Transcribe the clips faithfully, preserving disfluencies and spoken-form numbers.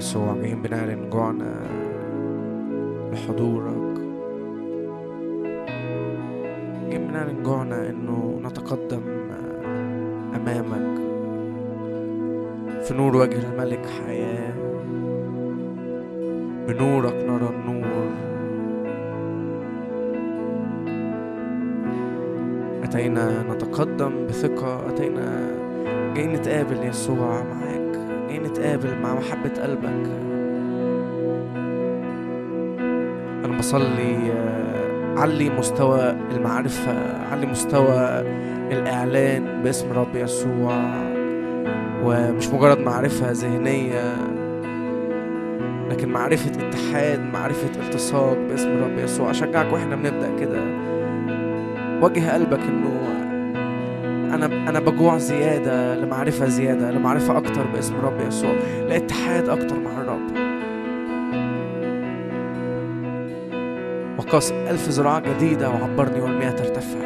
يسوع جايين بنعلن جوعنا لحضورك، جايين بنعلن جوعنا إنه نتقدم أمامك في نور وجه الملك حياة. بنورك نرى النور. أتينا نتقدم بثقة، أتينا جايين نتقابل يسوع معاك، جايين نتقابل مع محبة قلبك. أنا بصلي علي مستوى المعرفة، علي مستوى الإعلان باسم رب يسوع، ومش مجرد معرفة ذهنية لكن معرفة اتحاد، معرفة التصاق باسم رب يسوع. أشجعك وإحنا بنبدأ كده وجه قلبك إنه أنا أنا بجوع زيادة لمعرفة زيادة، لمعرفة أكتر باسم رب يسوع، لاتحاد أكتر مع الرب. وقاس ألف ذراع جديدة وعبرني والمياه ترتفع.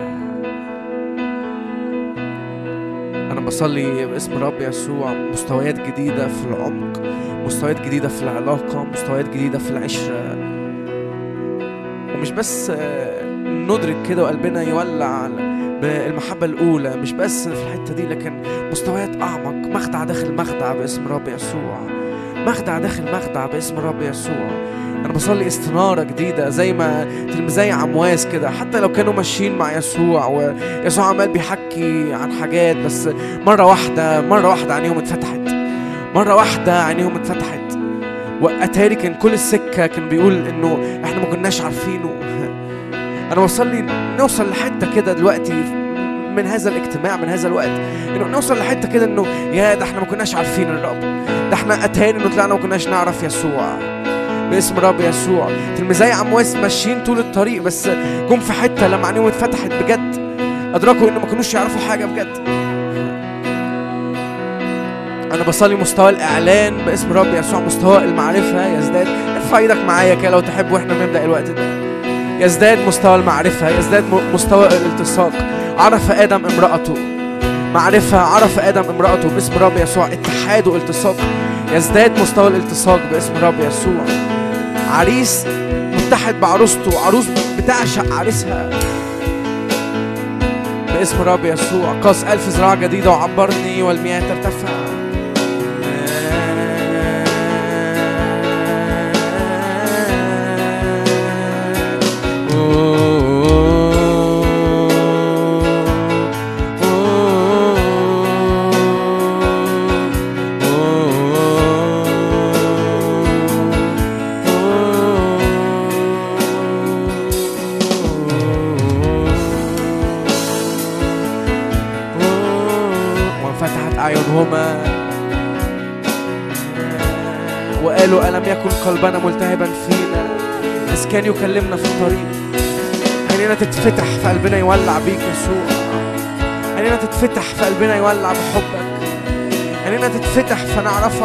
أنا بصلي باسم رب يسوع مستويات جديدة في العمق، مستويات جديدة في العلاقة، مستويات جديدة في العشرة. ومش بس ندرك كده وقلبنا يولع بالمحبة الأولى، مش بس في الحتة دي، لكن مستويات أعمق، مخدع داخل مخدع باسم رب يسوع، مخدع داخل مخدع باسم رب يسوع. أنا بصلي استنارة جديدة زي ما تلميذي عمواس كده، حتى لو كانوا ماشيين مع يسوع ويسوع عمال بيحكي عن حاجات، بس مرة واحدة مرة واحدة عينيهم اتفتحت، مرة واحدة عينيهم اتفتحت. وأتاري كان كل السكة كان بيقول إنه إحنا ما كناش عارفينه. أنا بصلي نوصل لحتة كده دلوقتي من هذا الاجتماع، من هذا الوقت، إنه نوصل لحتة كده إنه يا ده إحنا ما كناش عارفين الرب، ده إحنا أتاري إنه طلعنا ما كناش نعرف يسوع باسم رب يسوع. تلميذي عمواس ماشيين طول الطريق، بس جم في حتة لما عينيهم اتفتحت بجد أدركوا إنه ما كانوش يعرفوا حاجة بجد. أنا بصلي مستوى الإعلان باسم رب يسوع، مستوى المعرفة يزداد. ارفع ايدك معايا كده لو تحب واحنا بنبدأ الوقت ده. يزداد مستوى المعرفة، يزداد مستوى الالتصاق. عرف آدم امرأته معرفة، عرف آدم امرأته باسم رب يسوع، اتحاد والتصاق. يزداد مستوى الالتصاق باسم رب يسوع. عريس متحد بعروسته، عروس بتعشق عريسها باسم رب يسوع. قاس ألف ذراع جديدة وعبرني والمياه ترتفع. وقالوا ألم يكن قلبنا ملتهبا فينا إذ كان يكلمنا في الطريق. عينينا تتفتح في قلبنا يولع بيك يسوع، عينينا تتفتح في قلبنا يولع بحبك، عينينا تتفتح فنعرفك.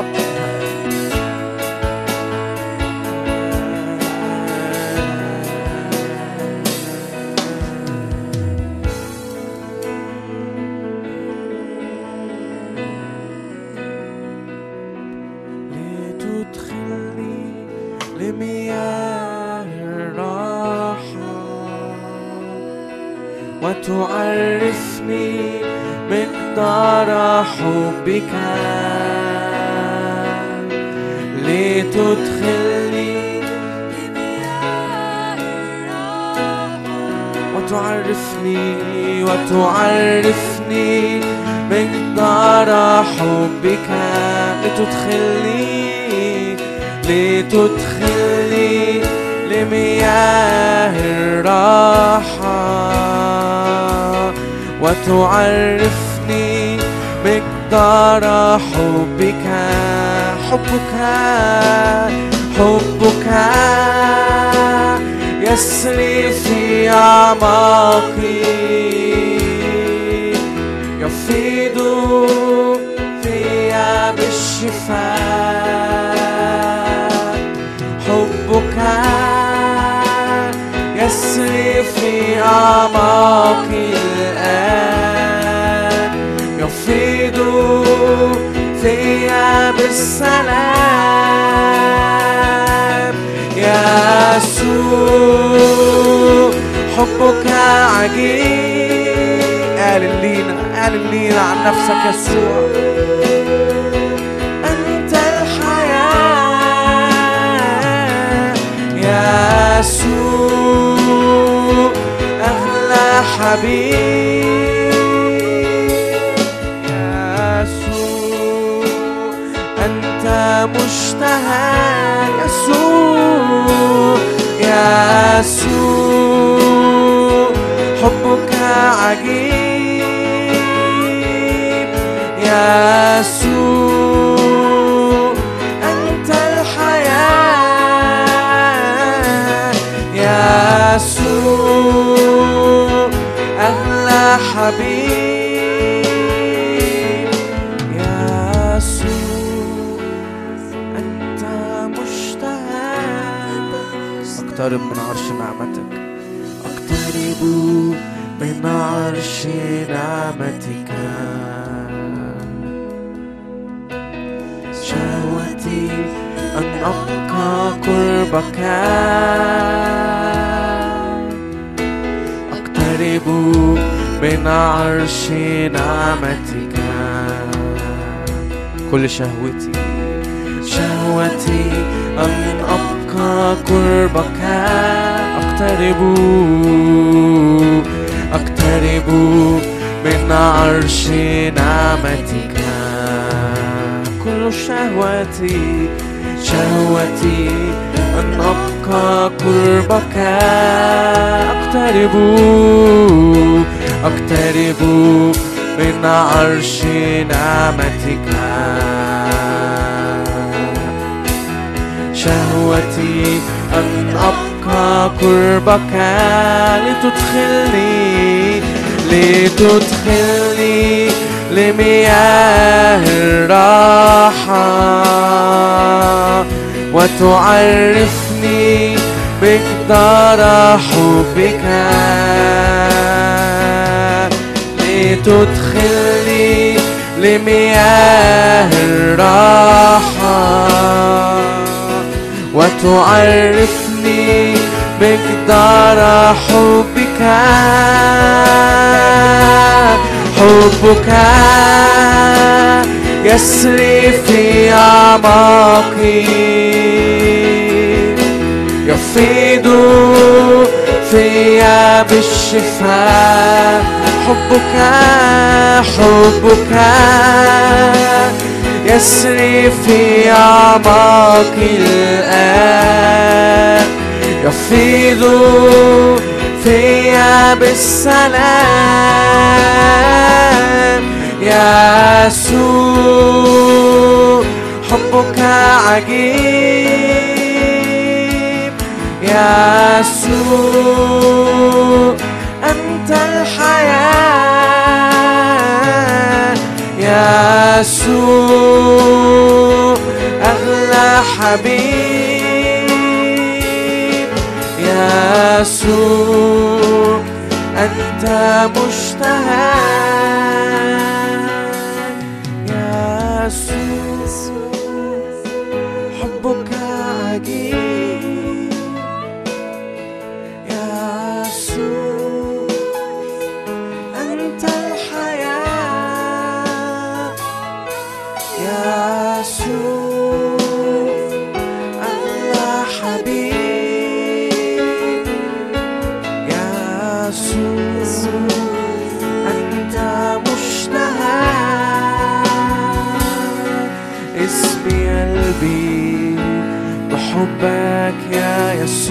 وتعرفني مقدار حبك، لتدخلني وتعرفني وتعرفني مقدار حبك، لتدخلني لتدخلني لمياه الراحة، وتعرفني مقدار حبك. حبك حبك يسري في أعماقي، يفيض فيا بالشفاء. حبك يسري في أعماقي الآن، يفيض فيا بالسلام. يسوع حبك عجيب. اعلن لينا اعلن لينا عن نفسك يسوع. أنت الحياة يسوع أغلى حبيب. يسوع أنت مشتهى يسوع. يسوع حبك عجيب. يسوع أنت الحياة. يسوع أغلى حبيب. يسوع أنت مشتهى. أقترب من عرش نعمتك، أقترب من عرش نعمتك. شهوتي أن أبقى قربك. أقترب من عرش نعمتك. كل شهوتي شهوتي أن أبقى قربك. أقترب أقترب من عرش نعمتك. كل شهوتي شهوتي أن أبقى قربك. أقترب أقترب من عرش نعمتك. شهوتي أن أبقى قربك لتدخلني لتدخلني لمياه الراحة وتعرفني مقدار حبك. لتدخلني لمياه الراحة وتعرفني مقدار حبك. حبك يسري في أعماقي، يفيض فيا بالشفاء. حبك حبك يسري في أعماقي الآن، يفيض فيا بالسلام. يسوع حبك عجيب. يسوع أنت الحياة. يسوع أغلى حبيب. يسوع أنت مشتهى. يسوع حبك عجيب. يسوع أنت الحياة. يسوع أغلى حبيب. يسوع أنت مشتهى. اسمي قلبي بحبك يا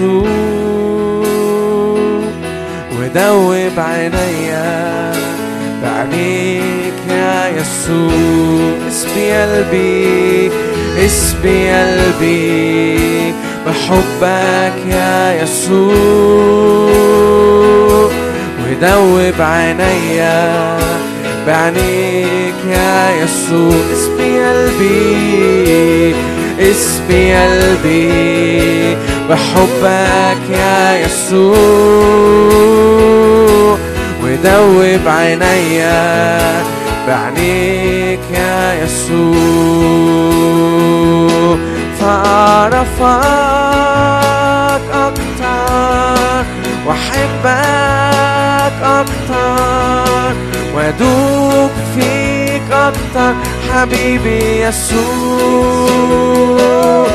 يسوع، ودوب عينيا بعينيك يا يسوع. اسمي قلبي اسمي قلبي بحبك يا يسوع، ودوب عينيا بعينيك يا يسوع. اسمي قلبي اسمي قلبي بحبك يا يسوع، ودوب عينيا بعينيك يا يسوع. فأعرفك أكتر وأحبك أكتر وأدوب فيك أكتر حبيبي يسوع،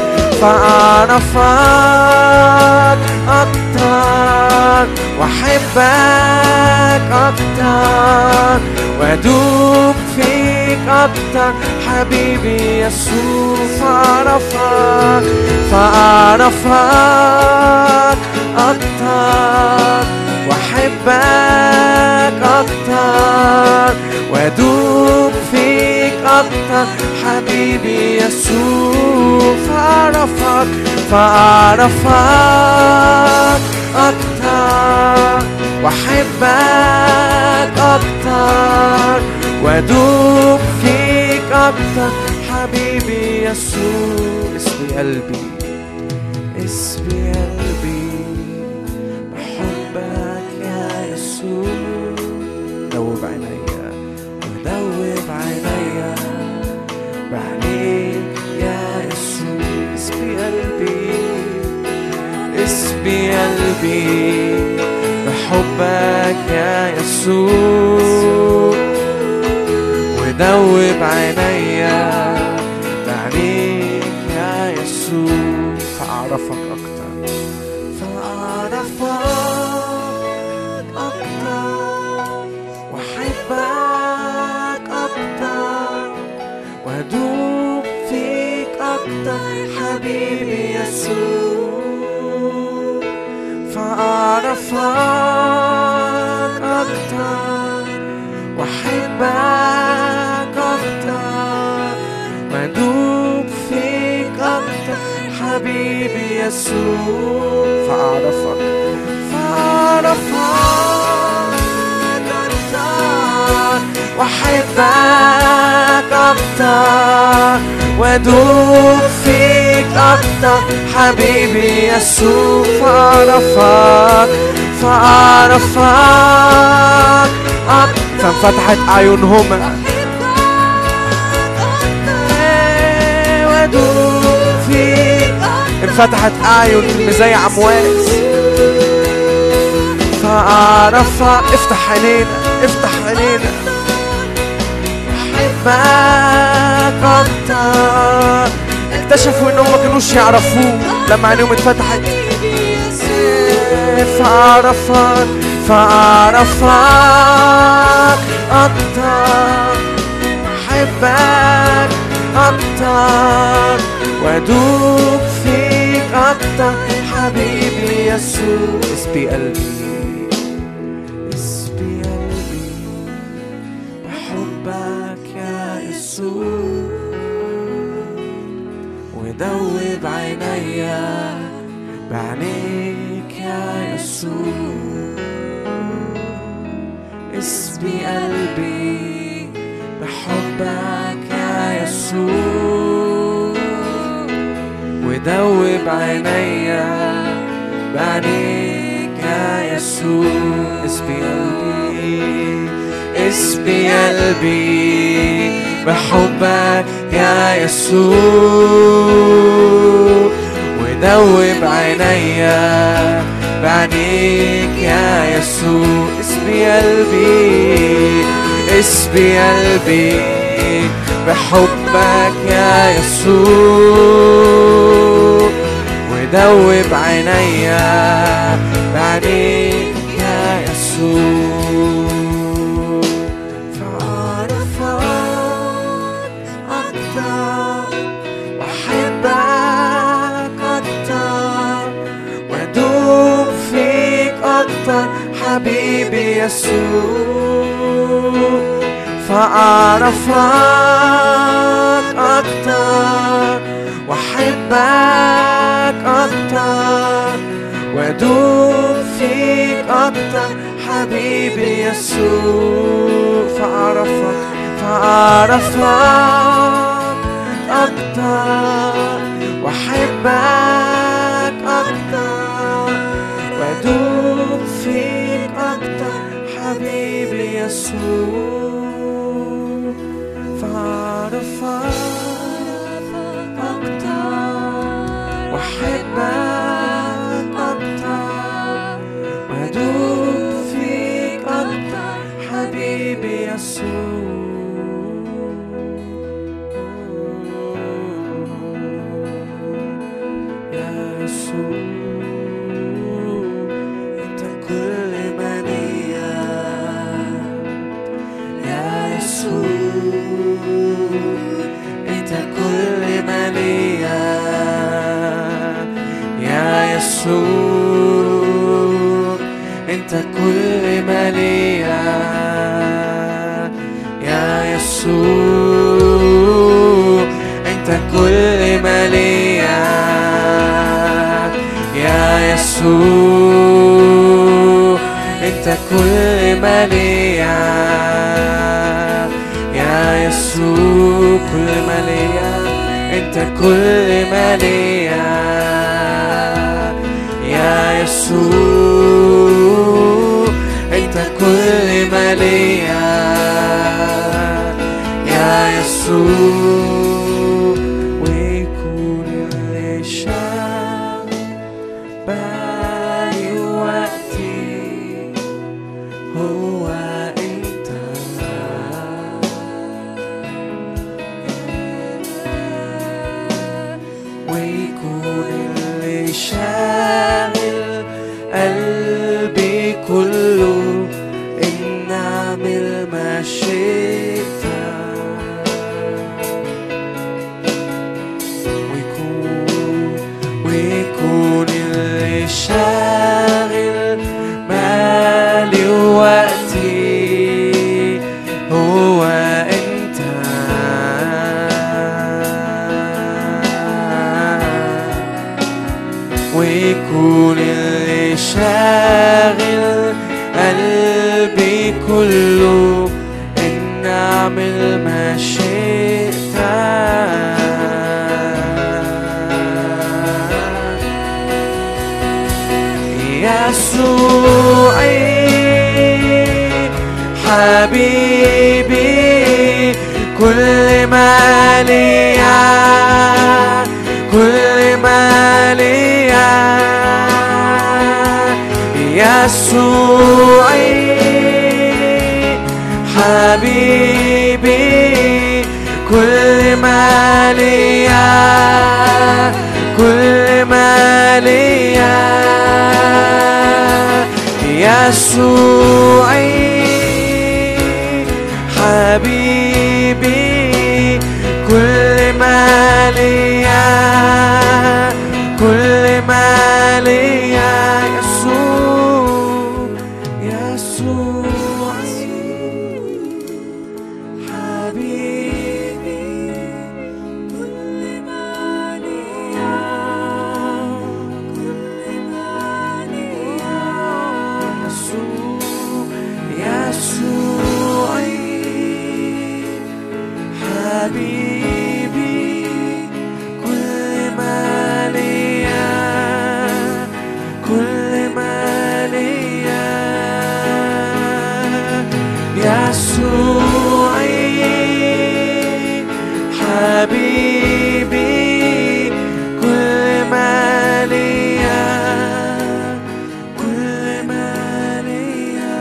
فأعرفك أكتر وأحبك أكتر وأدوب فيك أكتر حبيبي يسوع، فأعرفك فأعرفك أكتر وأحبك أكتر وأدوب فيك أكتر حبيبي يسوع، فأعرفك فأعرفك أكتر وأحبك أكتر وأدوب فيك أكتر حبيبي يسوع. اسمي قلبي اسمي قلبي بحبك يا يسوع، دوب عينيا ودوب عينيا بعينيك يا يسوع، اسمي قلبي اسمي قلبي بحبك يا يسوع ودوب عينيا بعينيك يا يسوع، فأعرفك أكتر فأعرفك أكتر وأحبك أكتر وأدوب فيك أكتر حبيبي يسوع، فأعرفك أكتر وأحبك أكتر وأدوب فيك أكتر حبيبي يسوع، فأعرفك فأعرفك أكتر وأحبك أكتر وأدوب فيك أكتر حبيبي يسوع، فأعرفك فأعرفك أكتر. فانفتحت أعينهم وأدوب فيك، انفتحت أعين زي عمواس، فأعرفك. افتح عينينا افتح عينينا أحبك أكتر. اكتشفوا إنهم ما كانوش يعرفوه لما عينيهم اتفتحت، فأعرفك فأعرفك أكتر أحبك أكتر وأدوب فيك أكتر حبيبي يسوع، اسبي قلبي اسبي قلبي بحبك يا يسوع ودوب عينيا بعينيك يا يسوع، اسبي قلبي بحبك يا يسوع ودوب عينيا بعينيك يا يسوع، اسبي قلبي اسبي قلبي بحبك يا يسوع ودوب عينيا بعينيك يا يسوع، اسبي قلبي اسبي قلبي بحبك يا يسوع ودوب عينيا بعينيك يا يسوع، فأعرفك أكتر وأحبك أكتر وأدوب فيك أكتر حبيبي يسوع، فأعرفك أكتر وأحبك أكتر وأدوب فيك أكتر حبيبي يسوع، فأعرفك فأعرفك أكتر وأحبك أكتر وأدوب فيك أكتر حبيبي يسوع، فأعرفك أكتر وأحبك أكتر وأدوب حبيبي يسوع. يا يسوع انت كل ما ليا. يا يسوع انت كل ما ليا. يا يسوع انت كل ما ليا. يا يسوع انت كل ما ليا. يا يسوع انت كل ما ليا. يا يسوع كل ما ليا. انت كل ما ليا. يا يسوع انت كل ما ليا. يا يسوع ويكون اللي شبهي وقتي هو انت. ويكون اللي شاغل قلبي كله إن أعمل ما شئت. ويكون ويكون اللي شاغل مالي ووقتي هو أنت. ويكون اللي شاغل قلبي كله إن أعمل ما شئت. يسوعي حبيبي كل ما ليا. كل ما ليا. يسوعي حبيبي كل ما ليا. كل ما ليا. يسوعي حبيبي كل ما ليا. كل ما ليا. يسوع يسوع حبيبي كل ما ليا. كل ما ليا. يسوع يسوعي حبيبي كل ما ليا. كل ما ليا. يسوعي حبيبي كل ما ليا. كل ما ليا.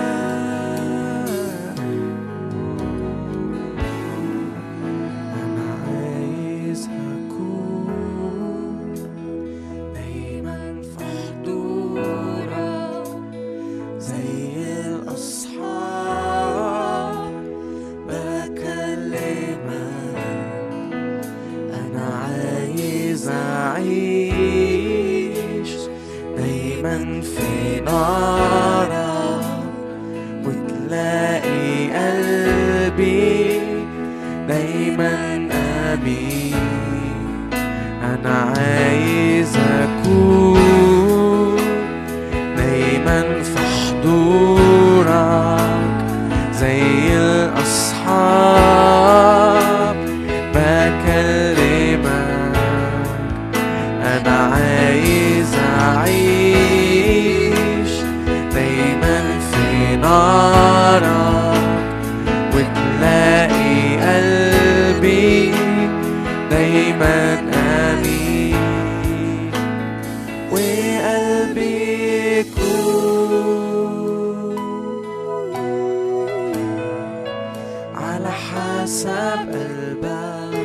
أنا عايز أكون دايما في حضورك زي الأصحاب بكلمك. أنا عايز أعيش دايما في نارك وتلاقي قلبي دايما أمين. أنا عايز أكون دايما في حضورك زي الأصحاب بكلمك. أنا عايز أعيش دايما في نارك وتلاقي قلبي دايما أمين. وقلبي يكون حسب قلبك،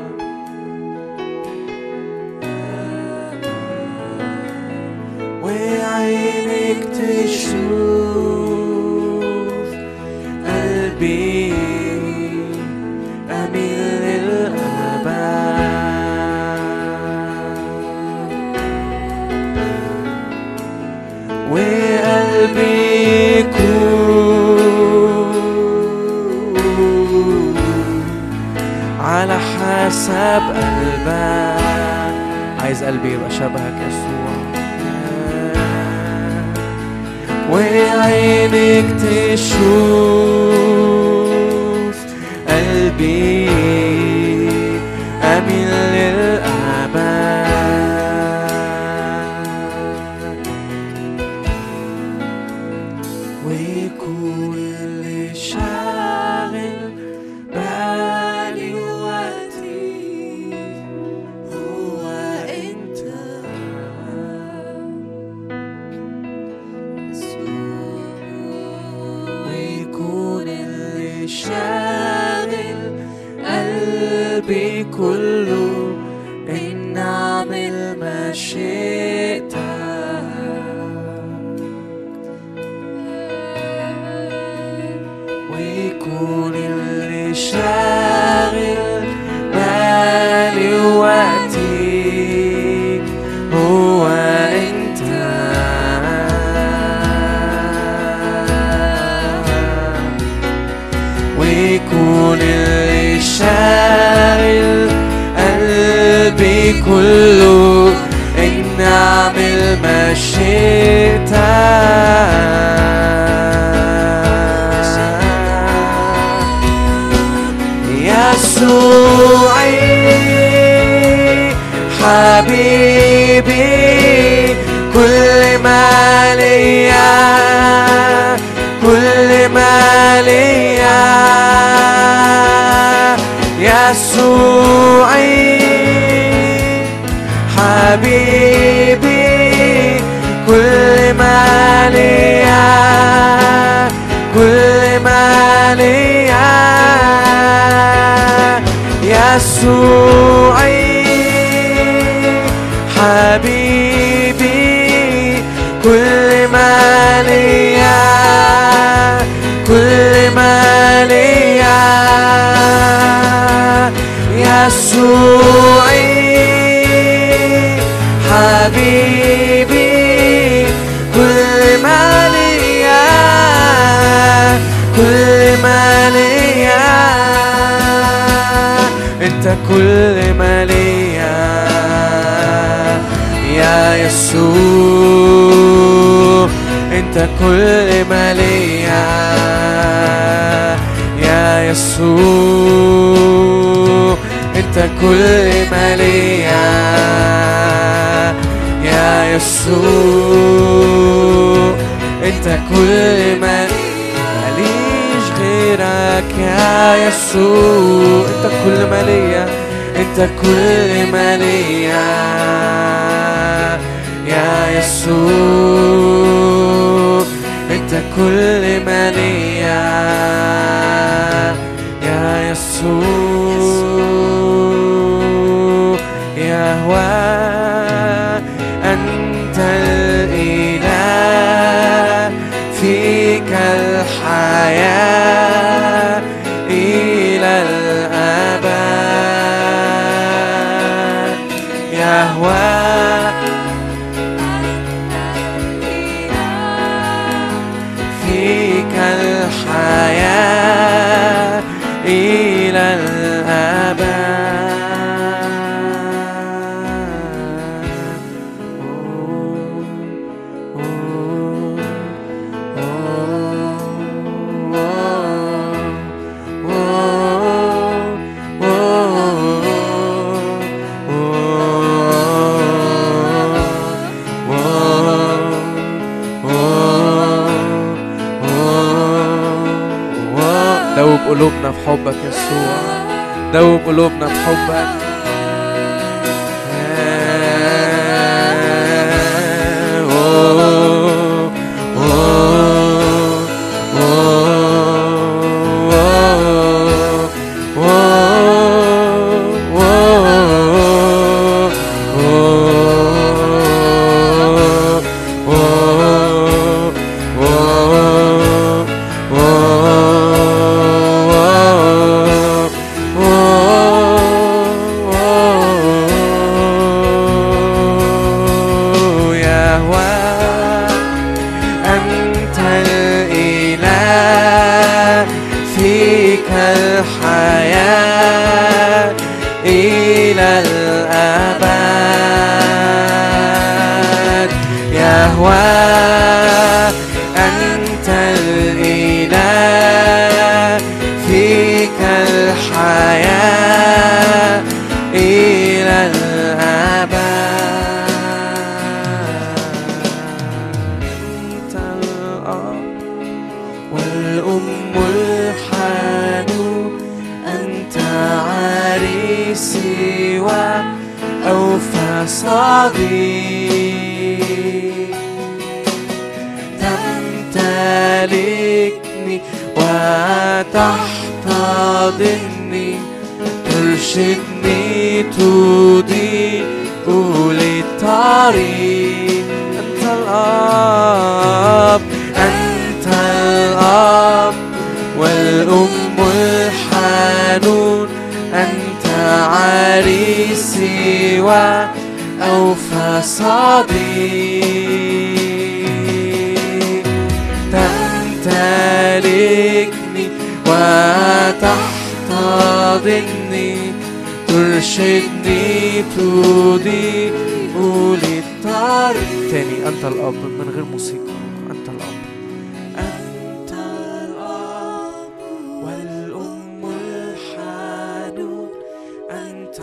وعينك تشوف قلبي أميل للأبد، وقلبي يكون على حسب قلبك. عايز قلبي يبقى شبهك يسوع، وعينك تشوف قلبي أميل للأبد، ويكون اللي شاغل بالي وقتي هو أنت شاغل قلبي كله، إن أعمل مشيئتك، ويكون اللي شاغل بالي وقتي هو أنت، ويكون اللي شاغل قلبي كله، إن أعمل مشيئتك. يسوعي حبيبي كل ما ليا، كل ما ليا يسوعي حبيبي كل ما ليا، كل ما ليا يسوعي حبيبي كل ما ليا، كل ما ليا يسوعي حبيبي كل ما ليا، كل ما ليا انت كل ما ليا يا يسوع، انت كل ما ليا يا يسوع، انت كل ما ليا يا يسوع، انت كل ما ماليش غيرك يا يسوع، انت كل ما ليا، انت كل ما ليا يا يسوع، انت كل ما ليا يا يسوع. يهوى أنت الإله، فيك الحياة إلى الأبد. يهوى فيك الحياة إلى الأبد. دوب قلوبنا في حبك يسوع، دوب قلوبنا في حبك. والأم الحنون، أنت عريسي وأوفى صديق. تمتلكني وتحتضنني، ترشدني تضيء للطريق. أنت الأب، أنت الأب والأم الحنون، أنت عريسي وأوفى صديق. تمتلكني وتحتضنني، ترشدني تضيء للطريق. تاني، أنت الأب من غير موسيقى. أنت الأب، أنت الأب والأم الحنون، أنت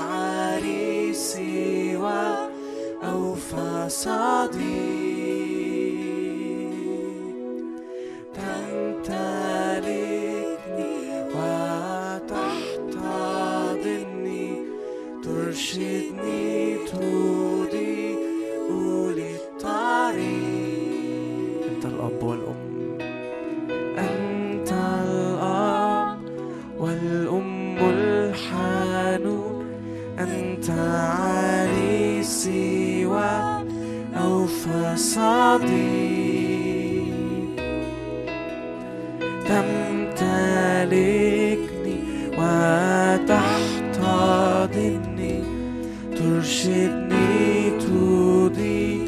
عريسي وأوفى صديق. تمتلكني وتحتضنني، ترشدني تضيء للطريق. أنت الأب والأم، أنت الأب والأم الحنون، أنت عريسي وأوفى صديق. تمتلكني وتحتضنني، ترشدني تضيء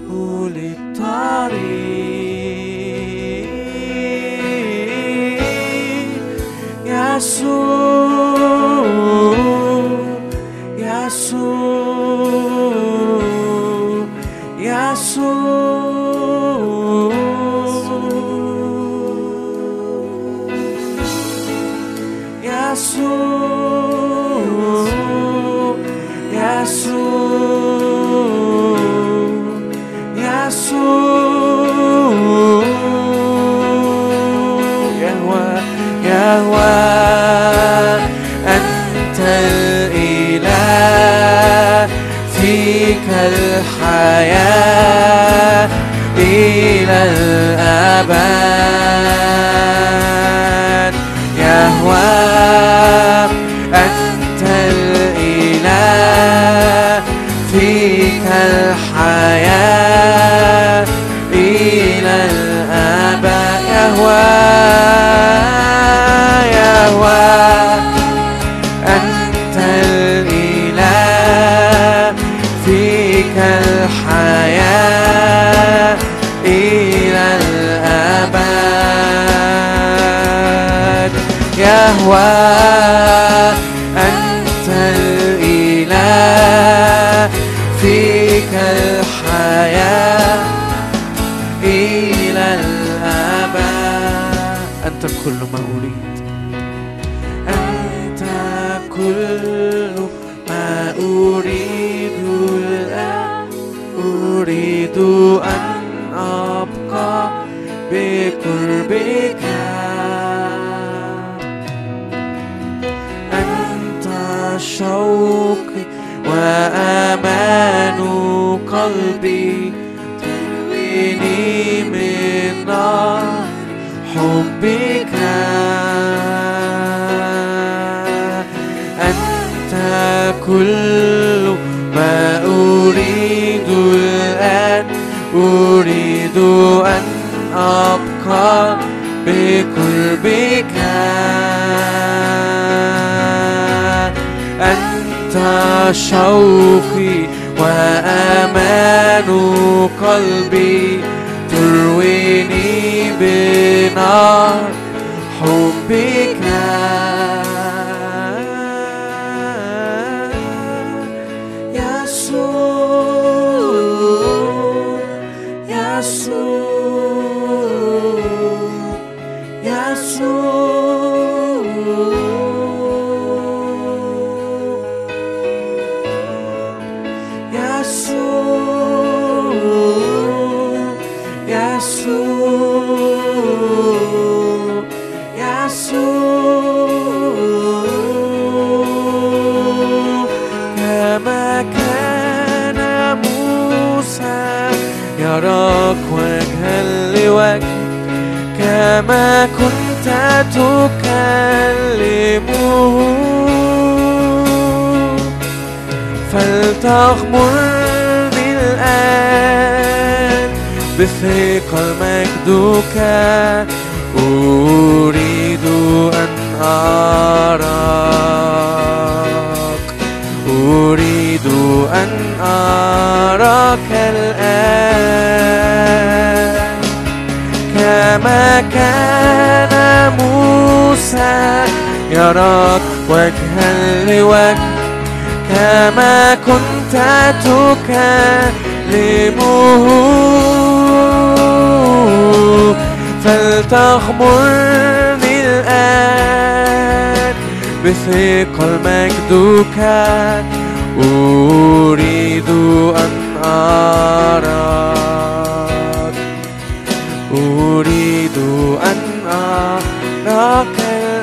للطريق. يسوع يسوع يسوع يسوع يسوع يسوع. يهوى يهوى، أنت الإله، فيك الحياة إلى الأبد. يهوى، أنت الإله، فيك الحياة إلى الأبد. يهوى يهوى، أنت الإله، فيك الحياة إلى الأبد. يهوى، أنت الإله، فيك الحياة إلى الأبد. أنت كل ما أريد، أنت كل ما أريد الآن. أريد أن أبقى بقربك، أنت شوقي وأمان قلبي، ترويني من نار حبك. أنت كل ما أريد الآن. أريد أن أبقى بقربك، أنت شوقي وأمان قلبي، ترويني بنار حبك. يسوع يسوع يسوع يسوع يسوع يسوع، كما كان موسى يراك وجها لوجه، كما كنت تكلمه، فلتغمرني الآن بثقل مجدك، أريد أن أراك، أريد أن أراك الآن، كما كان موسى يراك وجها لوجه، كما كنت تكلمه، فلتغمرني الآن بثقل مجدك، أريد أن أراك، أريد أن أراك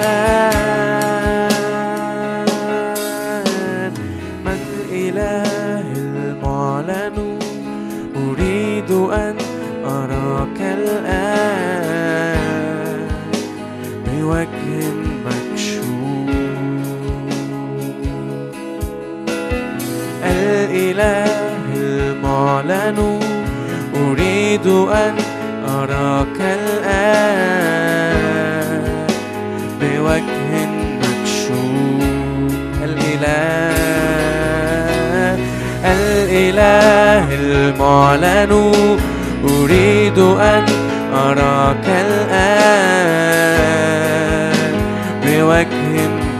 الآن. من الإله المعلن، أريد أن أراك الآن بوجه مكشوف. الإله المعلن، أريد أن أراك الآن بوجه مكشوف. الإله الإله المعلن، أريد أن أراك الآن بوجه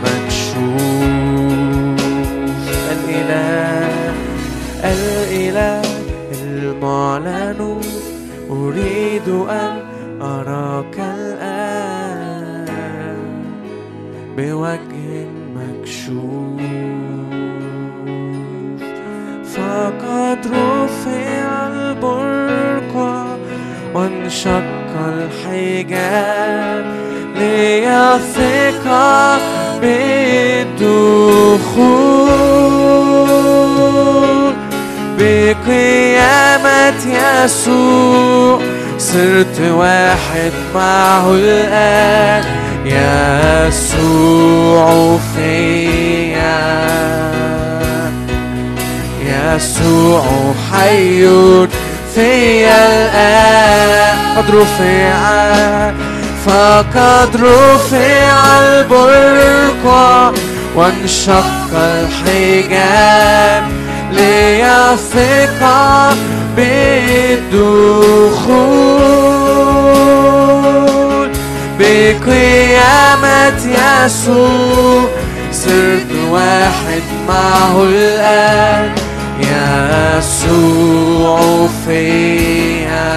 مكشوف. الإله الإله المعلن، أريد أن أراك الآن بوجه مكشوف. فقد رفع البرق وانشق الحجاب ليثق بالدخول بقيامة يسوع. صرت واحد معه الآن، يسوع فيا، يسوع حي فيا الآن. قد رفع فقد رفع البرق وانشق الحجاب ليثق بالدخول بقيامة يسوع. صرت واحد معه الآن، يسوع فيا،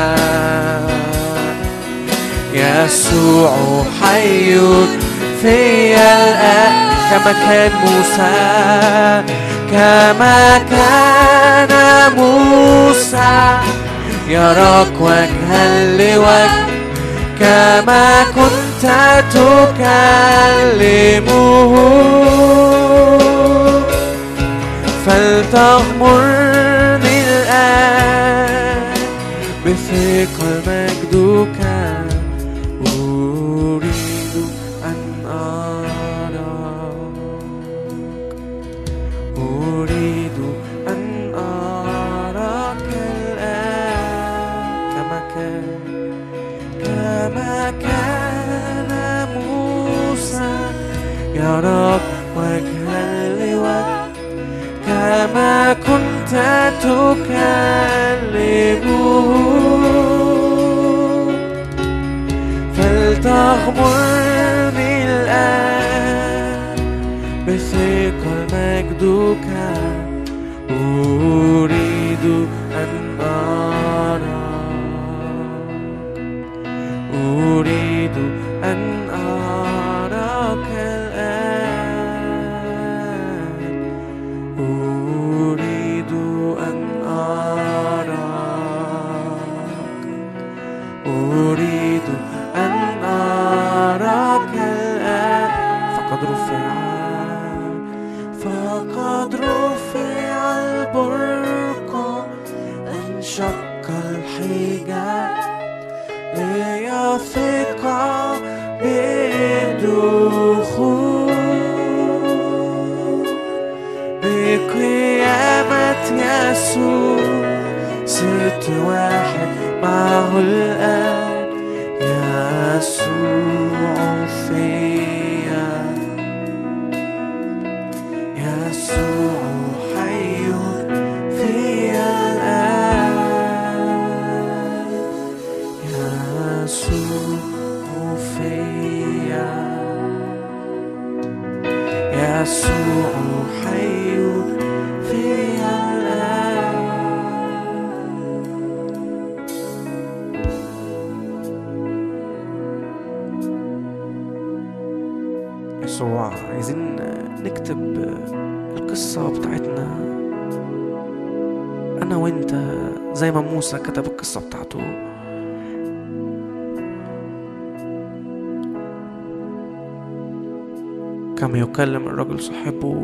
يسوع حي فيا الآن. كما كان موسى، كما كان موسى يراك وجها لوجه، كما كنت تكلمه، فلتغمرني الآن بثقل مجدك. أريد أن أراك، أريد أن أراك الآن كما كان كما كان موسى يراك وجها لوجه، كما كنت تكلمه، فلتغمرني الآن بثقل مجدك. أريد أن أراك، أريد أن أراك الآن، أريد أن أراك، أريد أن أراك دخول بقيامة يسوع، صرت واحد معه الآن. يسوع فيا، يسوع حي فيا الآن. يسوع فيا، يسوع حي فيا الآن. يسوع عايزين نكتب القصة بتاعتنا أنا وإنت زي ما موسى كتب القصة بتاعته. كما يكلم الرجل صاحبه،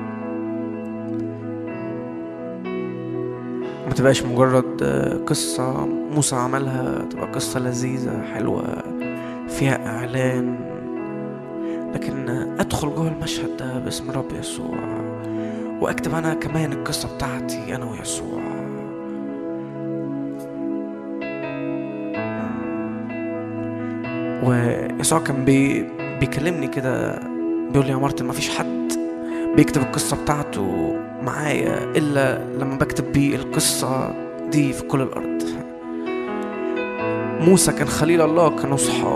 ما تبقاش مجرد قصة موسى عملها، تبقى قصة لذيذة حلوة فيها إعلان، لكن أدخل جوه المشهد ده باسم رب يسوع وأكتب أنا كمان القصة بتاعتي أنا ويسوع. ويسوع كان بي بيكلمني كده، بيقول لي يا مارتن مفيش حد بيكتب القصة بتاعته معايا إلا لما بكتب بيه القصة دي في كل الأرض. موسى كان خليل الله، كانوا صحاب،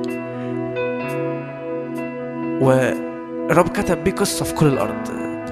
والرب كتب بيه قصة في كل الأرض.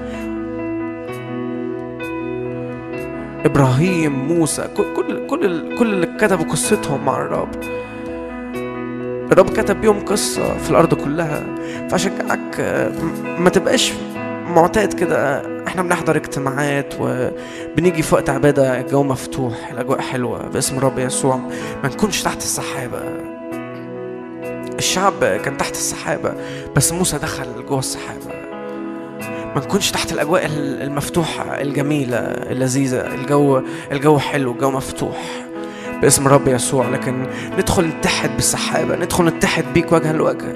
إبراهيم، موسى، كل كل كل كل اللي كتبوا قصتهم مع الرب، الرب كتب بيهم قصة في الأرض كلها. فأشجعك ما تبقاش معتاد كده احنا بنحضر اجتماعات وبنيجي في وقت عبادة الجو مفتوح، الأجواء حلوة باسم رب يسوع، ما نكونش تحت السحابة. الشعب كان تحت السحابة بس موسى دخل جوه السحابة. ما نكونش تحت الأجواء المفتوحة الجميلة اللذيذة، الجو الجو حلو، الجو مفتوح باسم رب يسوع، لكن ندخل نتحد بالسحابة، ندخل نتحد بيك وجها لوجه.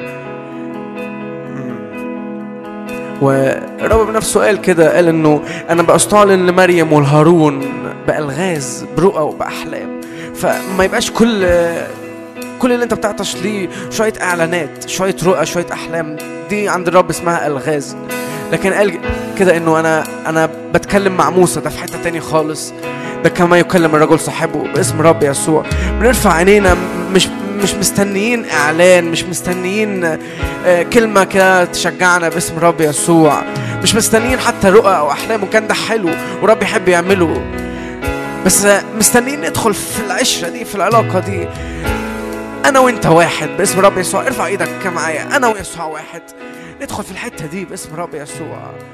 والرب بنفسه قال كده، قال انه انا بأستعلن لمريم والهارون بألغاز برؤى وبأحلام. فما يبقاش كل كل اللي انت بتعطش ليه شوية اعلانات، شوية رؤى، شوية احلام، دي عند الرب اسمها ألغاز. لكن قال كده انه انا انا بتكلم مع موسى، ده في حتة تاني خالص، ده كما يكلم الرجل صاحبه باسم رب يسوع. بنرفع عينينا، مش مش مستنيين اعلان، مش مستنيين كلمة كده تشجعنا باسم رب يسوع، مش مستنيين حتى رؤى او احلام، وكان ده حلو ورب يحب يعمله، بس مستنيين ندخل في العشرة دي، في العلاقة دي. انا وانت واحد باسم رب يسوع. ارفع ايدك معايا، انا ويسوع واحد، ندخل في الحتة دي باسم رب يسوع.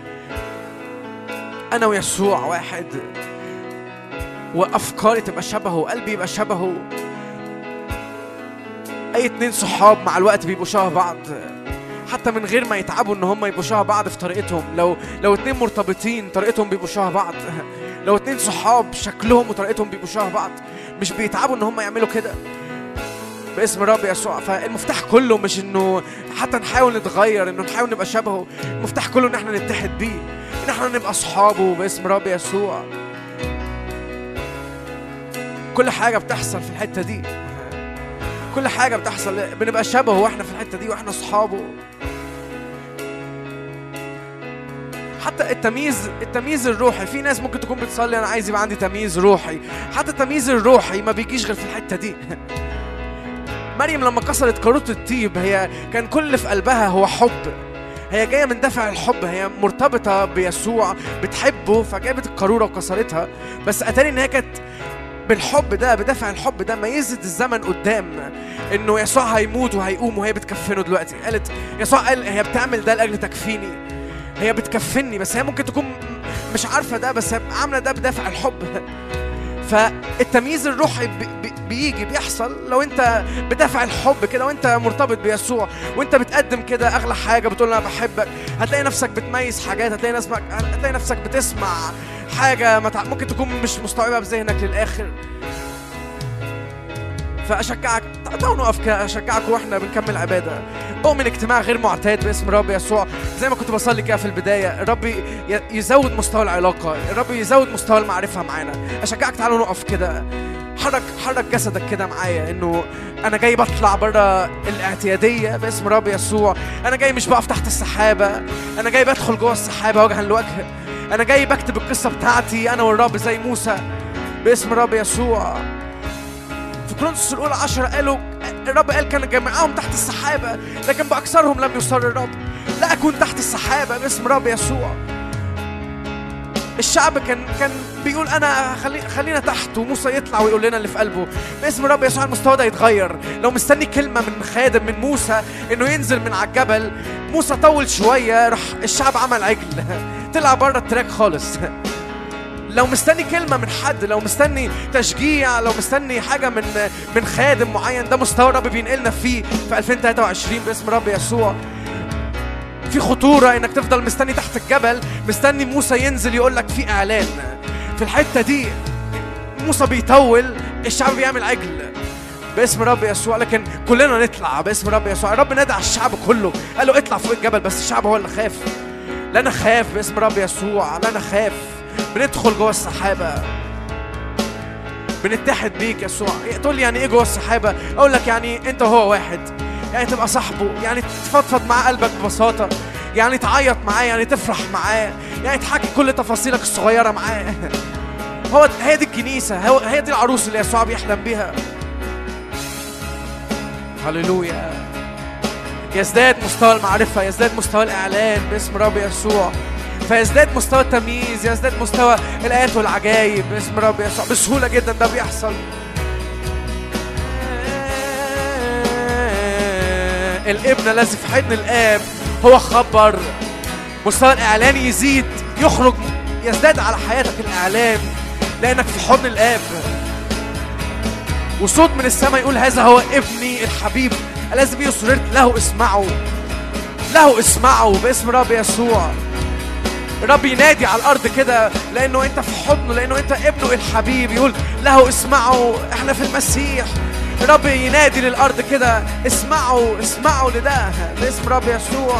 انا ويسوع واحد، وافكاري تبقى شبهه، قلبي يبقى شبهه. اي اتنين صحاب مع الوقت بيبقوا شبه بعض، حتى من غير ما يتعبوا ان هم يبقوا شبه بعض في طريقتهم. لو لو اتنين مرتبطين طريقتهم بيبقوا شبه بعض، لو اتنين صحاب شكلهم وطريقتهم بيبقوا شبه بعض، مش بيتعبوا ان هم يعملوا كده باسم رب يسوع. فالمفتاح كله مش انه حتى نحاول نتغير، انه نحاول نبقى شبهه، المفتاح كله ان احنا نتحد بيه، ان احنا نبقى اصحابه باسم رب يسوع. كل حاجة بتحصل في الحتة دي، كل حاجة بتحصل بنبقى شبهه واحنا في الحتة دي واحنا اصحابه. حتى التمييز التمييز الروحي، في ناس ممكن تكون بتصلي انا عايز يبقى عندي تمييز روحي، حتى التمييز الروحي ما بيجيش غير في الحتة دي. مريم لما كسرت كروت الطيب، هي كان كل اللي في قلبها هو حب، هي جاية من دافع الحب، هي مرتبطة بيسوع، بتحبه، فجابت القارورة وكسرتها. بس أتاري إن هي كانت بالحب ده، بدافع الحب ده، ميزت الزمن قدام إنه يسوع هيموت وهيقوم وهي بتكفنه دلوقتي. قالت يسوع قال هي بتعمل ده لأجل تكفيني، هي بتكفني، بس هي ممكن تكون مش عارفة ده، بس هي عاملة ده بدافع الحب. فالتمييز الروحي بيجي بيحصل لو انت بدافع الحب كده، وانت مرتبط بيسوع، وانت بتقدم كده اغلى حاجه، بتقول انا بحبك، هتلاقي نفسك بتميز حاجات، هتلاقي نفسك هتلاقي نفسك بتسمع حاجه ممكن تكون مش مستوعبها بذهنك للاخر. فأشجعك تعالوا نقف كده، أشجعك وإحنا بنكمل عبادة. أؤمن اجتماع غير معتاد باسم الرب يسوع. زي ما كنت بصلي كده في البداية، الرب يزود مستوى العلاقة، الرب يزود مستوى المعرفة معانا. أشجعك تعالوا نقف كده، حرك حرك جسدك كده معايا، إنه أنا جاي بطلع برا الاعتيادية باسم الرب يسوع. أنا جاي مش بقف تحت السحابة، أنا جاي بدخل جوه السحابة وجها لوجه. أنا جاي بكتب القصة بتاعتي أنا والرب زي موسى باسم الرب يسوع. في كورنثوس الأولى عشرة قالوا الرب قال كان جميعهم تحت السحابة لكن بأكثرهم لم يصر الرب. لا أكون تحت السحابة باسم الرب يسوع. الشعب كان كان بيقول أنا خلي خلينا تحت، وموسى يطلع ويقول لنا اللي في قلبه باسم الرب يسوع. المستوى ده يتغير. لو مستني كلمة من خادم من موسى إنه ينزل من على الجبل، موسى طول شوية راح الشعب عمل عجل طلع بره التراك خالص. لو مستني كلمة من حد، لو مستني تشجيع، لو مستني حاجة من من خادم معين، ده مستوى الرب بينقلنا فيه في ألفين وثلاثة وعشرين باسم الرب يسوع. في خطورة انك تفضل مستني تحت الجبل، مستني موسى ينزل يقول لك في اعلان. في الحتة دي موسى بيطول، الشعب بيعمل عجل باسم الرب يسوع. لكن كلنا نطلع باسم الرب يسوع. الرب نادى على الشعب كله قال له اطلع فوق الجبل، بس الشعب هو اللي خاف. لا انا خاف باسم الرب يسوع، لا انا خاف. بندخل جوه السحابة، بنتحد بيك يسوع. تقول لي يعني ايه جوه السحابة؟ اقول لك يعني انت وهو واحد، يعني تبقى صاحبه، يعني تفضفض مع قلبك ببساطة، يعني تعيط معاه، يعني تفرح معاه، يعني تحكي كل تفاصيلك الصغيرة معاه. هو هي دي الكنيسة، هو هي دي العروس اللي يسوع بيحلم بيها. هللويا. يزداد مستوى المعرفة، يزداد مستوى الإعلان باسم رب يسوع، فيزداد مستوى التمييز، يزداد مستوى الآيات والعجائب باسم رب يسوع. بسهولة جدا ده بيحصل. الابن الذي في حضن الآب هو خبر. مستوى الإعلان يزيد، يخرج، يزداد على حياتك الإعلان لأنك في حضن الآب. وصوت من السماء يقول هذا هو ابني الحبيب الذي به سررت، له اسمعوا، له اسمعوا باسم رب يسوع. الرب ينادي على الأرض كده لأنه أنت في حضنه، لأنه أنت ابنه الحبيب. يقول له اسمعوا، احنا في المسيح. الرب ينادي للأرض كده اسمعوا، اسمعوا لده باسم رب يسوع.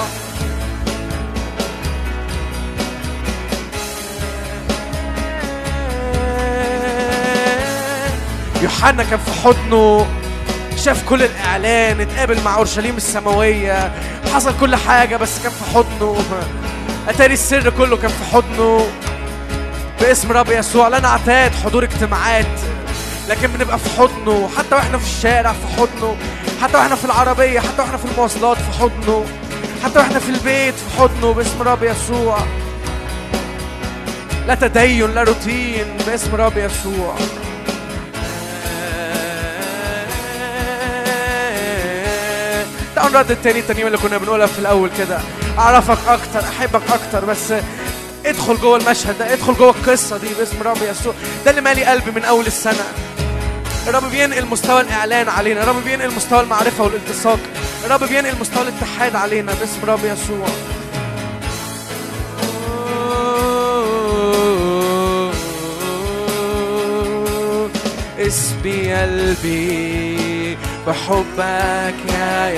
يوحنا كان في حضنه، شاف كل الإعلان، اتقابل مع أورشليم السماوية، حصل كل حاجة، بس كان في حضنه. أتاري السر كله كان في حضنه باسم رب يسوع. لا نعتاد حضور اجتماعات، لكن بنبقى في حضنه حتى واحنا في الشارع، في حضنه حتى واحنا في العربية، حتى واحنا في المواصلات في حضنه، حتى واحنا في البيت في حضنه باسم رب يسوع. لا تدين، لا روتين باسم رب يسوع. تعالوا نردد تاني الترنيمة اللي كنا بنقولها في الأول كده، أعرفك أكتر، أحبك أكتر. بس ادخل جوه المشهد ده، ادخل جوه القصة دي باسم رب يسوع. ده اللي مالي قلبي من أول السنة. الرب بينقل مستوى الإعلان علينا، الرب بينقل مستوى المعرفة والالتصاق، الرب بينقل مستوى الاتحاد علينا باسم رب يسوع. اسبي قلبي بحبك يا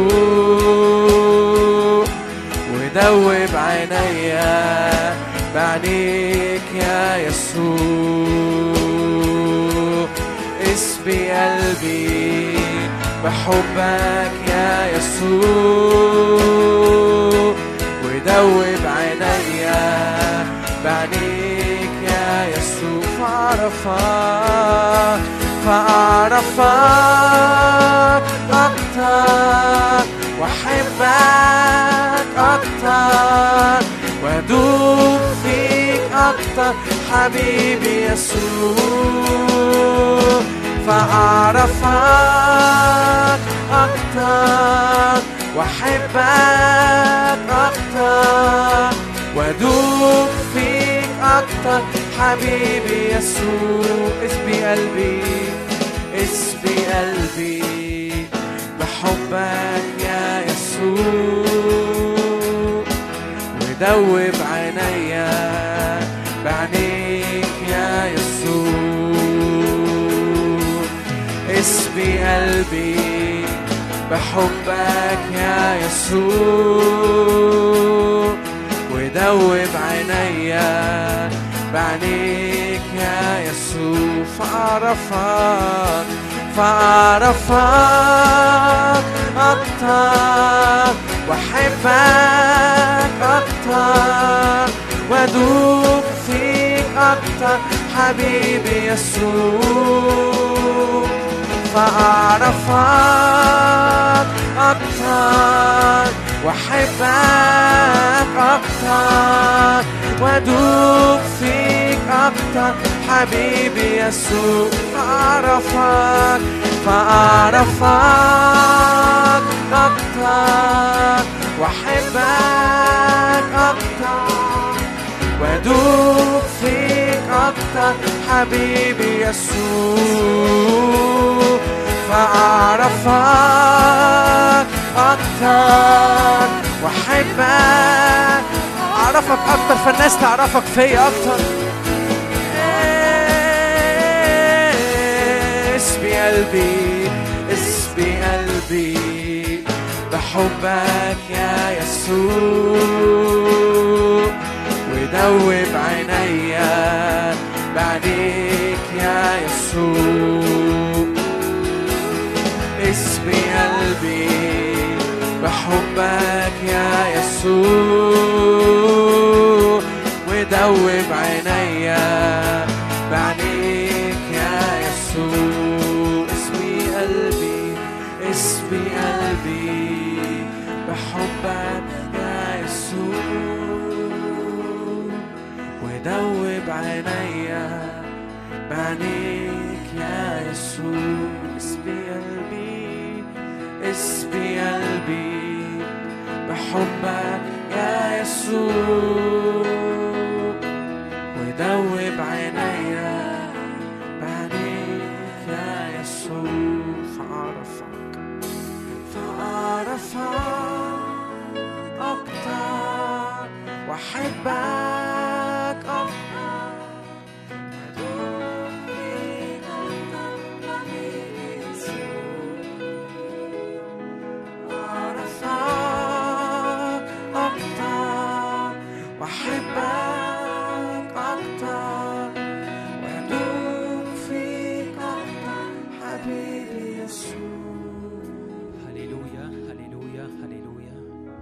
يسوع، ودوب عينيا بعينيك يا يسوع. اسبي قلبي بحبك يا يسوع، ودوب عينيا بعينيك يا يسوع. فأعرفك فأعرفك أكتر، وأحبك أكتر، وأدوب فيك أكتر حبيبي يسوع. فأعرفك أكتر، وأحبك أكتر، وأدوب فيك أكتر حبيبي يسوع. اسبي قلبي، اسبي قلبي بحبك يا يسوع، ودوب عينيا بعينيك يا يسوع. اسبي قلبي بحبك يا يسوع، ودوب عينيا بعينيك يا يسوع، فأعرفك فأعرفك أكتر وأحبك أكتر وأدوب فيك أكتر حبيبي يسوع، فأعرفك أكتر وأحبك أكتر وأدوب فيك أكتر حبيبي يسوع، فأعرفك فأعرفك أكتر وأحبك أكتر وأدوب فيك أكتر حبيبي يسوع، فأعرفك أكتر وأحبك، أعرفك أكتر فالناس تعرفك فيا أكتر. اسبي قلبي اسبي قلبي بحبك يا يسوع، ودوب عينيا بعديك يا يسوع، اسبي قلبي بحبك يا يسوع، ودوب عينيا بعديك يا يسوع، اسبي قلبي اسبي قلبي بحبك يا يسوع، ودوب عينيا بعينيك يا يسوع، اسبي قلبي اسبي قلبي بحبك يا يسوع، ودوب عينيا بعينيك يا يسوع، فأعرفك فأعرفك أكتر وأحبك أكتر وأدوب فيك أكتر حبيبي يسوع، أعرفك أكتر وأحبك أكتر وأدوب فيك أكتر حبيبي يسوع. هللويا هللويا هللويا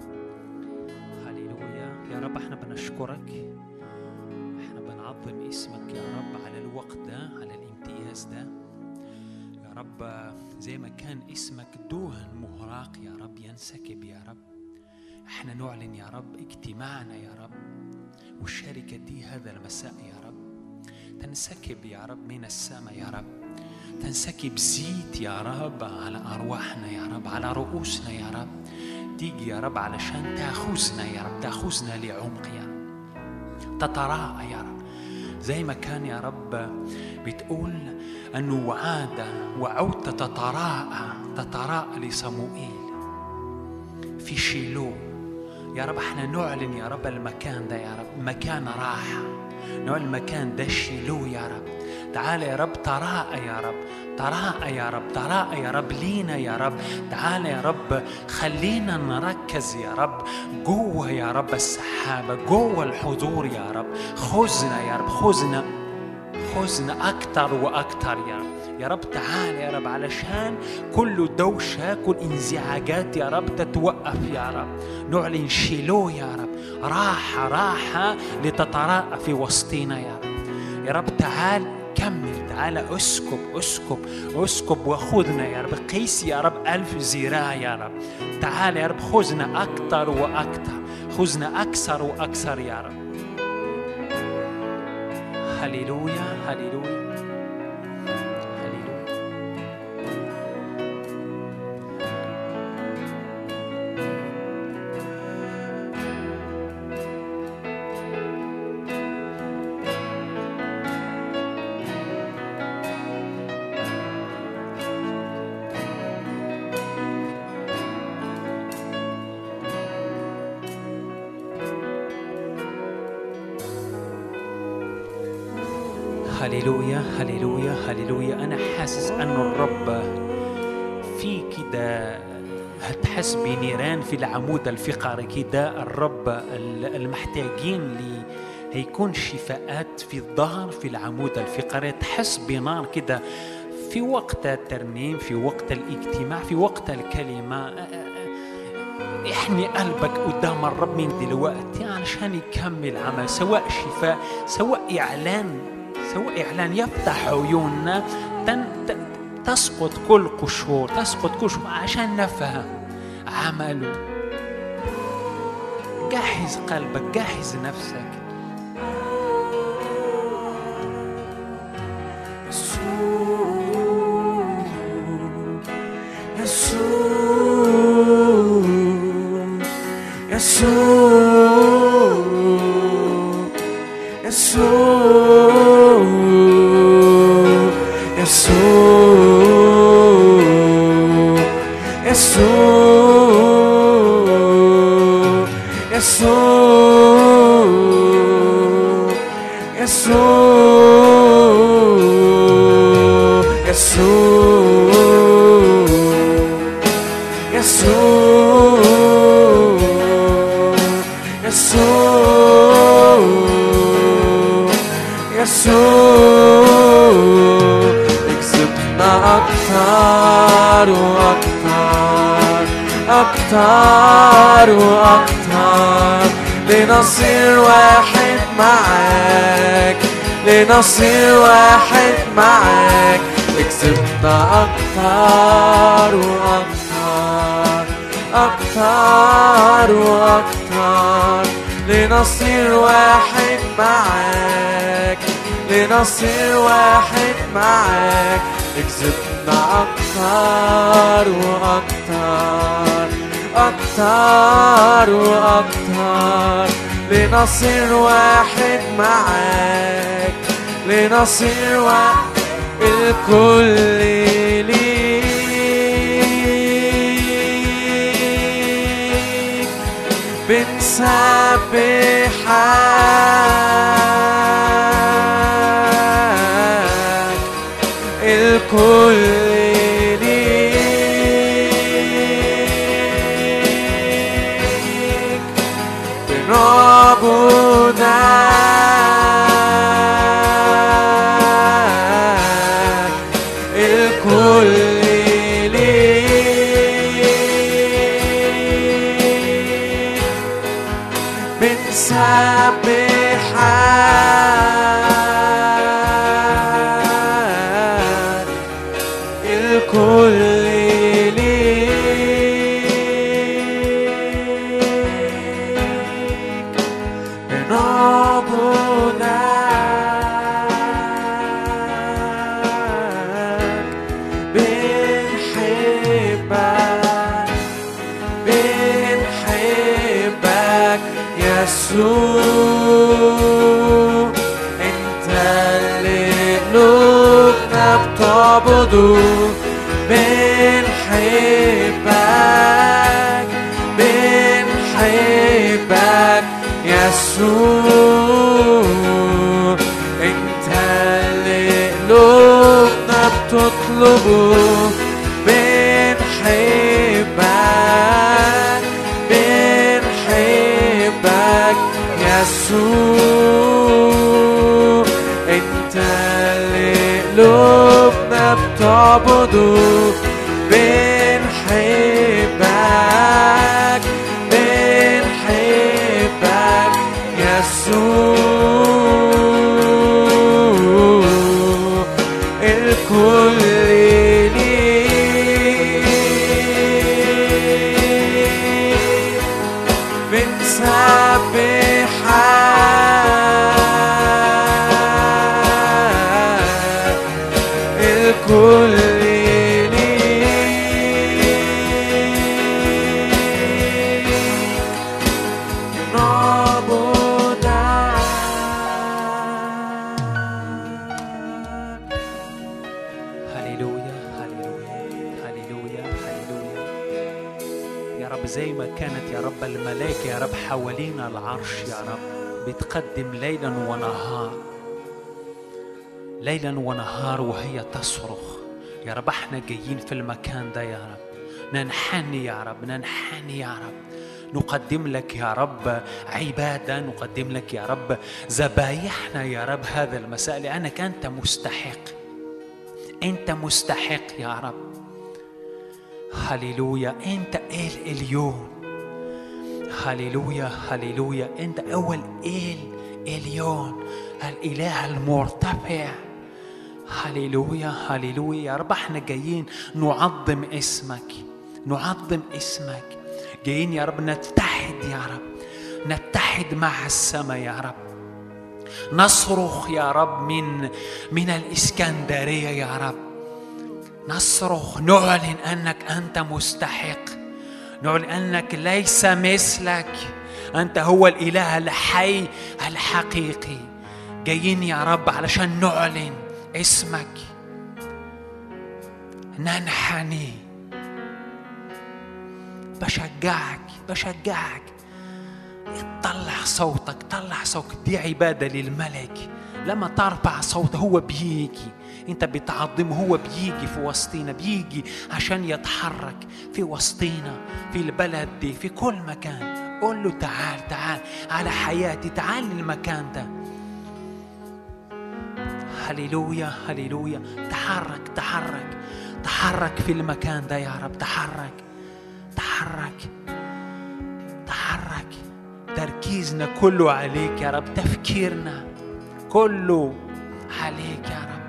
هللويا يا رب، احنا بنشكرك، احنا بنعظم اسمك يا رب على الوقت ده، على الامتياز ده يا رب. زي ما كان اسمك دهن مهراق يا رب ينسكب يا رب، احنا نعلن يا رب اجتماعنا يا رب والشركة دي هذا المساء يا رب تنسكب يا رب من السماء يا رب، تنسكب زيت يا رب على أرواحنا يا رب، على رؤوسنا يا رب، تيجي يا رب علشان تأخذنا يا رب، تأخذنا لعمق يا رب، تتراءى يا رب زي ما كان يا رب بتقول أنه وعاد وعودت تتراءى تتراءى لصموئيل في شيلو يا رب. احنا نعلن يا رب المكان ده يا رب مكان راحة، نعلن المكان ده شيلو يا رب. تعال يا رب تراءى يا رب، تراءى يا رب، تراءى يا رب لينا يا رب. تعال يا رب خلينا نركز يا رب جوه يا رب السحابة، جوه الحضور يا رب. خذنا يا رب، خذنا خذنا أكتر وأكتر يا رب. يا رب تعال يا رب علشان كل دوشة كل انزعاجات يا رب تتوقف يا رب. نعلن شيلو يا رب، راحة راحة لتتراءى في وسطنا يا رب. يا رب تعال كمل، تعال اسكب اسكب اسكب وخذنا يا رب. قيس يا رب ألف ذراع يا رب. تعال يا رب خذنا أكتر وأكتر، خذنا أكثر وأكثر يا رب. هللويا هللويا هللويا هللويا هللويا. أنا حاسس أن الرب في كده هتحس بنيران في العمود الفقري كده. الرب المحتاجين لي هيكون شفاءات في الظهر في العمود الفقري، تحس بنار كده في وقت الترنيم، في وقت الاجتماع، في وقت الكلمة. احني قلبك قدام الرب من دلوقتي علشان يكمل عمل، سواء شفاء سواء إعلان، سواء إعلان يفتح عيوننا، تسقط كل قشور، تسقط كل قشور عشان نفهم عمله. جهز قلبك، جهز نفسك. يسوع يسوع يسوع يسوع يسوع يسوع يسوع يسوع يسوع يسوع يسوع اكسبنا أكتر وأكتر، أكتر وأكتر، لنصير واحد معاك، لنصير واحد معاك. اكسبنا أكتر وأكتر، أكتر وأكتر، لنصير واحد معاك، لنصير واحد معاك. اكسبنا أكتر وأكتر، أكتر وأكتر، لنصير واحد معاك، لنصير واحد. الكل ليك بنسبحك، الكل ليك بنعبدك، الكل ليك بنسبحك، الكل ليك بنعبدك، بنحبك، بنحبك يسوع. انت اللي قلوبنا بتعبده، بنحبك، بنحبك يسوع. انت اللي قلوبنا بتطلبه، بنحبك، بنحبك يسوع. انت اللي قلوبنا بتعبده، بنحبك، بنحبك يسوع. الكل ليك بنسبحك، الكل زي ما كانت يا رب الملائكة يا رب حوالين العرش يا رب بتقدم ليلا ونهار، ليلا ونهار وهي تصرخ يا رب احنا جايين في المكان ده يا رب، ننحني يا رب، ننحني يا رب، نقدم لك يا رب عبادة، نقدم لك يا رب ذبايحنا يا رب هذا المساء، لأنك أنت مستحق، أنت مستحق يا رب. هللويا، أنت إل إليون. هللويا هللويا، أنت أول إل إليون، الإله المرتفع. هللويا هللويا يا رب، احنا جايين نعظم اسمك، نعظم اسمك، جايين يا رب نتحد يا رب، نتحد مع السماء يا رب، نصرخ يا رب من من الإسكندرية يا رب، نصرخ نعلن أنك أنت مستحق، نعلن أنك ليس مثلك، أنت هو الإله الحي الحقيقي. جايين يا رب علشان نعلن اسمك، ننحني. بشجعك بشجعك طلع صوتك، طلع صوتك، دي عبادة للملك. لما ترفع صوت هو بيجي، انت بتعظمه، هو بيجي في وسطينا، بيجي عشان يتحرك في وسطينا، في البلد دي، في كل مكان. قول له تعال تعال على حياتي، تعال للمكان ده. هللويا هللويا، تحرك تحرك تحرك في المكان ده يا رب، تحرك تحرك تحرك. تركيزنا كله عليك يا رب، تفكيرنا كله عليك يا رب.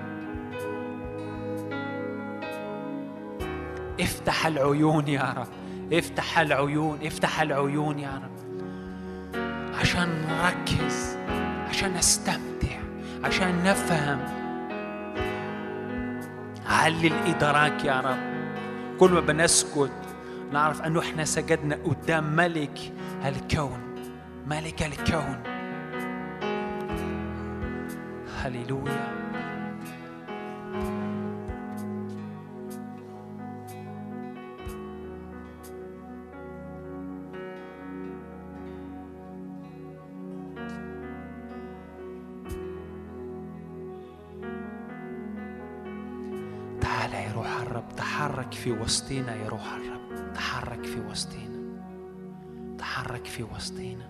افتح العيون يا رب، افتح العيون، افتح العيون يا رب، عشان نركز، عشان نستمتع، عشان نفهم. علي الإدراك يا رب. كل ما بنسجد نعرف أنه إحنا سجدنا قدام ملك الكون، ملك الكون. هللويا. تعال يا روح الرب، تحرك في وسطينا يا روح الرب، تحرك في وسطينا، تحرك في وسطينا،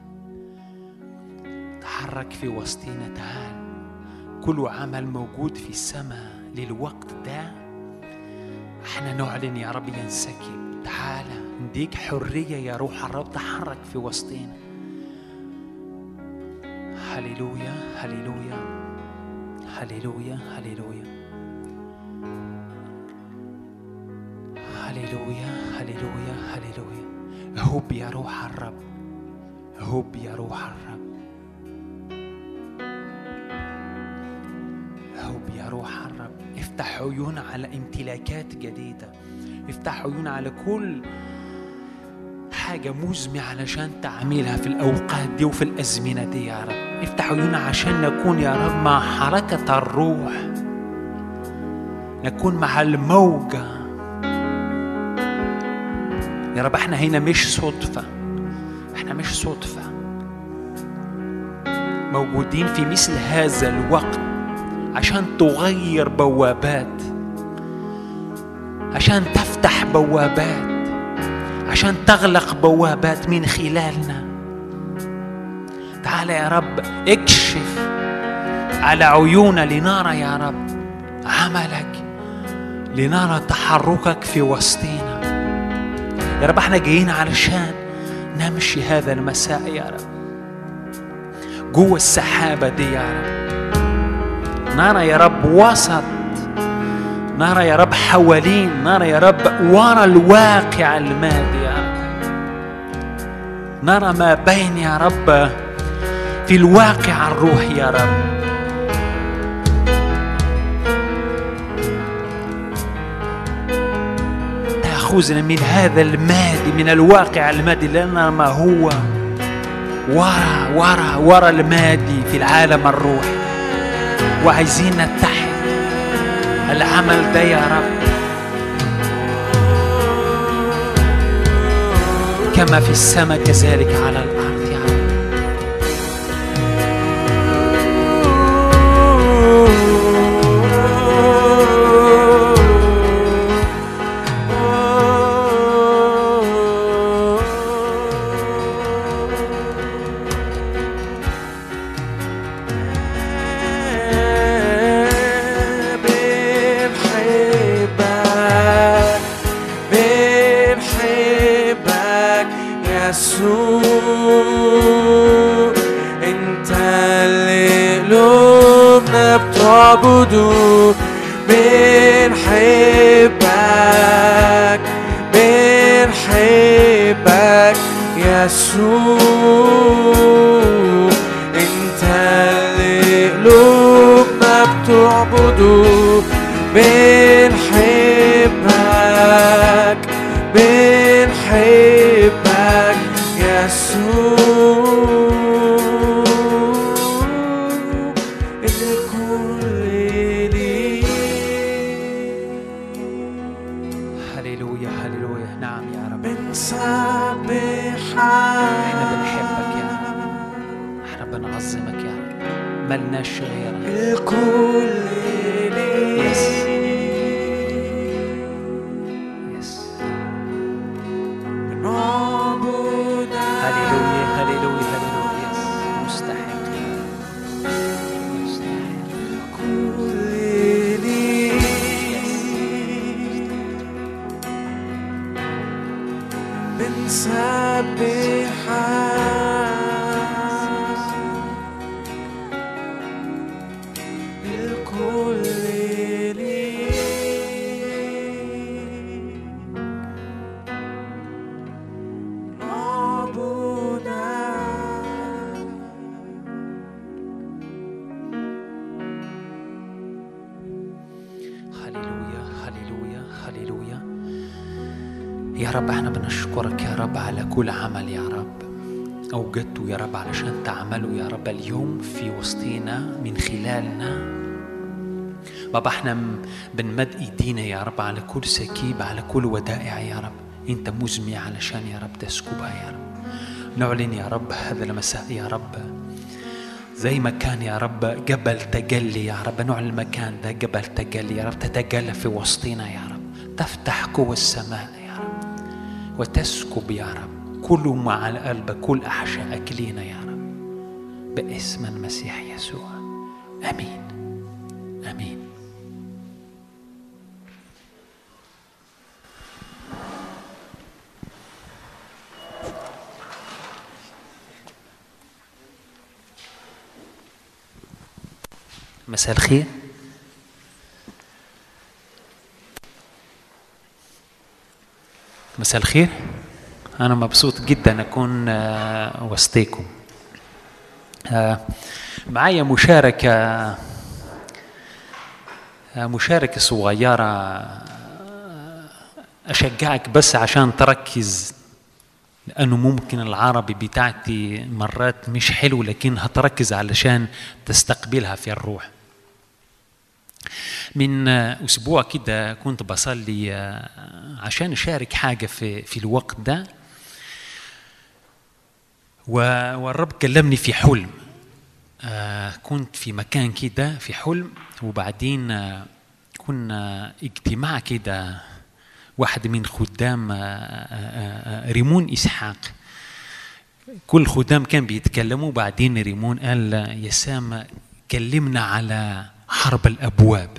تحرك في وسطينا. تعال. كل عمل موجود في السماء للوقت ده احنا نعلن يا رب ينسكب. تعال نديك حرية يا روح الرب، تحرك في وسطينا. هللويا هللويا هللويا هللويا هللويا هللويا هللويا. هب يا روح الرب، هب يا روح الرب، هب يا روح الرب. افتح عيون على امتلاكات جديدة، افتح عيون على كل حاجة مزمع علشان تعملها في الأوقات دي وفي الأزمنة دي يا رب. افتح عيوننا عشان نكون يا رب مع حركة الروح، نكون مع الموجة يا رب. احنا هنا مش صدفة، احنا مش صدفة، موجودين في مثل هذا الوقت عشان تغير بوابات، عشان تفتح بوابات، عشان تغلق بوابات من خلالنا. تعال يا رب اكشف على عيوننا لنرى يا رب عملك، لنرى تحركك في وسطينا يا رب. احنا جايين علشان نمشي هذا المساء يا رب جوه السحابة دي يا رب، نرى يا رب وسط، نرى يا رب حوالين، نرى يا رب ورا الواقع المادي يا رب، نرى ما بين يا رب في الواقع الروحي يا رب. تأخذنا من هذا المادي، من الواقع المادي، لأن ما هو ورا ورا ورا المادي في العالم الروحي، وعايزين نتحد العمل ده يا رب كما في السماء كذلك على الأرض يا رب. بنحبك بنحبك يسوع، انت اللي قلوبنا بتعبده. بنحبك بنحبك يسوع، الكل ليك. هللويا هللويا. نعم يا رب، بنسبحك، احنا بنحبك يا رب، احنا بنعظمك يا رب، ملناش غيرك. الكل ليك. يس يس. بنعبدك. هللويا هللويا هللويا. يس مستحق مستحق. الكل ليك. بنسبحك، الكل ليك. هللويا هللويا هللويا. يا رب احنا بنشكرك يا رب على كل عمل يا رب أوجدته يا رب علشان تعمله يا رب اليوم في وسطينا من خلالنا. بابا احنا بنمد ايدينا يا رب على كل سكيب، على كل ودائع يا رب انت مزمي علشان يا رب تسكبها يا رب. نعلن يا رب هذا المساء يا رب زي ما كان يا رب جبل تجلي يا رب، نوع المكان ده جبل تجلي يا رب، تتجلى في وسطنا يا رب، تفتح قوى السماء يا رب وتسكب يا رب كل ما على قلبك، كل أحشائك لينا يا رب باسم المسيح يسوع. آمين آمين. مساء الخير. مساء الخير. أنا مبسوط جدا أكون وسطيكم. معايا مشاركة مشاركة صغيرة أشجعك بس عشان تركز، لأنه ممكن العربي بتاعتي مرات مش حلو، لكن هتركز علشان تستقبلها في الروح. من أسبوع كده كنت بصلي عشان أشارك حاجة في في الوقت ده، والرب كلمني في حلم. كنت في مكان كده في حلم، وبعدين كنا اجتماع كده، واحد من خدام ريمون إسحاق، كل خدام كان بيتكلموا، بعدين ريمون قال يا سام كلمنا على حرب الأبواب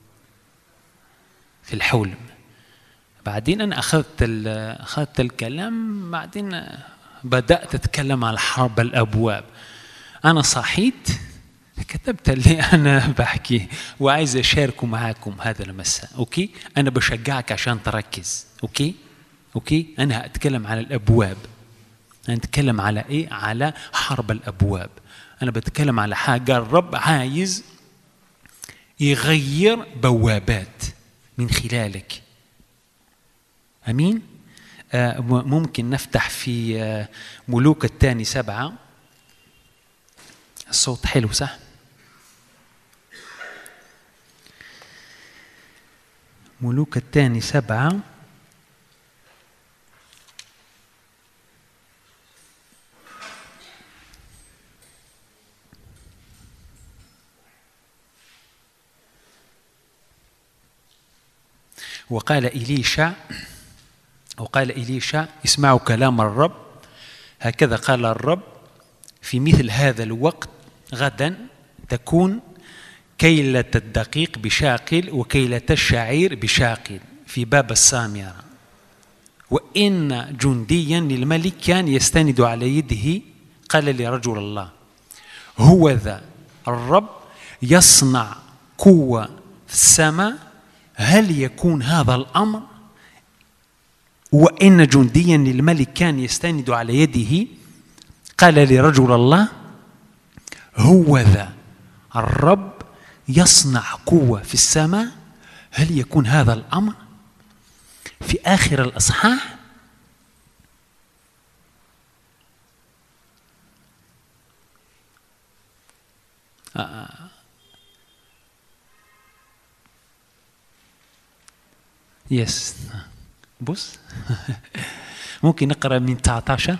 في الحلم. بعدين أنا أخذت أخذت الكلام، بعدين بدأت أتكلم على حرب الأبواب. أنا صحيت كتبت اللي أنا بحكي وعايز أشاركه معاكم هذا المساء. أوكي، أنا بشجعك عشان تركز. أوكي أوكي أنا هأتكلم على الأبواب. أنا أتكلم على إيه؟ على حرب الأبواب. أنا بتكلم على حاجة الرب عايز يغير بوابات من خلالك. أمين. آه ممكن نفتح في آه ملوك الثاني سبعة. الصوت حلو صح؟ ملوك الثاني سبعة وقال إليشع وقال إليشع اسمعوا كلام الرب، هكذا قال الرب في مثل هذا الوقت غدا تكون كيلة الدقيق بشاقل وكيلة الشعير بشاقل في باب السامرة، وإن جنديا للملك كان يستند على يده قال لرجل الله هو ذا الرب يصنع قوة في السماء هل يكون هذا الأمر؟ وإن جنديا للملك كان يستند على يده قال لرجل الله هو ذا الرب يصنع قوة في السماء هل يكون هذا الأمر؟ في آخر الأصحاح آه. يس بص ممكن نقرأ من تسعة عشر.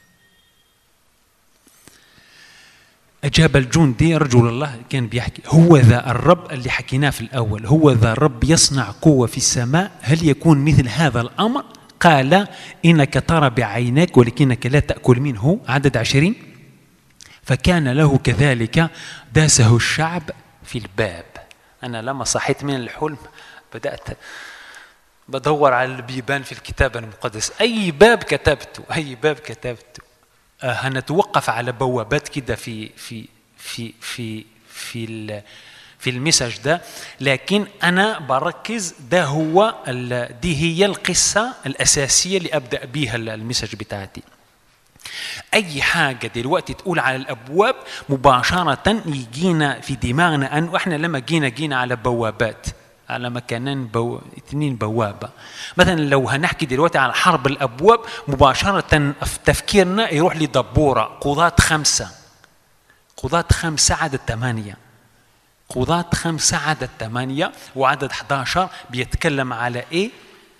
أجاب الجندي رجل الله كان بيحكي هو ذا الرب اللي حكيناه في الأول هو ذا الرب يصنع قوة في السماء هل يكون مثل هذا الأمر؟ قال إنك ترى بعينك ولكنك لا تأكل منه. عدد عشرين فكان له كذلك داسه الشعب في الباب. أنا لما صحيت من الحلم بدأت بدور على البيبان في الكتاب المقدس أي باب كتبته أي باب كتبته هنتوقف على بوابات كده في في في في في في المسج ده لكن أنا بركز ده هو دي هي القصة الأساسية اللي أبدأ بيها المسج بتاعتي. أي حاجة دلوقتي تقول على الأبواب مباشرة يجينا في دماغنا أن إحنا لما جينا جينا على بوابات على مكانين بو... اثنين بوابة. مثلا لو هنحكي دلوقتي على حرب الأبواب مباشرة في تفكيرنا يروح لدبورة قضاة خمسة قضاة خمسة عدد ثمانية قضاة خمسة عدد ثمانية وعدد أحد عشر بيتكلم على إيه؟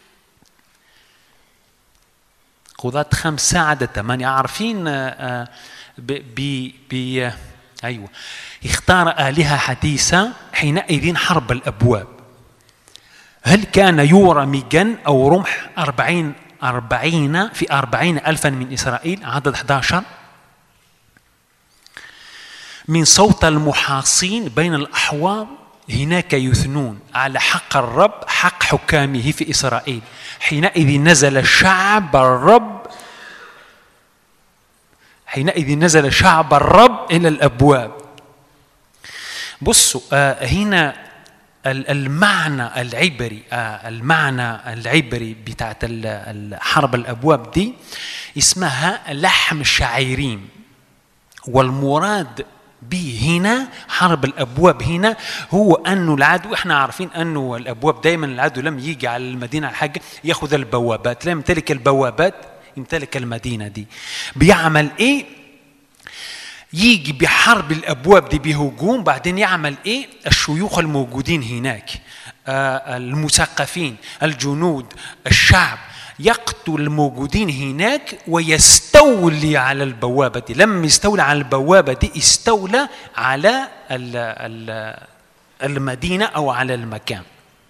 قضاة خمسة عدد ثمانية عارفين ب ب أيوة اختار آلهة حديثة حينئذ حرب الأبواب هل كان يورى ميجان أو رمح أربعين أربعين في أربعين ألفا من إسرائيل. عدد أحد عشر من صوت المحاصين بين الأحواض هناك يثنون على حق الرب حق حكامه في إسرائيل حينئذ نزل شعب الرب حينئذ نزل شعب الرب إلى الأبواب. بصوا آه هنا المعنى العبري آه المعنى العبري بتاعت الحرب الأبواب دي اسمها لحم شعيرين والمراد به هنا حرب الأبواب هنا هو أنه العدو إحنا عارفين أنه الأبواب دائما العدو لم يجي على المدينة الحاجة يأخذ البوابات لم يمتلك البوابات يمتلك المدينة دي بيعمل إيه يجي بحرب الأبواب دي بهجوم بعدين يعمل إيه الشيوخ الموجودين هناك آه المثقفين الجنود الشعب يقتل الموجودين هناك ويستولي على البوابة دي. لما يستولي على البوابة دي استولى على المدينة أو على المكان.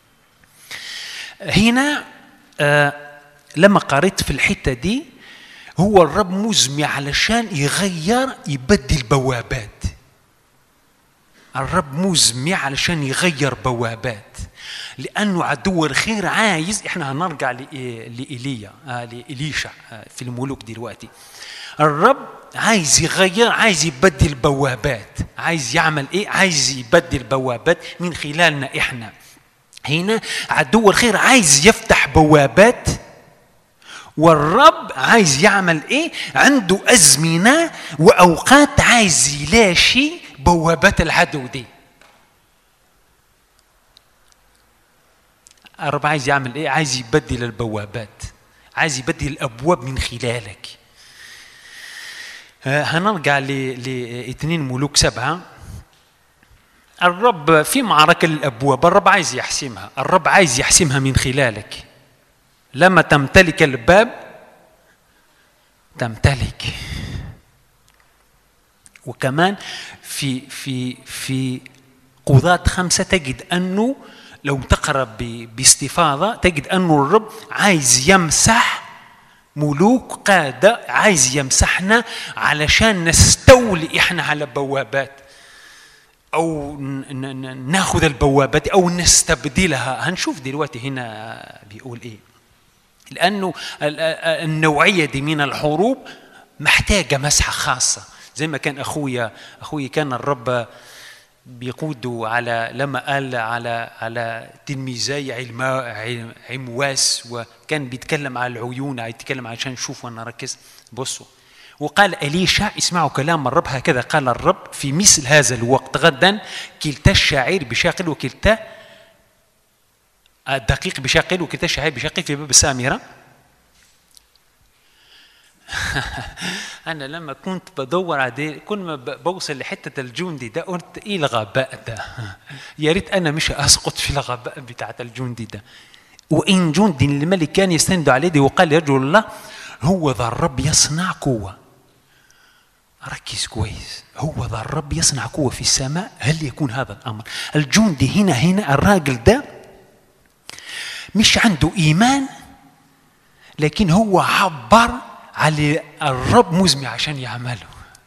هنا آه لما قريت في الحتة دي هو الرب مزمع علشان يغير يبدل بوابات. الرب مزمع علشان يغير بوابات لأنه عدو الخير عايز. إحنا هنرجع لإيليا لإليشع في الملوك دلوقتي. الرب عايز يغير عايز يبدل بوابات عايز يعمل إيه عايز يبدل بوابات من خلالنا إحنا. هنا عدو الخير عايز يفتح بوابات والرب عايز يعمل إيه عنده أزمنة وأوقات عايز يلاشي بوابات العدو دي. الرب عايز يعمل إيه عايز يبدل البوابات عايز يبدل الأبواب من خلالك. هنرجع لاثنين ملوك سبعة. الرب في معركة الأبواب الرب عايز يحسمها الرب عايز يحسمها من خلالك. لما تمتلك الباب تمتلك. وكمان في في في قضاة خمسة تجد أنه لو تقرأ باستفاضة تجد أنه الرب عايز يمسح ملوك قادة عايز يمسحنا علشان نستولي إحنا على بوابات أو ناخذ البوابات أو نستبدلها. هنشوف دلوقتي هنا بيقول إيه لأنه النوعية دي من الحروب محتاجة مسحة خاصة. زي ما كان أخويا أخوي كان الرب بيقودوا على لما قال على على تلميذي علم عمواس، وكان بيتكلم على العيون، يتكلم عشان نشوف وانا ركز. بصوا، وقال إليشع اسمعوا كلام الرب، هكذا قال الرب في مثل هذا الوقت غدا كلتا الشعير بشاقل وكلتا الدقيق بشاقل وكلتا الشعير بشاقل في باب السامرة. أنا لما كنت بدور على كل ما بوصل لحتة الجندي ده قلت إيه الغباء ده، يا ريت أنا مش أسقط في الغباء بتاعة الجندي ده. وإن جندي الملك كان يستند عليه دي وقال يا رجل الله هو ذا الرب يصنع قوة. ركز كويس، هو ذا الرب يصنع قوة في السماء، هل يكون هذا الأمر؟ الجندي هنا هنا الراجل ده مش عنده إيمان، لكن هو عبر على الرب مزمع عشان يعمله.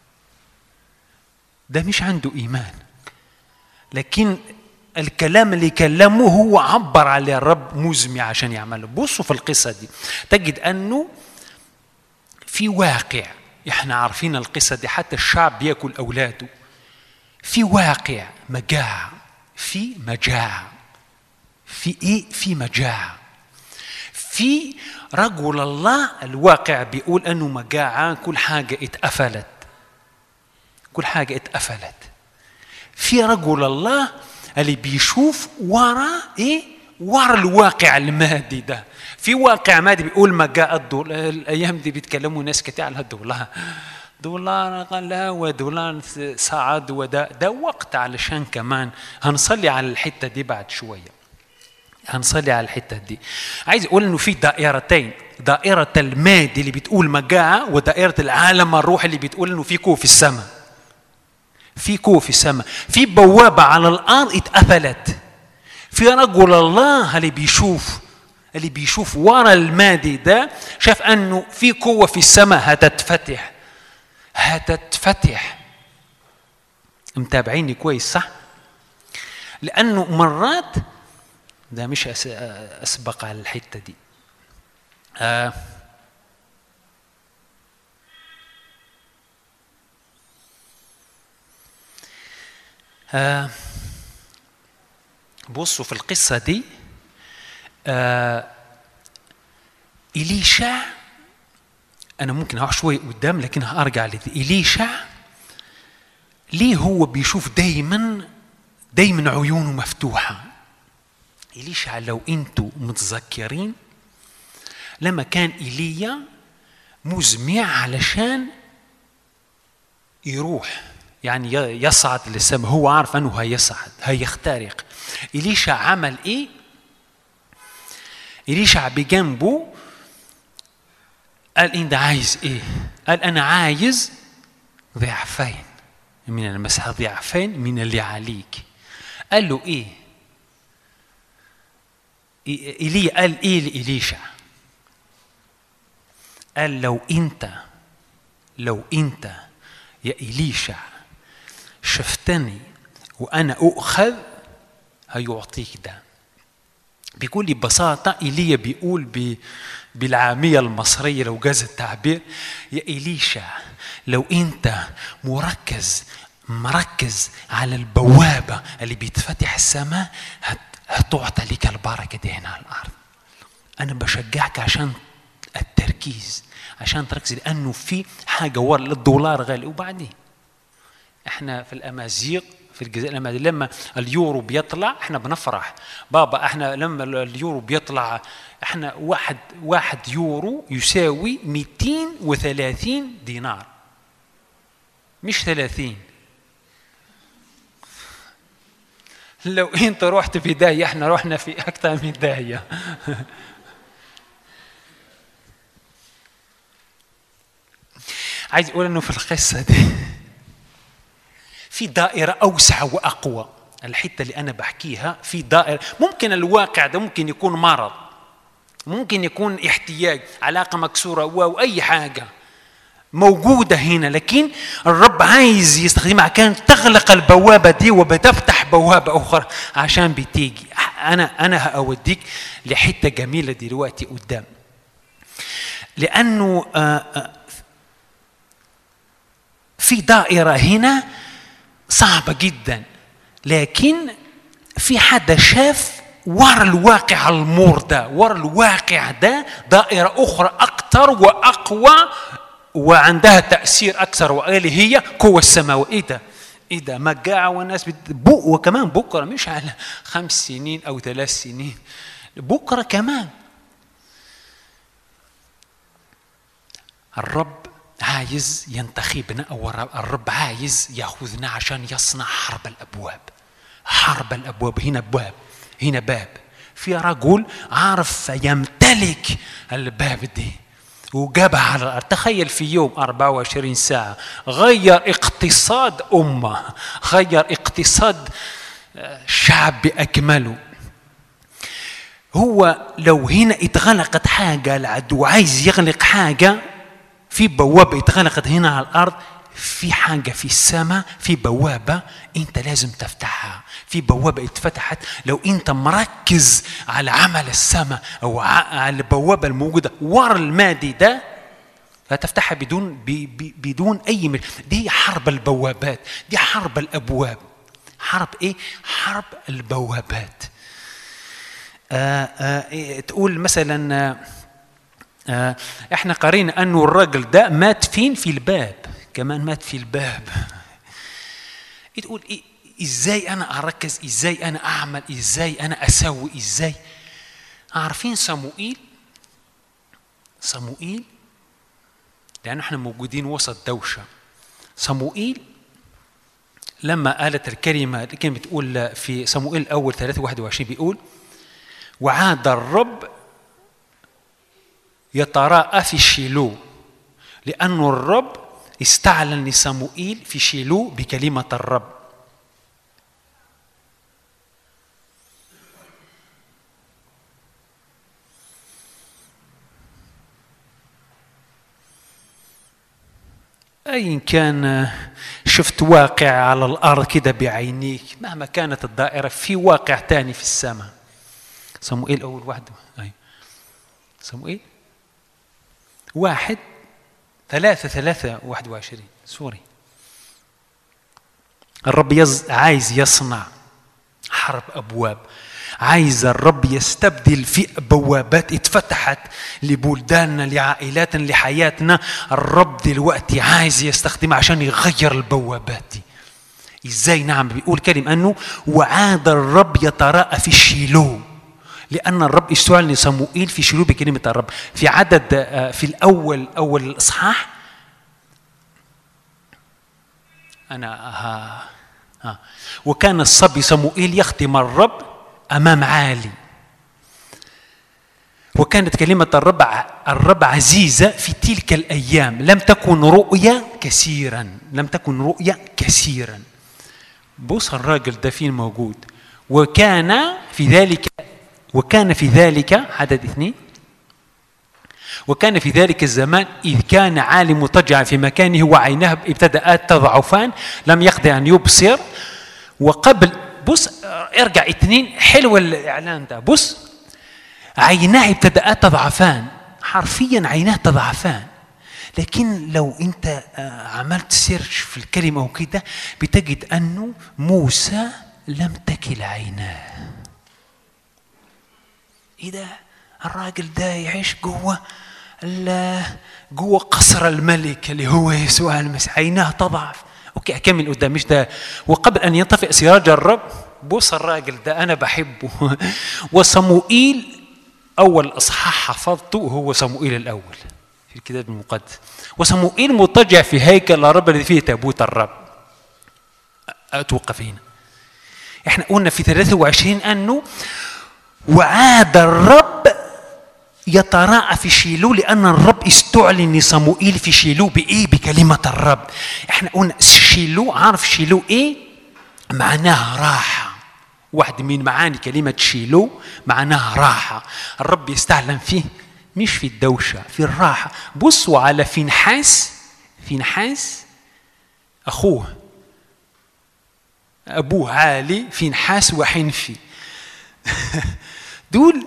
ده مش عنده إيمان، لكن الكلام اللي كلمه هو عبر على الرب مزمع عشان يعمله. بصوا في القصة دي تجد أنه في واقع، احنا عارفين القصة دي، حتى الشعب بيأكل أولاده. في واقع مجاعة، في مجاعة، في إيه؟ في مجاعة. في رجل الله الواقع بيقول أنه مجاعة، كل حاجة اتقفلت، كل حاجة اتقفلت. في رجل الله اللي بيشوف وراء إيه؟ وراء الواقع المادي ده. في واقع مادي بيقول مجاعة الدولار، الأيام دي بيتكلموا ناس كتير على الدولار، دولار غلا ودولار صعد، وده ده وقت علشان كمان هنصلي على الحتة دي بعد شوية، هنصلي على الحتة دي. عايز أقول إنه في دائرتين، دائرة المادي اللي بتقول مجاعة، ودائرة العالم الروحي اللي بتقول إنه في قوة في السماء، في قوة في السماء. في بوابة على الأرض اتقفلت. في رجل الله اللي بيشوف، اللي بيشوف ورا المادي ده، شاف أنه في قوة في السماء هتتفتح، هتتفتح. متابعيني كويس صح؟ لأنه مرات ده مش أسبق على الحتة دي. آه آه بصوا في القصة دي، آه إليشع، أنا ممكن هروح شوي قدام لكن هرجع لدي. إليشع ليه هو بيشوف دايما دايما عيونه مفتوحة؟ إليشع لو أنتوا متذكرين لما كان إيليا مزمع علشان يروح يعني يصعد للسماء، هو عارف أنه هيصعد هيخترق. إليشع عمل إيه؟ إليشع بجنبه قال أنت عايز إيه؟ قال أنا عايز ضعفين من المسح، ضعفين من اللي عليك. قال له إيه؟ إيليا قال إيه لإليشع؟ قال لو أنت لو أنت يا إليشع شفتني وأنا أؤخذ هيعطيك ده. بيقول ببساطة، إيليا بيقول بالعامية المصرية لو جاز التعبير، يا إليشع لو أنت مركز مركز على البوابة اللي بيتفتح السماء هتعطى لك البركة دي هنا على الأرض. أنا بشجعك عشان التركيز، عشان تركز، لأنه في حاجة ورا الدولار غالي. وبعدين إحنا في الأمازيغ في الجزائر لما اليورو بيطلع إحنا بنفرح بابا. إحنا لما اليورو بيطلع إحنا واحد واحد يورو يساوي مئتين وثلاثين دينار، مش ثلاثين. لو أنت رحت في داهية إحنا رحنا في أكثر من داهية. عايز أقول إنه في القصة دي في دائرة أوسع وأقوى. الحتة اللي أنا بحكيها في دائرة، ممكن الواقع ده ممكن يكون مرض، ممكن يكون احتياج، علاقة مكسورة أو أي حاجة موجودة هنا، لكن الرب عايز يستخدمها عشان تغلق البوابة دي وبتفتح بوابة أخرى عشان بتيجي. أنا أنا هأوديك لحتة جميلة دلوقتي قدام، لأنه في دائرة هنا صعبة جدا، لكن في حدا شاف ورا الواقع المور ده، ورا الواقع ده دائرة أخرى أكثر وأقوى وعندها تأثير أكثر، وقال هي قوة السماوية. إيه ده؟ إيه ده؟ مجاعة والناس بتبق، وكمان بكرة مش على خمس سنين أو ثلاث سنين، بكرة كمان. الرب عايز ينتخبنا، أو الرب عايز يأخذنا عشان يصنع حرب الأبواب. حرب الأبواب، هنا باب، هنا باب، في رجل عارف يمتلك الباب دي وجابها على الأرض. تخيل في يوم أربعة وعشرين ساعة غير اقتصاد أمة، غير اقتصاد شعب بأكمله. هو لو هنا اتغلقت حاجة، العدو عايز يغلق حاجة، في بوابة اتغلقت هنا على الأرض، في حاجة في السماء، في بوابة أنت لازم تفتحها. في بوابة اتفتحت لو أنت مركز على عمل السماء أو على البوابة الموجودة ورا المادي ده، فتفتحها بدون بدون أي مل... دي هي حرب البوابات، دي حرب الأبواب. حرب إيه؟ حرب البوابات. آآ آآ تقول مثلا آآ آآ إحنا قرينا أنه الرجل ده مات فين؟ في الباب، كمان مات في الباب. تقول إيه؟ إزاي أنا أركز؟ إزاي أنا أعمل؟ إزاي أنا أسوي؟ إزاي؟ عارفين صموئيل؟ صموئيل لأنه إحنا موجودين وسط دوشة. صموئيل لما قالت الكلمة اللي كانت بتقول في صموئيل الأول ثلاثة واحد وعشرين بيقول: وعاد الرب يتراءى في شيلو، لأنه الرب استعلن لصموئيل في شيلو بكلمة الرب. أي كان شفت واقع على الأرض كده بعينيك، مهما كانت الدائرة، في واقع تاني في السماء. صموئيل أول واحد، أي صموئيل واحد ثلاثة ثلاثة واحد وعشرين، سوري. الرب يز... عايز يصنع حرب أبواب، عايز الرب يستبدل في بوابات اتفتحت لبلداننا، لعائلاتنا، لحياتنا. الرب دلوقتي عايز يستخدمها عشان يغير البوابات دي. ازاي؟ نعم، بيقول كلمة أنه وعاد الرب يتراءى في شيلو، لأن الرب استعلن لصموئيل في شيلو بكلمة الرب. في عدد في الأول أول الإصحاح أنا ها ها وكان الصبي صموئيل يخدم الرب أمام عالي، وكانت كلمة الرب الرب عزيزة في تلك الأيام، لم تكن رؤيا كثيرا، لم تكن رؤيا كثيرا. بص الراجل ده فين موجود. وكان في ذلك وكان في ذلك عدد اثنين وكان في ذلك الزمان إذ كان عالي مضطجعا في مكانه وعيناه ابتدأت تضعفان، لم يقدر أن يبصر. وقبل بص ارجع اثنين، حلو الإعلان ده. بص عيناه ابتدأت تضعفان، حرفيا عيناه تضعفان. لكن لو أنت عملت سيرش في الكلمة وكده بتجد أنه موسى لم تكل عيناه. إيه ده؟ الراجل ده يعيش جوه جوه قصر الملك اللي هو يسوع المسيح، عيناه تضعف. اوكي اكمل قدام، مش ده. وقبل ان ينطفئ سراج الرب، بص الراجل ده انا بحبه. وصموئيل اول اصحاح حفظته هو صموئيل الاول في الكتاب المقدس. وصموئيل مضطجع في هيكل الرب الذي فيه تابوت الرب. اتوقف هنا. احنا قلنا في ثلاثة وعشرين انه وعاد الرب يتراءى في شيلو، لأن الرب استعلن لصموئيل في شيلو بإيه؟ بكلمة الرب. إحنا قلنا شيلو، عارف شيلو إيه؟ معناها راحة. واحد من معاني كلمة شيلو معناها راحة. الرب يستعلن فيه مش في الدوشة، في الراحة. بصوا على فينحاس، فينحاس أخوه أبوه عالي، فينحاس وحنفي. دول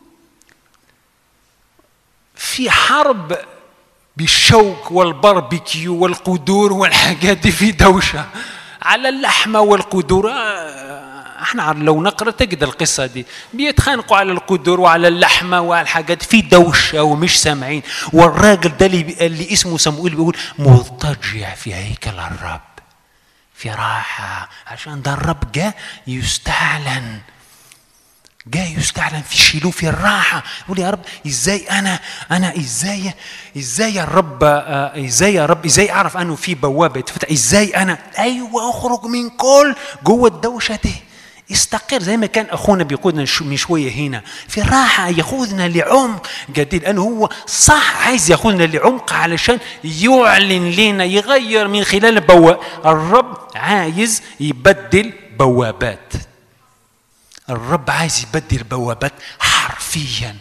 في حرب بالشوك والباربيكيو والقدور والحاجات دي، في دوشة على اللحمة والقدور. احنا لو نقرأ تجد القصة دي، بيتخانقوا على القدر وعلى اللحمة وعلى الحاجات، في دوشة ومش سامعين. والراجل ده اللي, اللي اسمه صموئيل بيقول مضطجع في هيكل الرب في راحة، عشان ده الرب جاء يستعلن، جاي يستعلن في شيلوه في الراحة. يقول يا رب ازاي انا انا ازاي ازاي يا رب ازاي يا رب ازاي اعرف انه في بوابة تفتح؟ ازاي انا ايوه اخرج من كل جوه الدوشة دي، استقر زي ما كان اخونا بيقودنا من شوية هنا في الراحة، ياخذنا لعمق جديد، لانه هو صح عايز ياخذنا لعمق علشان يعلن لنا، يغير من خلال البوابة. الرب عايز يبدل بوابات، الرب عايز يبدل بوابات حرفيا.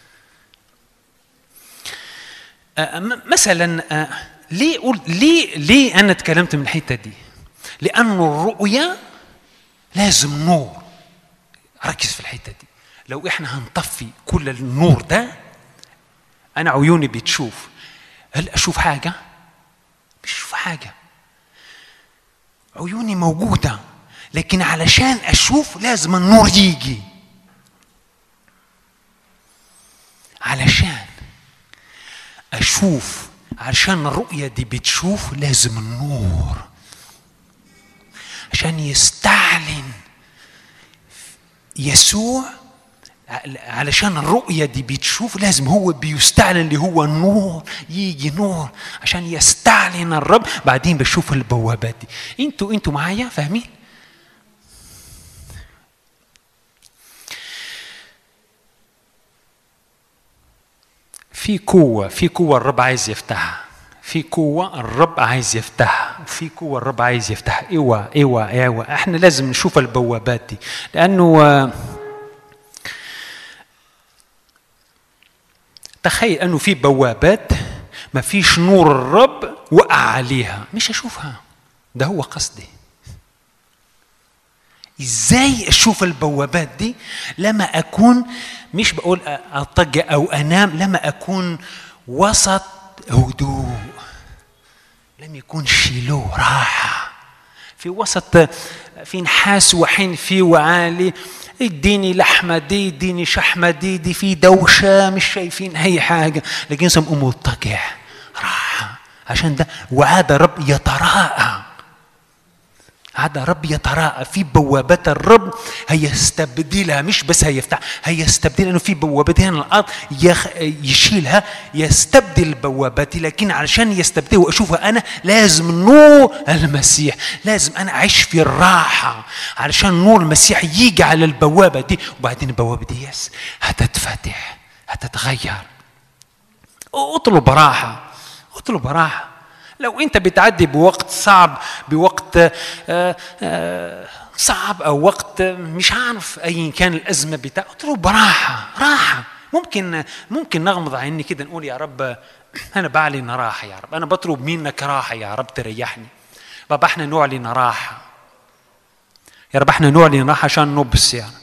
مثلا ليه قلت ليه ليه انا تكلمت من الحته دي؟ لانه الرؤيه لازم نور. ركز في الحته دي. لو احنا هنطفي كل النور ده، انا عيوني بتشوف، هل اشوف حاجه؟ مش اشوف حاجه، عيوني موجوده، لكن علشان أشوف لازم النور يجي. علشان أشوف، علشان الرؤية دي بتشوف لازم النور، عشان يستعلن يسوع. علشان الرؤية دي بتشوف لازم هو بيستعلن اللي هو النور، يجي نور عشان يستعلن الرب. بعدين بشوف البوابات دي. انتوا انتوا معايا فاهمين؟ في قوة، في قوة الرب عايز يفتحها، في قوة الرب عايز يفتحها، في قوة الرب عايز يفتحها. ايوه ايوه ايوه احنا لازم نشوف البوابات دي، لأنه تخيل أنه في بوابات ما فيش نور الرب وقع عليها، مش أشوفها. ده هو قصدي. إزاي أشوف البوابات دي؟ لما أكون، مش بقول أضطجع أو أنام، لما أكون وسط هدوء، لم يكون شيلو راحة في وسط، في نحاس وحين في وعالي، اديني لحمة دي اديني شحمة دي دي في دوشة مش شايفين أي حاجة، لكن سمقوا مضطجع راحة. عشان ده وعاد رب يتراءى، هذا رب يتراءى في بوابات الرب هيستبدلها، مش بس هيفتح، هيستبدلها. انه في بوابتين على الارض يخ... يشيلها، يستبدل البوابات. لكن علشان يستبدلها واشوفها انا لازم نور المسيح، لازم انا اعيش في الراحه علشان نور المسيح يجي على البوابه دي، وبعدين البوابه دي يس هتتفتح، هتتغير. اطلب راحه، اطلب راحه. لو أنت بتعدي بوقت صعب، بوقت صعب أو وقت مش عارف أي كان الأزمة بتاعه، اطلب راحة، راحة. ممكن ممكن نغمض عيني كده نقول يا رب أنا بعلن راحة، يا رب أنا بطلب منك راحة، يا رب تريحني. بابا احنا نعلن راحة، يا رب احنا نعلن راحة عشان نبص يا رب.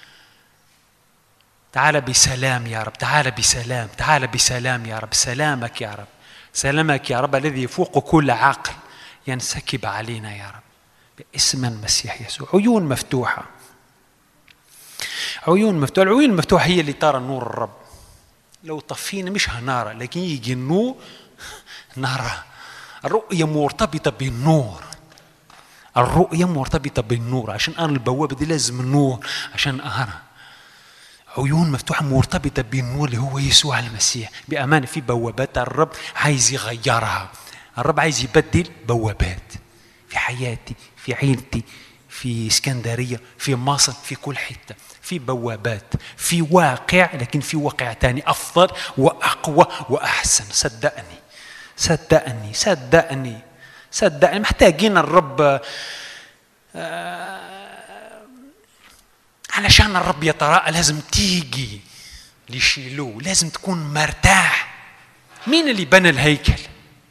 تعال بسلام يا رب، تعال بسلام، تعال بسلام يا رب. سلامك يا رب، سلامك يا رب الذي يفوق كل عقل ينسكب علينا يا رب باسم المسيح يسوع. عيون مفتوحة، عيون مفتوحة. العيون المفتوحة هي اللي ترى نور الرب. لو طفينا مش هنرى، لكن يجي النور نرى. الرؤية مرتبطة بالنور، الرؤية مرتبطة بالنور. عشان أرى البوابة دي لازم النور عشان أرى. عيون مفتوحة مرتبطة بالنور اللي هو يسوع المسيح. بأمانة في بوابات الرب عايز يغيرها، الرب عايز يبدل بوابات في حياتي، في عيلتي، في اسكندرية، في مصر، في كل حتة. في بوابات، في واقع، لكن في واقع تاني أفضل وأقوى وأحسن. صدقني صدقني صدقني صدقني محتاجين الرب آه علشان الرب يتراءى. لازم تيجي لشيلو، لازم تكون مرتاح. مين اللي بنى الهيكل؟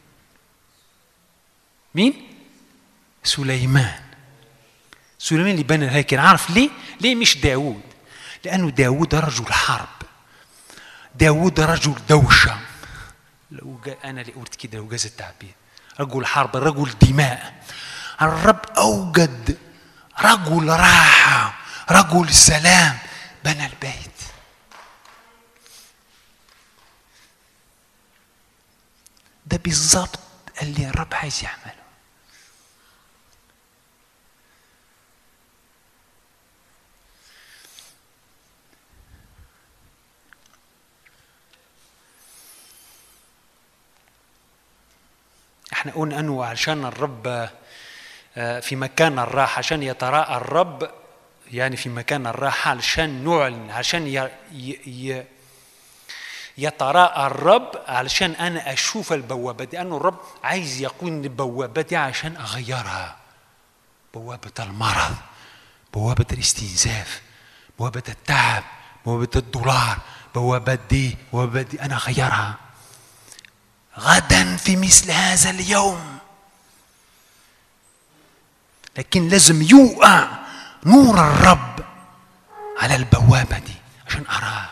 مين؟ سليمان. سليمان اللي بنى الهيكل. عارف ليه؟ ليه مش داود؟ لأنه داود رجل حرب، داود رجل دوشة. لو أنا اللي قلت كده لو جاز التعبير، رجل حرب، رجل دماء. الرب أوجد رجل راحة، رجل سلام، بنى البيت. ده بالظبط اللي الرب عايز يعمله. احنا قلنا انه عشان الرب في مكان الراحة، عشان يتراءى الرب يعني في مكان الراحة، عشان نعلن، عشان ي... ي... يتراءى الرب، علشان أنا أشوف البوابة دي، أنه الرب عايز يقول البوابة دي عشان أغيرها. بوابة المرض، بوابة الاستنزاف، بوابة التعب، بوابة الدولار، بوابة دي، بوابة دي، أنا أغيرها. غدا في مثل هذا اليوم، لكن لازم يوقع نور الرب على البوابة دي عشان أراها.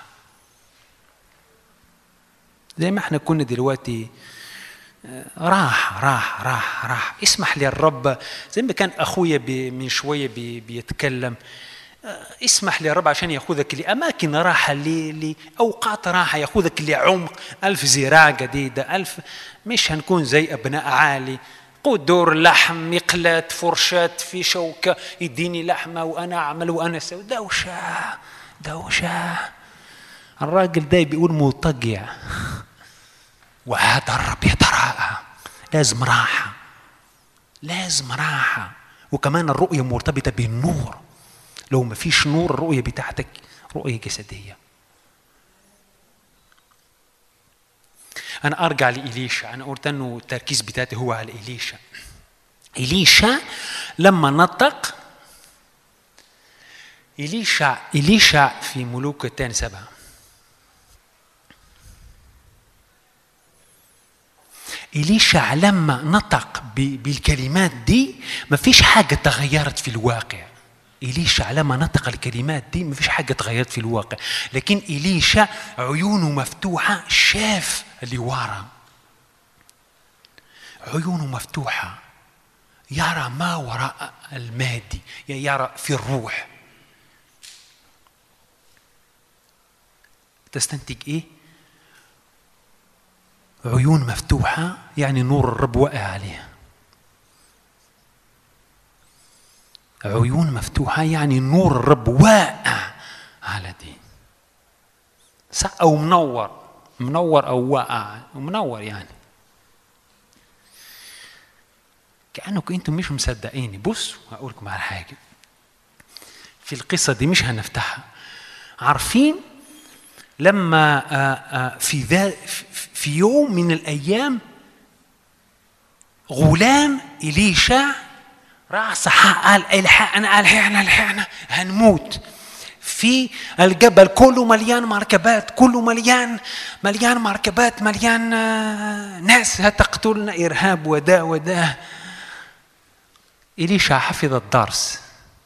زي ما احنا كنا دلوقتي راح راح راح راح اسمح لي الرب، زي ما كان أخويا من شوية بي بيتكلم، اسمح لي الرب عشان يأخذك لأماكن راحة، لأوقات راحة، يأخذك لعمق. ألف زراعة جديدة، ألف مش هنكون زي أبناء عالي، قدور لحم، مقلات، فرشات، في شوكة، يديني لحمة وأنا أعمل وأنا أسوي، دوشة دوشة. الراجل ده بيقول مضطجع، وهذا الرب يتراءى. لازم راحة، لازم راحة. وكمان الرؤية مرتبطة بالنور. لو ما فيش نور الرؤية بتاعتك رؤية جسدية. أنا أرجع لإليشا. أنا قلت أنه التركيز بتاعتي هو على إليشا. إليشا لما نطق، إليشا إليشا في ملوك الثاني سبعة، إليشا لما نطق بالكلمات دي ما فيش حاجة تغيرت في الواقع. إليشا لما نطق الكلمات دي ما فيش حاجة تغيرت في الواقع، لكن إليشا عيونه مفتوحة، شاف اللي ورا. عيونه مفتوحة، يرى ما وراء المادي، يرى في الروح. تستنتج إيه؟ عيون مفتوحة يعني نور الرب واقع عليها. عيون مفتوحة يعني نور الرب واقع على دي. أو منور، منور أو واقع، منور يعني. كأنكم أنتم مش مصدقيني. بصوا هقول لكم على حاجة في القصة دي مش هنفتحها. عارفين لما في ذا في يوم من الأيام غلام إليشا راح صحى، قال الحقنا الحقنا الحقنا هنموت. في الجبل كله مليان مركبات، كله مليان مليان مركبات، مليان ناس هتقتلنا، إرهاب ودا ودا. إليشا حفظ الدرس.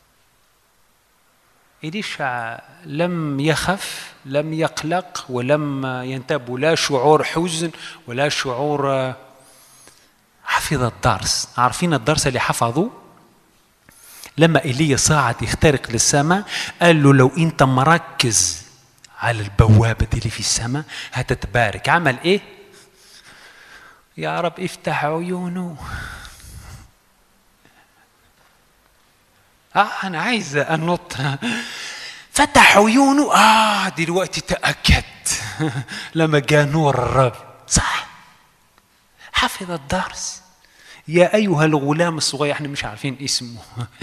إليشا لم يخف، لم يقلق، ولم ينتاب، لا شعور حزن ولا شعور. حفظ الدرس. عارفين الدرس اللي حفظه؟ لما إيليا صعد يخترق للسماء قال له لو أنت مركز على البوابة دي اللي في السماء هتتبارك. عمل إيه؟ يا رب افتح عيونه. آه أنا عايز أنط. فتح عيونه. آه دلوقتي تأكد لما جاء نور الرب. صح، حفظ الدرس. يا أيها الغلام الصغير، احنا مش عارفين اسمه،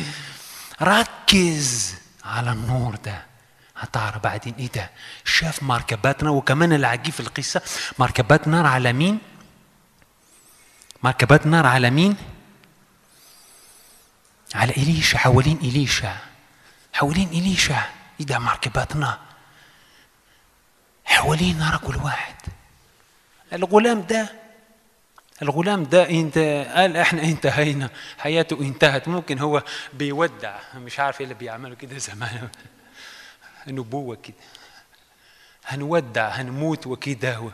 ركز على النور ده هتعرف بعدين ايه ده. شاف مركبات نار. وكمان العجيب في القصة مركبات نار على مين؟ مركبات نار على مين؟ على إليشا، حوالين إليشا، حوالين إليشا. ايه ده؟ مركبات نار حوالين رجل واحد. الغلام ده الغلام ده انت قال احنا انتهينا، حياته انتهت. ممكن هو بيودع، مش عارف ايه اللي بيعملوا كده زمان، نبوة كده، هنودع هنموت وكده.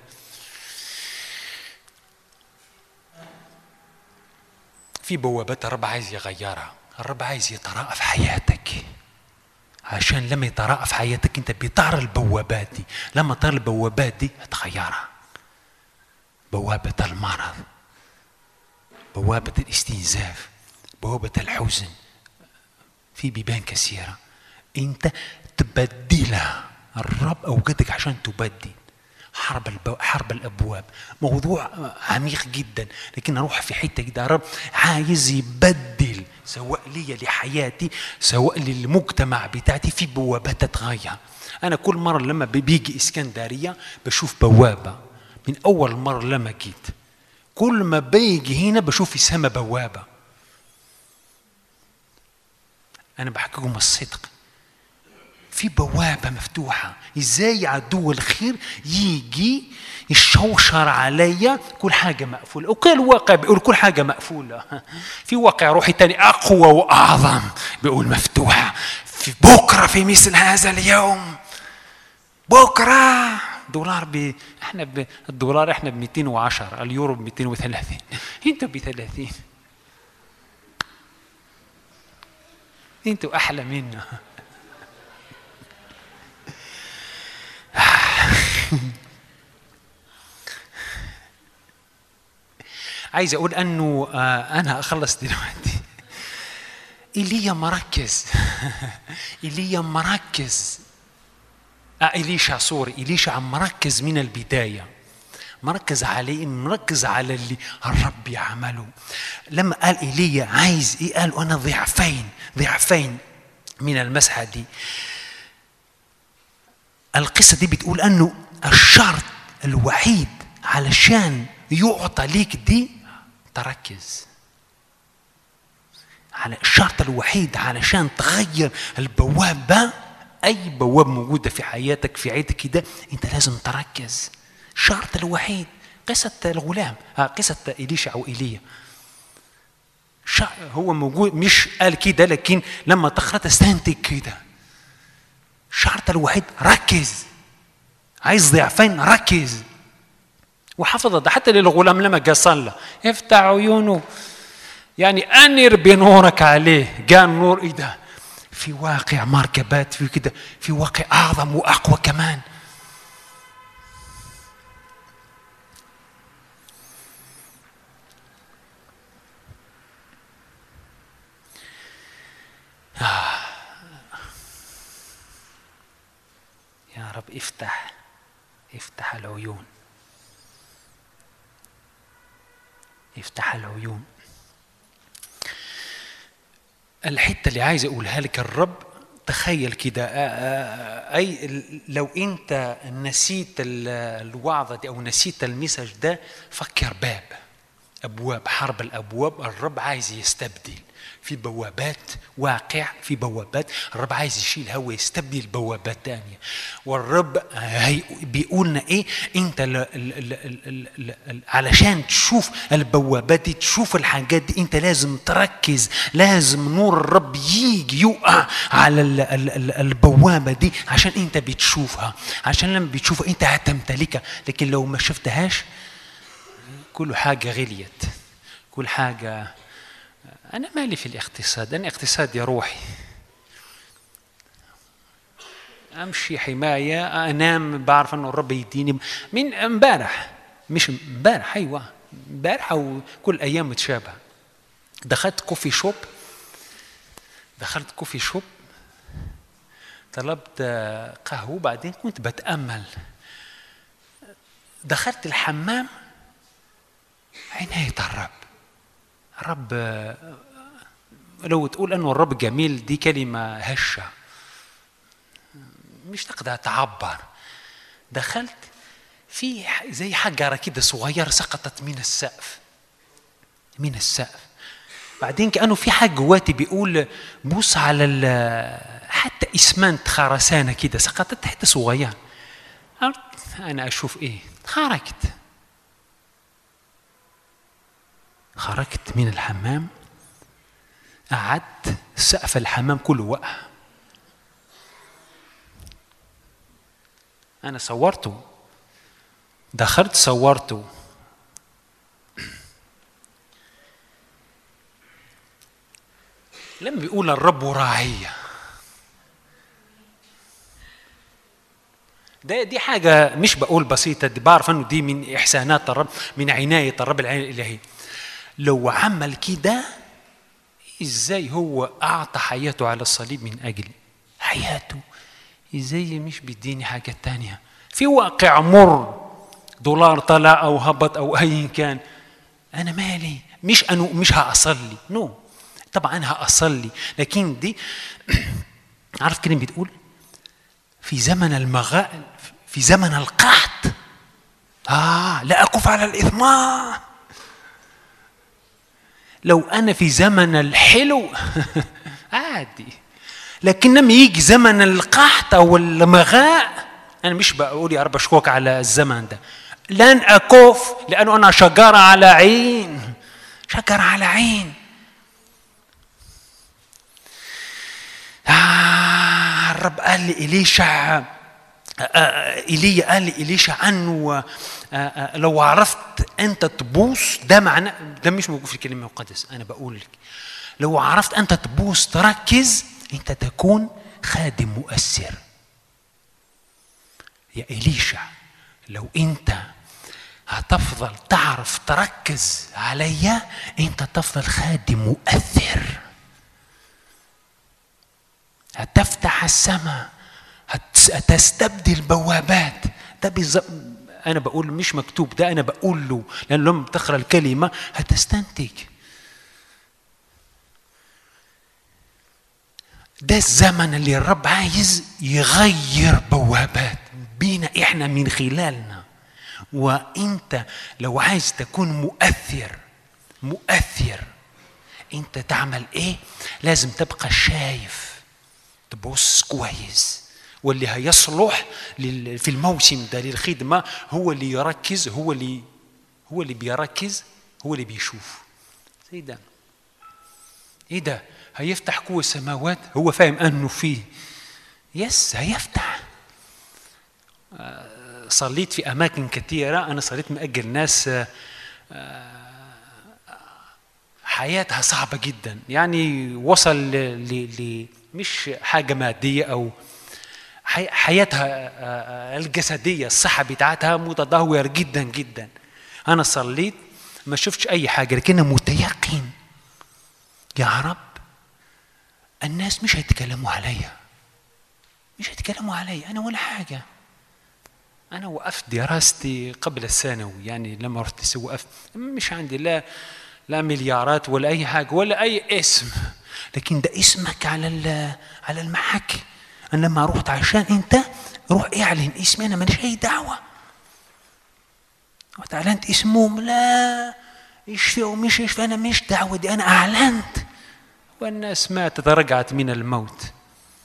في بوابات الرب عايز يغيرها. الرب عايز يتراءى في حياتك، عشان لما يتراءى في حياتك انت بتعرى البوابات دي. لما ترى البوابات دي هتغيرها. بوابة المرض، بوابة الاستنزاف، بوابة الحزن، في بيبان كثيرة انت تبدلها. الرب اوجدك عشان تبدل. حرب البو... حرب الابواب موضوع عميق جدا، لكن اروح في حته كده. الرب عايز يبدل، سواء لي لحياتي سواء للمجتمع بتاعتي، في بوابات تتغير. انا كل مره لما بيجي اسكندريه بشوف بوابه. من اول مره لما جيت كل ما بيجي هنا بشوف السما بوابه. انا بحكي لكم الصدق، في بوابة مفتوحة. ازاي عدو الخير يجي يشوشر عليا؟ كل حاجة مقفولة. وكل واقع بيقول كل حاجة مقفولة. في واقع روحي تاني أقوى وأعظم بيقول مفتوحة. في بكرة في مثل هذا اليوم، بكرة دولار ب احنا ب... الدولار احنا ب مئتين وعشرة، اليورو ب مئتين وثلاثين، انتوا ب ثلاثين. انتوا أحلى منا. عايز اقول انه آه انا اخلص دلوقتي. ايليا مركز. ايليا مركز. آه إليشع سوري إليشع مركز من البداية، مركز عليه، مركز على اللي الرب يعمله. لما قال إيليا عايز إيه؟ قال أنا ضعفين ضعفين من المسحة دي. القصة دي بتقول أنه الشرط الوحيد علشان يعطى ليك دي تركز. على الشرط الوحيد علشان تغير البوابة، أي بواب موجودة في حياتك في عيدك كده، أنت لازم تركز. الشرط الوحيد. قصة الغلام، قصة إليشع أو إيليا، هو موجود مش قال كده، لكن لما تقرأ تستنتج كده. الشرط الوحيد ركز. عايز ضعفين ركز. وحفظ ده حتى للغلام لما جاء صلى افتح عيونه، يعني أنر بنورك عليه. جاء النور. إيه ده؟ في واقع مركبات في كده، في واقع أعظم وأقوى كمان. آه. يا رب افتح افتح العيون، افتح العيون. الحتة اللي عايز أقولها لك الرب، تخيل كده، أي لو أنت نسيت الوعظة دي أو نسيت المسج ده، فكر باب أبواب حرب الأبواب. الرب عايز يستبدل في بوابات واقع، في بوابات الرب عايز يشيل هو يستبدل بوابات تانية. والرب بيقولنا ايه؟ انت ل ل ل ل ل علشان تشوف البوابات دي، تشوف الحاجات دي، انت لازم تركز. لازم نور الرب يجي يقع على ال ال ال البوابة دي عشان انت بتشوفها، عشان لما بتشوفها انت هتمتلكها. لكن لو ما شفتهاش كل حاجة غليت، كل حاجة. أنا مالي في الاقتصاد، أنا اقتصاد يا روحي. أمشي حماية، أنام بعرف أنه الرب يديني. من امبارح، مش امبارح، أيوة امبارح أو كل أيام متشابهة. دخلت كوفي شوب، دخلت كوفي شوب طلبت قهوة، بعدين كنت بتأمل. دخلت الحمام، عناية الرب. الرب لو تقول أنه الرب جميل دي كلمة هشة، مش تقدر تعبر. دخلت في زي حجرة كده صغيرة سقطت من السقف، من السقف. بعدين كأنه في حاجة جواتي بيقول بص على حتى إسمنت خرسانة كده سقطت حتة صغيرة. أنا أشوف إيه؟ خرجت خرجت من الحمام، قعدت، سقف الحمام كله وقع. أنا صورته، دخلت صورته. لما بيقول الرب راعي، ده دي حاجة مش بقول بسيطة، دي بعرف انه دي من احسانات الرب، من عناية الرب العين الالهي. لو عمل كده ازاي هو اعطى حياته على الصليب من اجلي؟ حياته ازاي مش بيديني حاجة تانية؟ في واقع مر، دولار طلع او هبط او اي كان، انا مالي؟ مش انا مش هأصلي، نو no. طبعا انا هأصلي، لكن دي عارف كلمة بتقول في زمن المغاء، في زمن القحط آه لا أقف على الإثمار. لو أنا في زمن الحلو عادي، لكن لما يجي زمن القحط أو المغاء، أنا مش بقول يا رب أشكرك على الزمن ده، لن أقف، لأنه أنا شجرة على عين، شجرة على عين. آه الرب قال لي إليشع، إيليا قال لي إليشع عنه لو عرفت أنت تبوس، ده معناه ده مش موجود في الكلمة المقدسة، أنا بقول لك لو عرفت أنت تبوس تركز، أنت تكون خادم مؤثر. يا إليشع لو أنت هتفضل تعرف تركز عليا، أنت تفضل خادم مؤثر، هتفتح السماء، هتستبدل بوابات. ده بالظبط أنا بقول مش مكتوب، ده أنا بقول له، لأن لما تقرأ الكلمة هتستنتج. ده الزمن اللي الرب عايز يغير بوابات بينا إحنا من خلالنا. وإنت لو عايز تكون مؤثر مؤثر أنت تعمل إيه؟ لازم تبقى شايف، تبص كويس، واللي هيصلح في الموسم ده للخدمة هو اللي يركز، هو اللي هو اللي بيركز، هو اللي بيشوف. زي ده ايه ده؟ هيفتح قوة السماوات، هو فاهم انه فيه يس هيفتح. صليت في اماكن كثيرة، انا صليت من اجل ناس حياتها صعبة جدا، يعني وصل ل مش حاجة مادية أو حياتها الجسدية، الصحة بتاعتها متدهور جدا جدا. أنا صليت ما شفتش أي حاجة، لكن متيقن يا رب الناس مش هيتكلموا عليا، مش هيتكلموا عليا أنا ولا حاجة. أنا وقفت دراستي قبل الثانوي، يعني لما رحت وقفت، مش عندي لا لا مليارات ولا أي حاجة ولا أي اسم، لكن ده اسمك على على المحك. أنا لما رحت عشان أنت روح اعلن اسمي، أنا ماليش أي دعوة. وأعلنت اسمهم، لا يشفي ومش يشفي، أنا مش دعوة دي، أنا أعلنت والناس ماتت رجعت من الموت.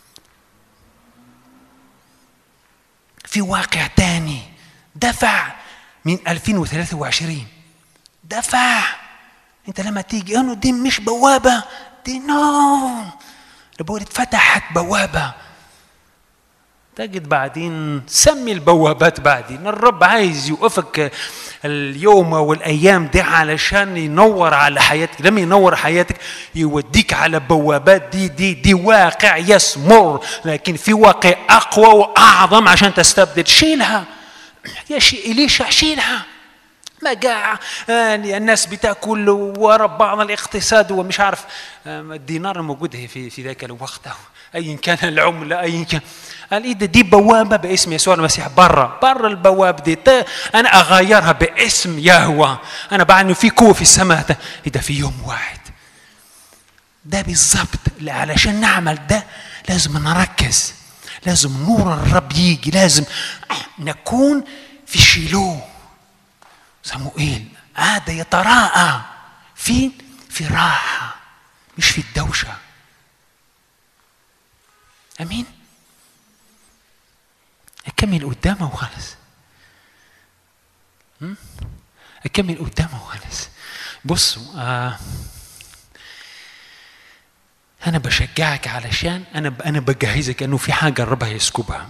في واقع تاني دفع من ألفين وثلاثة وعشرين، دفع. أنت لما تيجي أنه دي مش بوابة، دي نوم لبقول اتفتحت بوابة. تجد بعدين سمي البوابات بعدين. الرب عايز يوقفك اليوم والأيام دي علشان ينور على حياتك. لما ينور حياتك يوديك على بوابات، دي دي دي واقع يسمر، لكن في واقع أقوى وأعظم عشان تستبدل. شيلها يا شي إليشع، شيلها. مجاعة، الناس بتاكل ورا بعض، الاقتصاد ومش عارف، الدينار موجود في في ذاك الوقت، ايا كان العمله، ايا كان. قال ايه ده؟ دي بوابه باسم يسوع المسيح، برا برا البوابه دي انا اغيرها باسم يهوه. انا بعلن في قوه في السماء. ايه ده؟ في يوم واحد. ده بالضبط. علشان نعمل ده لازم نركز، لازم نور الرب يجي، لازم نكون في شيلوه. صموئيل عاد يتراءى فين؟ في راحة، مش في الدوشة. أمين. أكمل قدامه وخلص، أكمل قدامه وخلص. بصوا، آه أنا بشجعك علشان أنا أنا بجهزك إنه في حاجة الرب هيسكبها،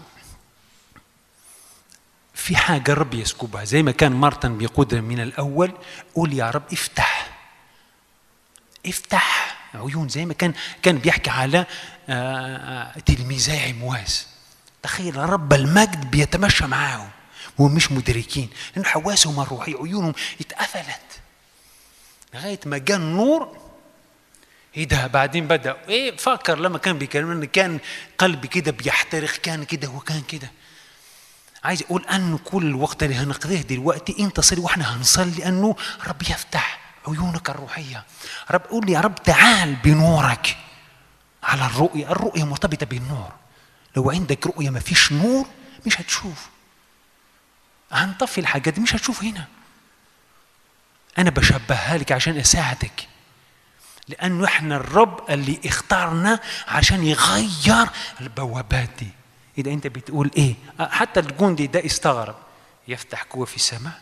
في حاجة الرب يسكبها. زي ما كان مارتن بيقود من الأول، قول يا رب افتح افتح عيون، زي ما كان كان بيحكي على تلميذي عمواس. تخيل رب المجد بيتمشى معاهم وهم مش مدركين لأن حواسهم الروحية عيونهم اتقفلت لغاية ما جاء النور. ايه ده؟ بعدين بدأ ايه فكر لما كان بيكلمنا كان قلبي كده بيحترق، كان كده وكان كده. عايز اقول انه كل الوقت اللي هنقضيه دلوقتي انت صلي واحنا هنصلي انه رب يفتح عيونك الروحية. رب قول لي يا رب تعال بنورك على الرؤية. الرؤية مرتبطة بالنور. لو عندك رؤية ما فيش نور مش هتشوف. هنطفي الحاجات دي مش هتشوف هنا. أنا بشبهها لك عشان أساعدك، لأنه إحنا الرب اللي اختارنا عشان يغير البوابات دي. إذا أنت بتقول إيه؟ حتى الجندي ده استغرب، يفتح قوة في السماء؟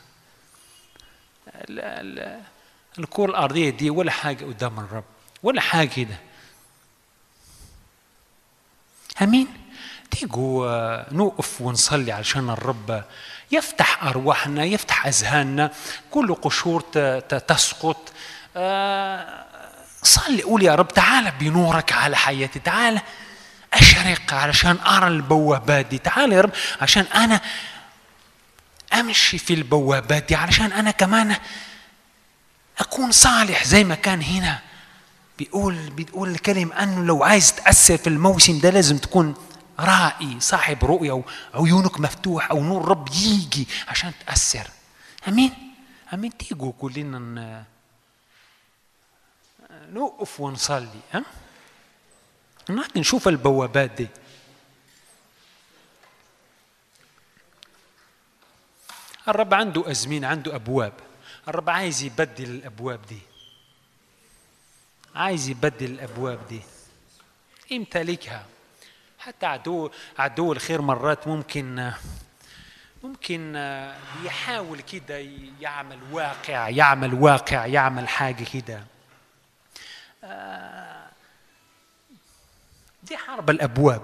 لا لا، الكرة الأرضية دي ولا حاجة قدام الرب، ولا حاجة كده. أمين؟ تيجوا نوقف ونصلي علشان الرب يفتح أرواحنا، يفتح أذهاننا، كل قشور تسقط. صلي قول يا رب تعال بنورك على حياتي، تعال أشرق علشان أرى البوابات دي، تعال يا رب عشان أنا أمشي في البوابات دي، علشان أنا كمان أكون صالح زي ما كان هنا. بيقول بيقول الكلمة أنه لو عايز تأثر في الموسم ده لازم تكون رائي، صاحب رؤية، وعيونك مفتوح أو نور رب يجي عشان تأثر. أمين أمين. تيجوا كلنا نوقف ونصلي، ها نحن نشوف البوابات دي. الرب عنده أزمنة، عنده أبواب. الرب عايز يبدل الأبواب دي، عايز يبدل الأبواب دي، امتلكها. حتى عدو عدو الخير مرات ممكن ممكن يحاول كده يعمل واقع يعمل واقع يعمل حاجة كده. دي حرب الأبواب.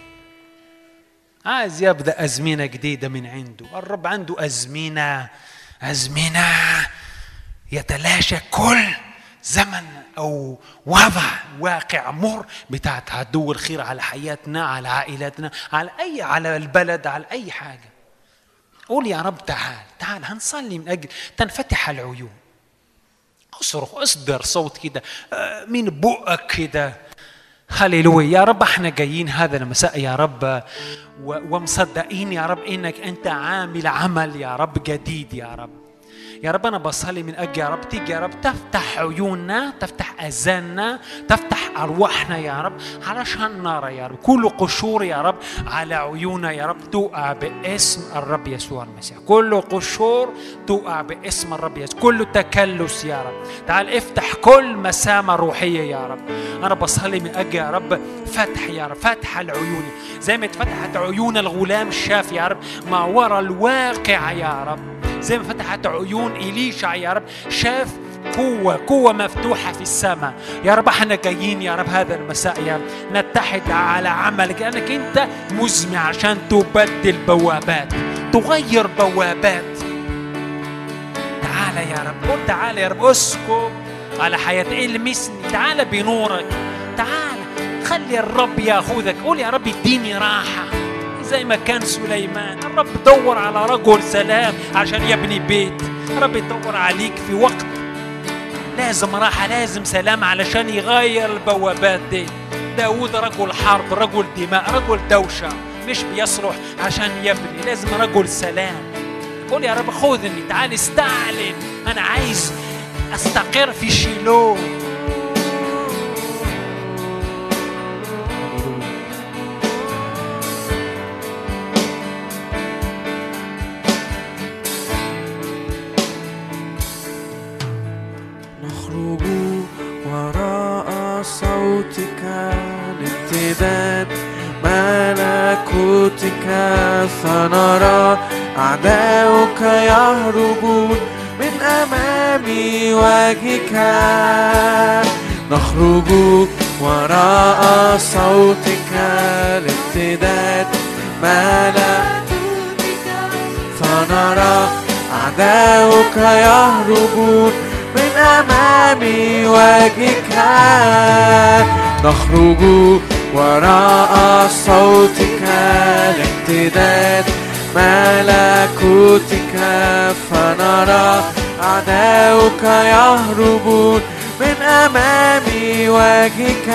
عايز يبدأ أزمنة جديدة من عنده. الرب عنده أزمنة أزمنة يتلاشى كل زمن أو وضع واقع مر بتاعت عدو الخير على حياتنا، على عائلاتنا، على أي على البلد، على أي حاجة. قول يا رب تعال تعال. هنصلي من أجل تنفتح العيون. اصرخ، اصدر صوت كده من بقك كده. هللويا يا رب، احنا جايين هذا المساء يا رب ومصدقين يا رب انك انت عامل عمل يا رب جديد يا رب. يا رب أنا بصلي من أجل يا رب تيجي يا رب تفتح عيوننا، تفتح أذاننا، تفتح أرواحنا يا رب علشان نرى يا رب كل قشور يا رب على عيوننا يا رب توقع باسم الرب يسوع المسيح. كل قشور توقع باسم الرب يسوع، كل تكلس يا رب. تعال افتح كل مسامة روحية يا رب. أنا بصلي من أجل يا رب فتح يا رب، فتح العيون زي ما اتفتحت عيون الغلام الشاف يا رب ما وراء الواقع يا رب، زي ما فتحت عيون إليشع يا رب شاف قوة قوة مفتوحة في السماء. يا رب احنا جايين يا رب هذا المساء يا رب نتحد على عملك، لأنك انت مزمع عشان تبدل بوابات، تغير بوابات. تعال يا رب، قل تعال يا رب اسكب على حياتي، المسني، تعال بنورك، تعال خلي الرب ياخذك. قول يا رب اديني راحة زي ما كان سليمان. الرب دور على رجل سلام عشان يبني بيت. الرب يدور عليك في وقت لازم راحة، لازم سلام علشان يغير البوابات دي. داود رجل حرب، رجل دماء، رجل دوشة، مش بيصلح عشان يبني، لازم رجل سلام. قول يا رب خذني، تعال استعلن، أنا عايز أستقر في شيلو. لامتداد ملكوتك فنرى أعداؤك يهربون من أمام وجهك. نخرج وراء صوتك لامتداد ملكوتك فنرى أعداؤك يهربون من أمام وجهك نخرج وراء صوتك لامتداد ملكوتك فنرى أعداؤك يهربون من أمام وجهك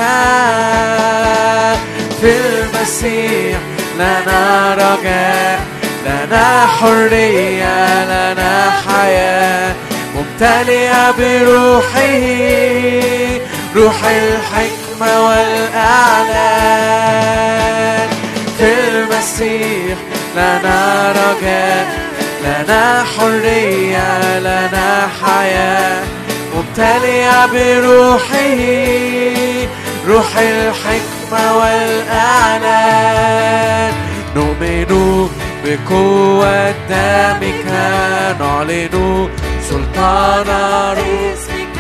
في المسيح لنا رجاء لنا حرية لنا حياة ممتلئة بروحه روح الحكمة والإعلان في المسيح لنا رجاء لنا حرية لنا حياة ممتلئة بروحه روح الحكمة والإعلان نؤمن بقوة دمك نعلن سلطان اسمك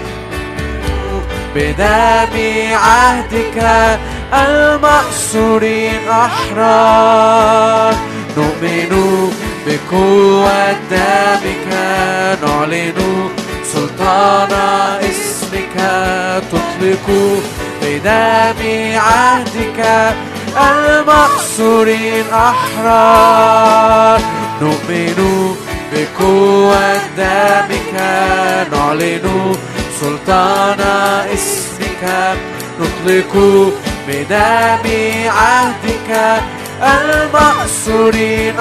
بدم عهدك المأسورين أحرار نؤمن بقوة دمك نعلن سلطان اسمك تطلق بدم عهدك المأسورين أحرار نؤمن بقوة دمك نعلن سلطان اسمك نطلق بدم عهدك المأسورين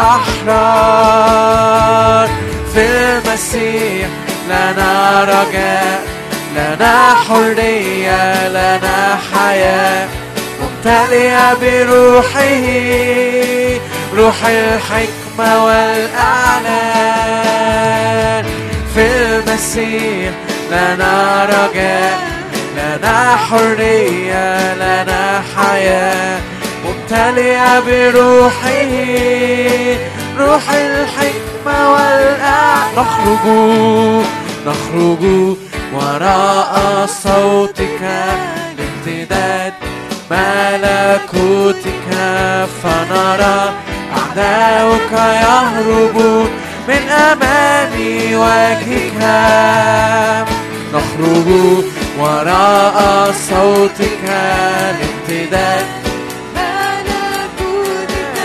أحرار في المسيح لنا رجاء لنا حرية لنا حياة ممتلئة بروحه روح الحكمة والإعلان في المسيح لنا رجاء لنا حرية لنا حياة ممتلئة بروحه روح الحكمة والإعلان نخرج نخرج وراء صوتك لامتداد ملكوتك فنرى أعداؤك يهربون من أمام وجهك نخرج وراء صوتك لامتداد ملكوتك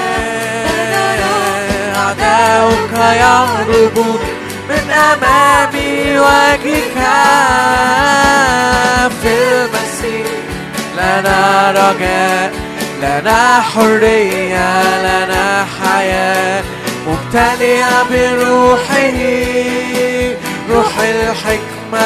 أعداؤك يهربون من أمام وجهك في المسيح لنا رجاء لنا حرية لنا حياة ممتلئة بروحه روح الحكمة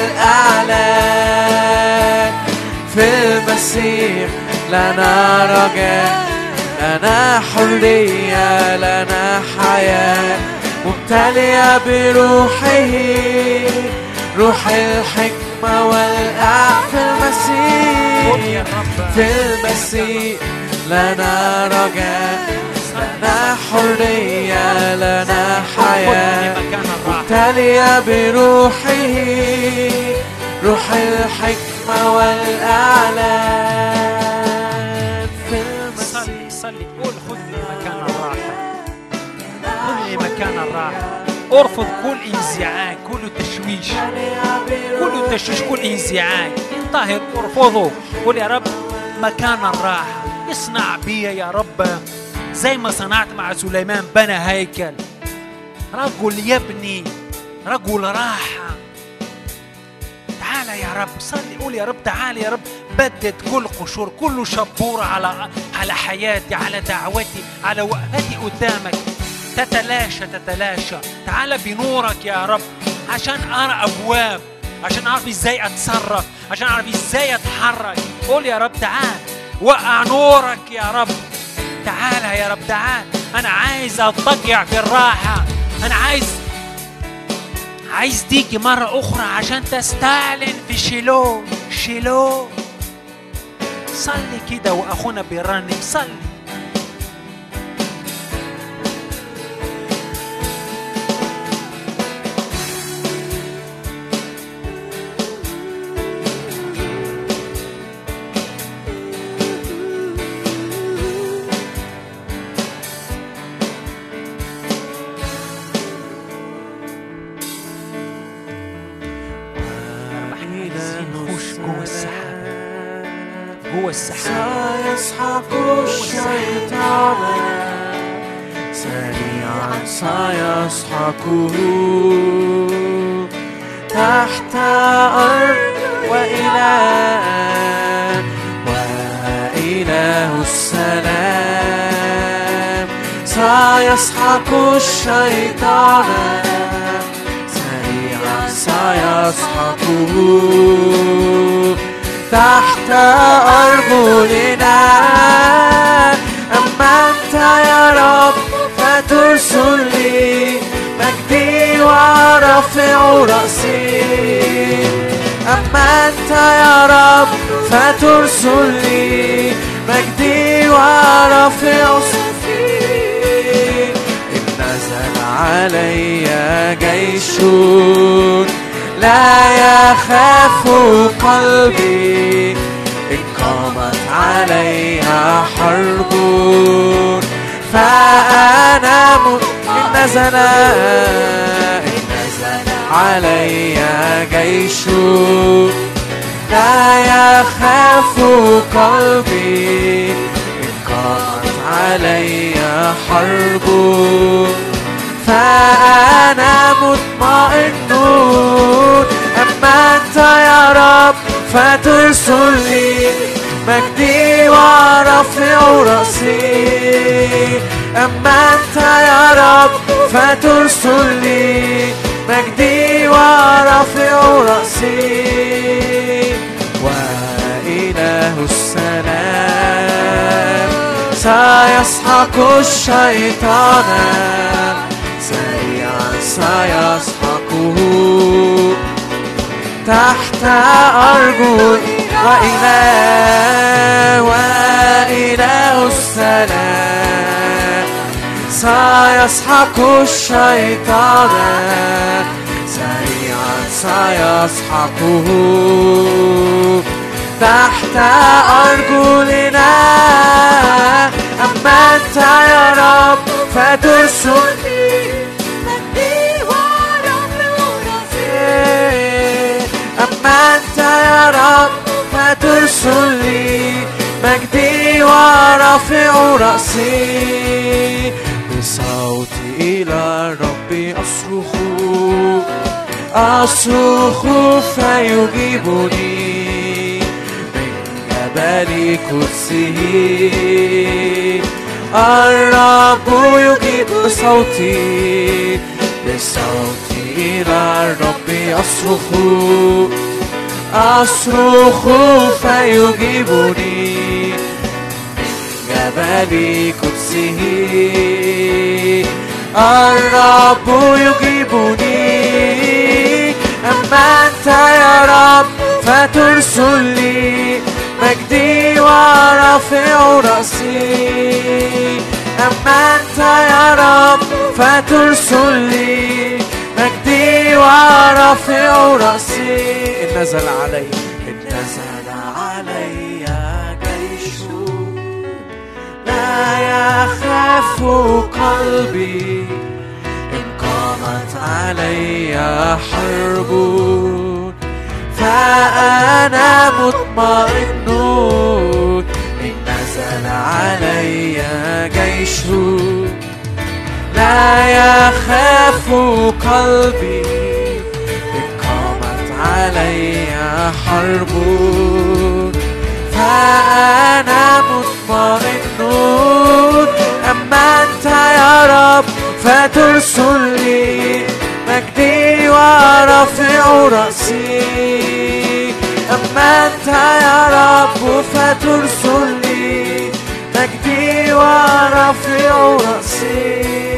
والإعلان في المسيح لنا رجاء لنا حرية لنا حياة ممتلئة بروحه روح الحكمة والإعلان في المسيح في المسيح لنا رجاء لنا حرية لنا حياة ممتلئة بروحه روح الحكمة والإعلان في المسيح صلي قول خذ لي مكان الراحة خذ لي مكان الراحة ارفض كل انزعاج كل تشويش كل تشويش كل انزعاج انطهر ارفضه قول يا رب مكان الراحة اصنع بي يا رب زي ما صنعت مع سليمان بنى هيكل رجل يبني رجل راحة تعال يا رب صلي قول يا رب تعال يا رب بدد كل قشور كل شبورة على على حياتي على دعوتي على وقتي قدامك تتلاشى تتلاشى تعال بنورك يا رب عشان أرى أبواب عشان أعرف إزاي أتصرف عشان أعرف إزاي أتحرك قول يا رب تعال وقع نورك يا رب تعال يا رب تعال أنا عايز أضطجع في الراحة أنا عايز عايز تيجي مرة أخرى عشان تستعلن في شيلو شيلو صلي كده وأخونا بيرنم صلي جوه السحاب سيسحق الشيطان سريعا سيسحقه تحت أرض وإله وإله السلام سيسحق الشيطان سريعا سيسحقه تحت أرجلنا. أما أنت يا رب فترسل لي مجدي ورافع رأسي. أما أنت يا رب فترسل لي مجدي ورافع صفي. إن نزل علي جيش لا يخاف قلبي. إن قامت عليها حرب فأنا م... إن نزل إن نزل علي جيش لا يخاف قلبي. إن قامت علي حرب فأنا مطمئن. أما أنت يا رب فترسل لي مجدي ورافع رأسي. أما أنت يا رب فترسل لي مجدي ورافع رأسي. وإله السلام سيسحق الشيطان سريعا سيسحقه تحت أرجل وإله وإله السلام سيسحق الشيطان سريعا سيسحقه تحت أرجلنا. أما أنت يا رب فترسل لي مجدي ورافع رأسي. أما أنت يا رب فترسل لي مجدي ورافع رأسي. بصوتي إلى الرب أصرخ أصرخ فيجيبني من جبل قدسه. الرب يجيب بصوتي بصوتي إلى الرب أصرخ أصرخ فيجيبني من جبل قدسه. الرب يجيبني. أما أنت يا رب فترسل لي مجدي ورافع رأسي. أما أنت يا رب فترسل لي مجدي ورافع رأسي. إن نزل علي إن نزل علي جيش لا يخاف قلبي. إن قامت علي حرب فأنا مطمئن. إن نزل علي جيش لا يخاف قلبي. إن قامت علي حرب فأنا مطمئن. أما أنت يا رب فترسل لي مجدي ورافع رأسي. أما أنت يا رب فترسل لي مجدي ورافع رأسي.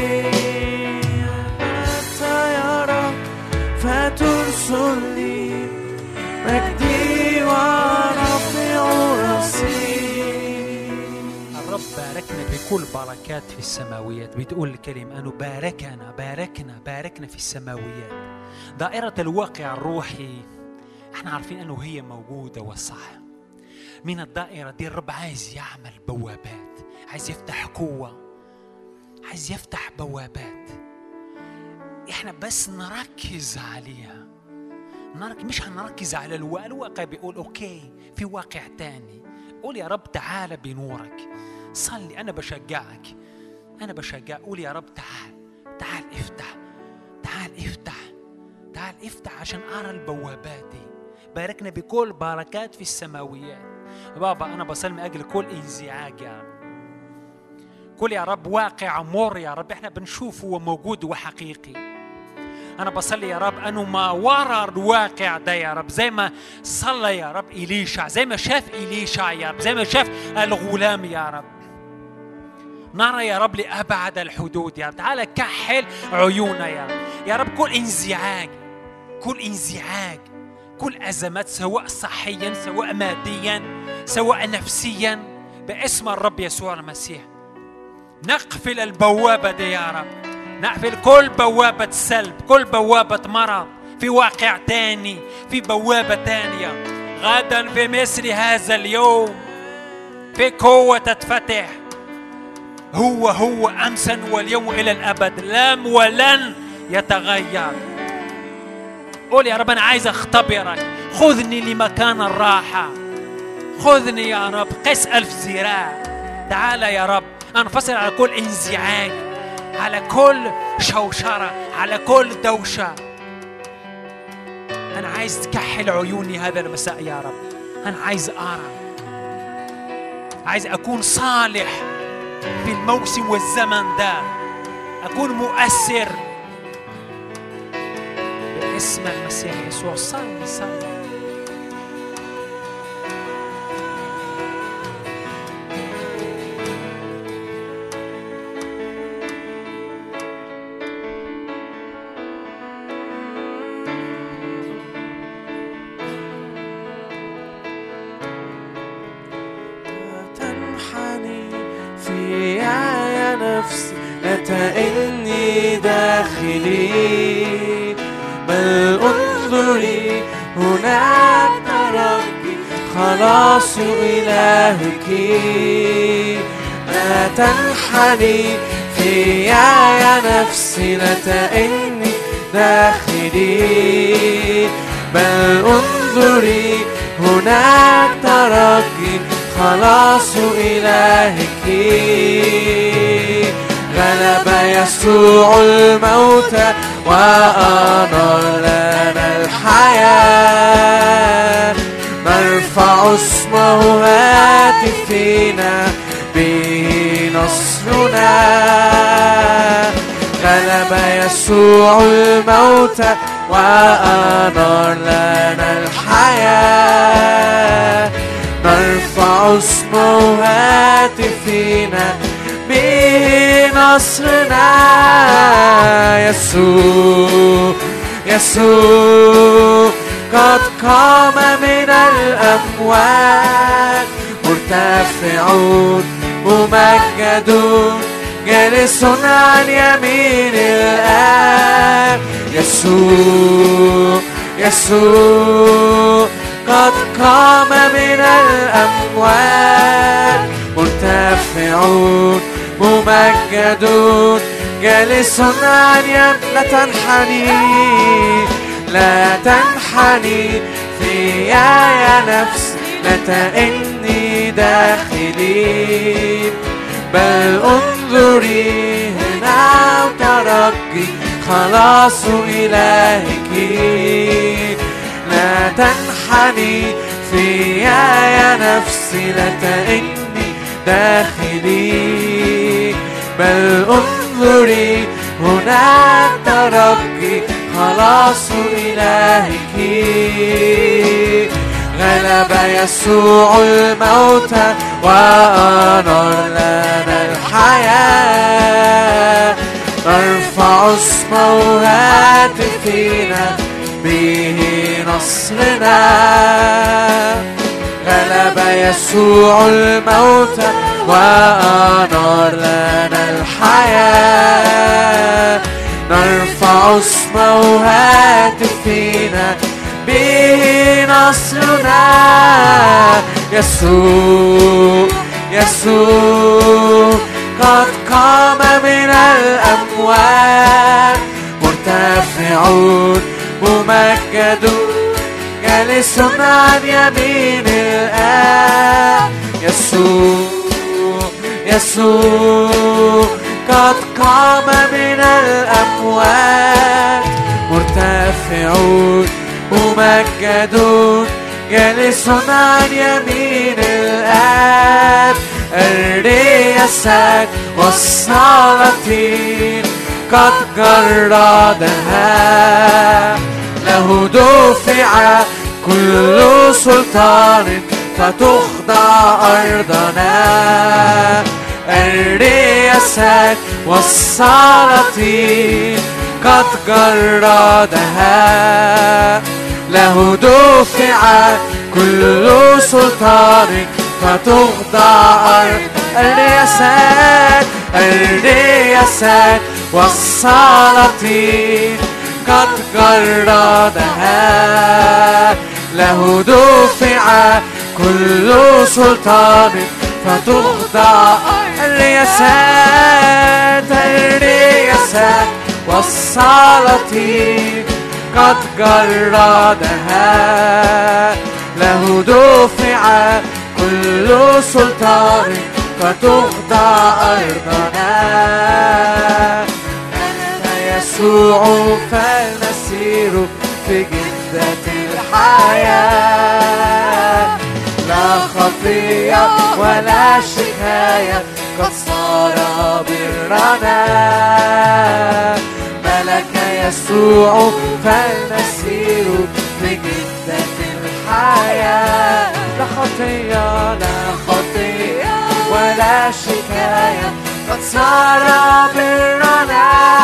أنت يا رب فترسل لي مجدي ورافع رأسي. الرب باركنا بكل بركات في السماويات. بتقول الكلمة أنه باركنا باركنا باركنا في السماويات. دائرة الواقع الروحي احنا عارفين أنه هي موجودة وصح. من الدائرة دي الرب عايز يعمل بوابات، عايز يفتح قوة، عايز يفتح بوابات. احنا بس نركز عليها. نركز مش هنركز على الواقع. الواقع بيقول اوكي في واقع تاني قول يا رب تعال بنورك. صلي، أنا بشجعك، أنا بشجع. قول يا رب تعال، تعال افتح، تعال افتح، تعال افتح عشان أرى البوابات دي. باركنا بكل بركات في السماويات. بابا أنا بصلي من أجل كل انزعاج يا رب، كل يا رب واقع مر يا رب احنا بنشوفه وموجود وحقيقي. أنا بصلي يا رب أنه ما وراء الواقع ده يا رب، زي ما صلى يا رب إليشع، زي ما شاف إليشع يا رب، زي ما شاف الغلام يا رب، نرى يا رب لأبعد الحدود يا رب. تعال كحل عيوننا يا رب. يا رب كل انزعاج، كل انزعاج، كل أزمات سواء صحيا سواء ماديا سواء نفسيا، باسم الرب يسوع المسيح نقفل البوابة دي يا رب. نقفل كل بوابة سلب، كل بوابة مرض في واقع تاني، في بوابة تانية. غدا في مثل هذا اليوم في قوة تتفتح. هو هو أمسا واليوم إلى الأبد، لم ولن يتغير. قول يا رب أنا عايز أختبرك، خذني لمكان الراحة، خذني يا رب قس ألف ذراع. تعال يا رب أنفصل على كل انزعاج، على كل شوشرة، على كل دوشة. أنا عايز تكحل عيوني هذا المساء يا رب. أنا عايز أرى، عايز أكون صالح في الموسم والزمن ده، أكون مؤثر باسم المسيح يسوع. صلي صلي. إني داخلي، بل انظري هناك تركي خلاص إلهك. لا تنحني فيا يا نفسي، لا تئني داخلي، بل انظري هناك تركي خلاص إلهك. غلب يسوع الموت وأنار لنا الحياة، نرفع اسمه هاتفنا به نصرنا. غلب يسوع الموت وأنار لنا الحياة، نرفع اسمه هاتفنا به نصرنا. يسوع يسوع قد قام من الأموات، مرتفعون ممجدون جالس عن يمين الآب. يسوع يسوع قد قام من الأموات، مرتفعون ممجدون جالس عن يمين. لا تنحني لا تنحني فيا يا نفس، لا تئني داخلي، بل انظري هنا وتركي خلاص إلهك. لا تنحني فيا يا نفسي، لا تئني داخلي، بل انظري هناك تركي خلاص إلهك. غلب يسوع الموت وأنار لنا الحياة، نرفع اسمه هاتفنا به نصرنا. غلب يسوع الموت وأنار لنا الحياة، نرفع اسمه هاتفنا به نصرنا. يسوع يسوع قد قام من الأموات، مرتفعون ممجدون جالس عن يمين الآب. يسوع قد قام من الأموات مرتفعون ممجدون جالس عن يمين الآب الرياسات والسلاطين قد جردها له دفع كل سلطان فتخضع أرضنا الرياسات والسلاطين قد جردها له دفع كل سلطان فتخضع الرياسات الرياسات والسلاطين قد جردها له دفع كل سلطان فتخضع الرياسات الرياسات والسلاطين قد جردها له دفع كل سلطان فتخضع أرضنا أنت يسوع فلنسير في جدة الحياة لا خطية ولا شكاية قد صار برنا ملك يسوع فلنسير في جدة الحياة لا خطية لا خطية ولا شكاية قد صار برنا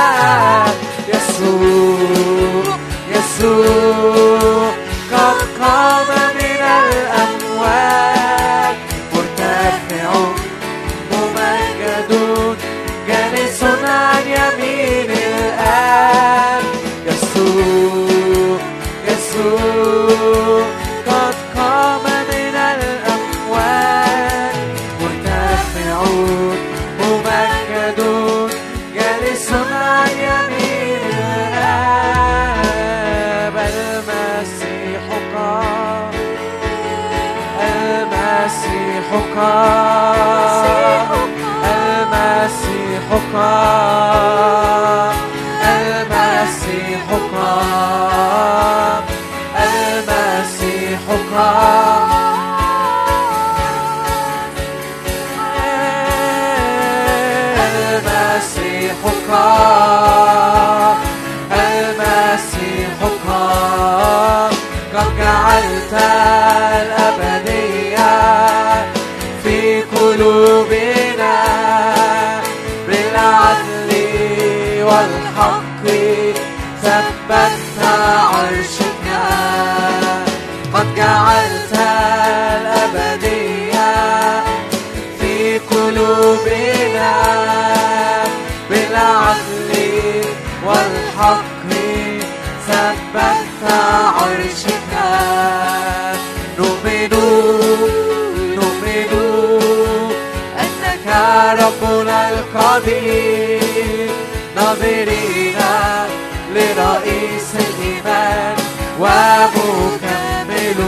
يسوع يسوع قد قام من الأموات مرتفعون ممجدون جالس عن يمين الآب يسوع يسوع قد قام من الأموات مرتفعون ممجدون جالس عن يمين الآب المسيح قام المسيح قام المسيح قام المسيح قام المسيح قام المسيح قام المسيح قام قد جعلت الأبدية في قلوبنا بالعدل والحق ثبتت عرشك قد جعلت الأبدية في قلوبنا بالعدل والحق ثبتت عرشك نؤمن نؤمن أنك ربنا القدير ناظرين لرئيس الإيمان ومكمل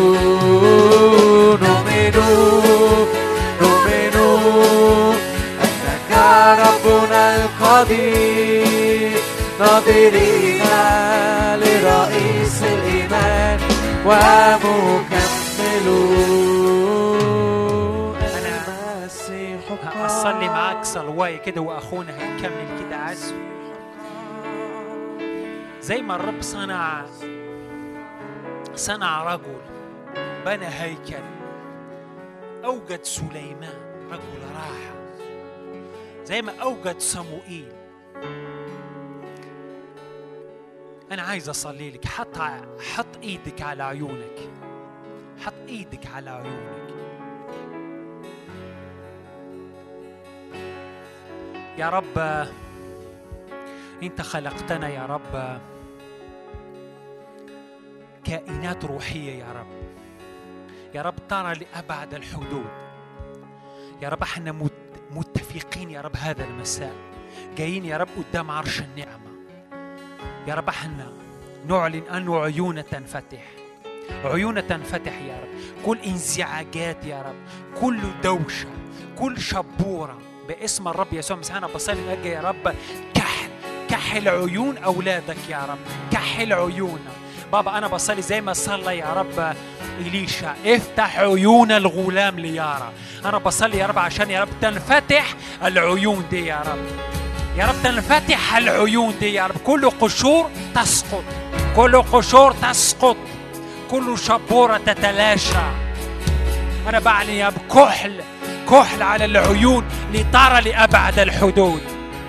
نؤمن نؤمن أنك ربنا القدير ناظرين لرئيس الإيمان ومكمل المسيح قام أصلي معاك صلواية كده وأخونا هيكمل كده عزو زي ما الرب صنع صنع رجل بنى هيكل أوجد سليمان رجل راحة زي ما أوجد صموئيل. أنا عايز أصلي لك حط حط إيدك على عيونك حط إيدك على عيونك يا رب أنت خلقتنا يا رب كائنات روحية يا رب يا رب ترى لأبعد الحدود يا رب احنا متفقين يا رب هذا المساء جايين يا رب قدام عرش النعمة يا رب احنا نعلن أنه عيوننا تنفتح عيوننا تنفتح يا رب كل انزعاجات يا رب كل دوشة كل شبورة باسم الرب يسوع المسيح أنا بصلي من أجل يا رب كحل كحل عيون أولادك يا رب، كحل عيون بابا. أنا بصلي زي ما صلى يا رب إليشا، افتح عيون الغلام ليارا. أنا بصلي يا رب عشان يا رب تنفتح العيون دي يا رب، يا رب تنفتح العيون دي يا رب. كل قشور تسقط، كل قشور تسقط، كل شبورة تتلاشى. أنا بعلن يا رب كحل كحل على العيون لترى لأبعد الحدود.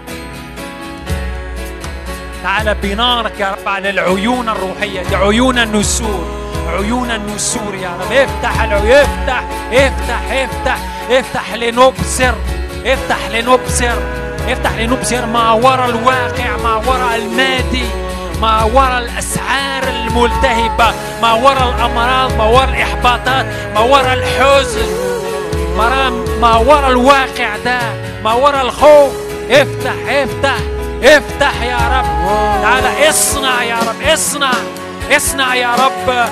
تعال بنارك يا رب على العيون الروحية دي، عيون النسور، عيون النسور يا رب. افتح العيون، افتح افتح افتح افتح لنبصر، افتح لنبصر، افتح لنبصر ما وراء الواقع، ما وراء المادي، ما وراء الأسعار الملتهبة، ما وراء الأمراض، ما وراء الإحباطات، ما وراء الحزن، ما وراء الواقع ده، ما وراء الخوف. افتح افتح افتح يا رب. تعالى اصنع يا رب، اصنع اصنع يا رب.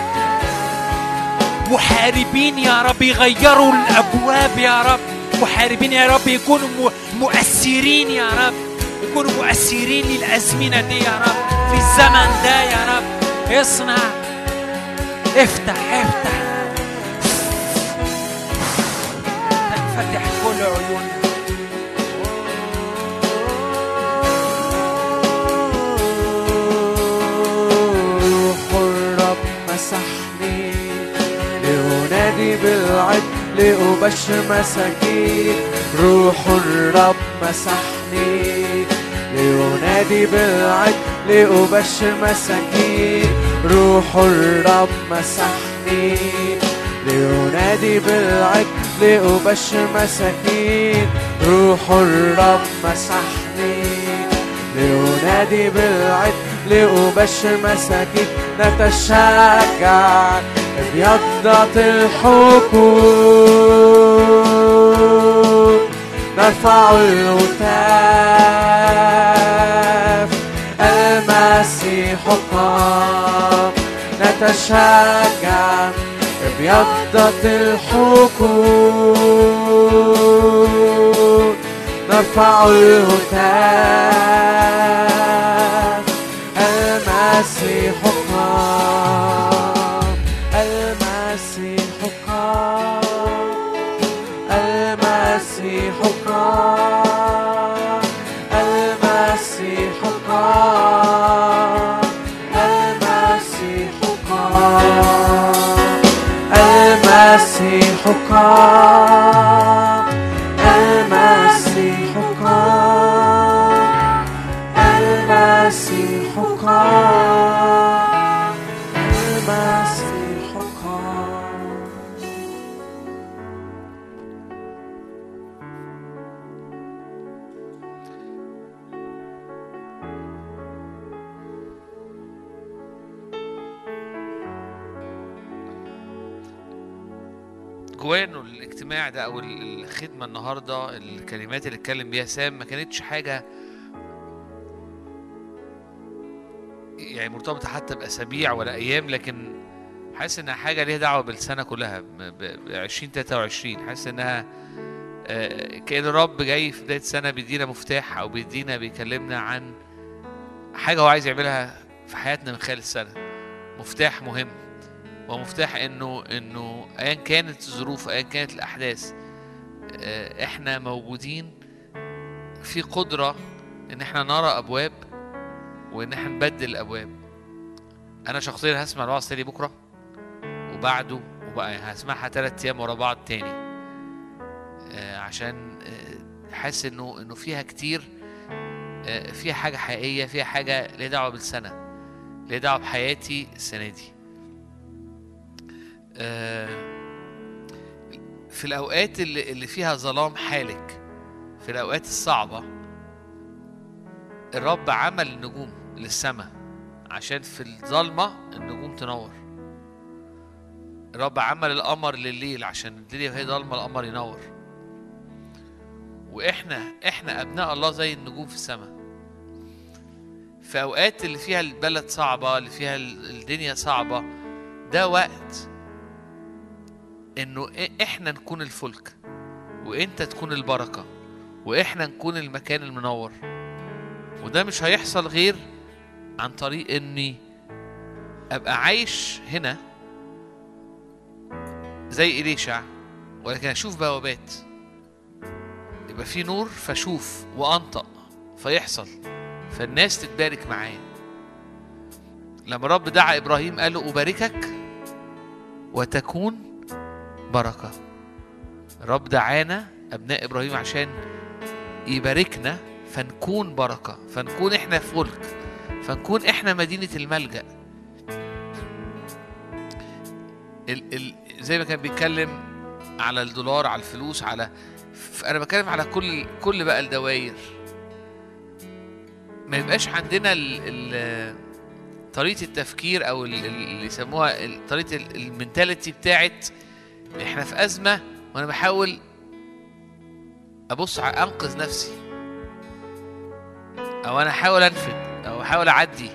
محاربين يا رب يغيروا الأبواب يا رب، محاربين يا رب يكونوا مؤثرين يا رب، يكونوا مؤثرين للأزمنة دي يا رب، في الزمن ده يا رب. اصنع، افتح افتح تنفتح كل عيون. روح الرب مسحني لأنادي بالعدل لأبشر مساكين. روح الرب مسحني لأنادي بالعدل لأبشر مساكين. روح الرب مسحني لأنادي بالعدل لأبشر مساكين. روح الرب مسحني لأنادي بالعدل لأبشر مساكين. نتشجع ابيضت الحقول، نرفع الهتاف المسيح قام. نتشجع ابيضت الحقول، نرفع الهتاف المسيح قام. المسيح قام، المسيح قام، المسيح قام، المسيح قام، المسيح قام، المسيح قام، المسيح قام، المسيح قام. جوايا انه الاجتماع ده او الخدمه النهارده، الكلمات اللي اتكلم بيها سام ما كانتش حاجه يعني مرتبطه حتى باسابيع ولا ايام، لكن حاسس انها حاجه ليها دعوه بالسنه كلها ب عشرين تلاتة وعشرين. حاسس انها كأن الرب جاي في بدايه سنه بيدينا مفتاح او بيدينا بيكلمنا عن حاجه هو عايز يعملها في حياتنا من خلال السنه. مفتاح مهم، ومفتاح انه انه ايا كانت الظروف، ايا كانت الاحداث، احنا موجودين في قدره ان احنا نرى ابواب وان احنا نبدل الابواب. انا شخصيا هسمع الوعظ تاني بكره وبعده، وبقى هسمعها ثلاث ايام ورا بعض تاني، عشان حاسس انه انه فيها كتير، فيها حاجه حقيقيه، فيها حاجه ليها دعوه بالسنه، ليها دعوه بحياتي السنه دي. في الأوقات اللي, اللي فيها ظلام حالك، في الأوقات الصعبة، الرب عمل النجوم للسماء عشان في الظلمة النجوم تنور. الرب عمل القمر لليل عشان الدنيا وهي ضلمة القمر ينور. وإحنا إحنا أبناء الله زي النجوم في السماء. في أوقات اللي فيها البلد صعبة، اللي فيها الدنيا صعبة، ده وقت إنه إحنا نكون الفلك وإنت تكون البركة واحنا نكون المكان المنور. وده مش هيحصل غير عن طريق اني ابقى عايش هنا زي إليشع، ولكن اشوف بوابات، يبقى في نور فاشوف وانطق فيحصل، فالناس تتبارك معايا. لما الرب دعا ابراهيم قال له أباركك وتكون بركة. الرب دعانا ابناء ابراهيم عشان يباركنا فنكون بركة، فنكون احنا فلك، فنكون احنا مدينة الملجأ. ال ال زي ما كان بيتكلم على الدولار، على الفلوس، على انا بتكلم على كل كل بقى الدوائر. ما يبقاش عندنا ال ال طريقة التفكير او اللي يسموها طريقة المنتاليتي بتاعت احنا في أزمة وانا بحاول ابص على انقذ نفسي، او انا احاول انفد، او احاول اعدي.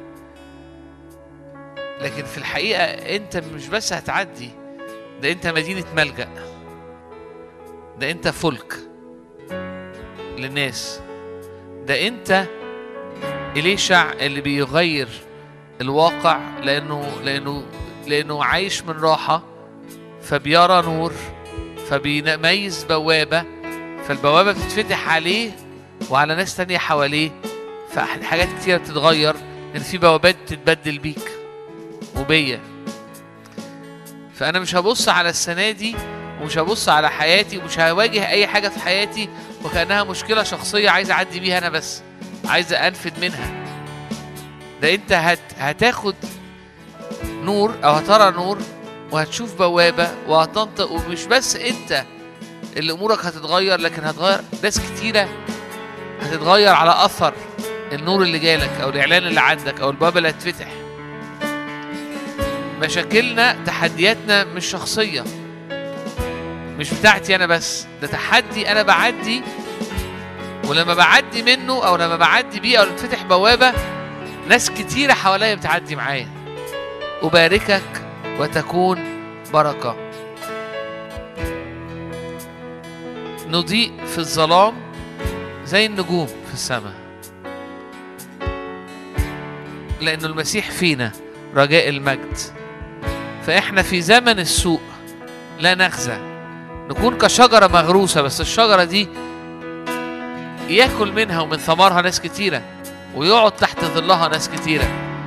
لكن في الحقيقة انت مش بس هتعدي، ده انت مدينة ملجأ، ده انت فلك للناس، ده انت إليشع اللي بيغير الواقع، لانه لانه لانه عايش من راحة فبيرى نور، فبيميز بوابة، فالبوابة بتتفتح عليه وعلى ناس تانية حواليه، فحاجات كتيرة بتتغير، لأن في بوابات بتتبدل بيك وبيا. فأنا مش هبص على السنة دي، ومش هبص على حياتي، ومش هواجه أي حاجة في حياتي وكأنها مشكلة شخصية عايز أعدي بيها أنا بس، عايز أنفد منها. ده أنت هت هتاخد نور أو هترى نور وهتشوف بوابة وهتنطق، ومش بس أنت اللي أمورك هتتغير، لكن هتغير ناس كتيرة، هتتغير على أثر النور اللي جالك أو الإعلان اللي عندك أو البوابة اللي هتفتح. مشاكلنا تحدياتنا مش شخصية، مش بتاعتي أنا بس، ده تحدي أنا بعدي، ولما بعدي منه أو لما بعدي بيه أو بتفتح بوابة ناس كتيرة حواليا بتعدي معايا. أباركك وتكون بركة. نضيء في الظلام زي النجوم في السماء، لأنه المسيح فينا رجاء المجد. فإحنا في زمن السوء لا نخزى، نكون كشجرة مغروسة، بس الشجرة دي يأكل منها ومن ثمارها ناس كتيرة، ويقعد تحت ظلها ناس كتيرة.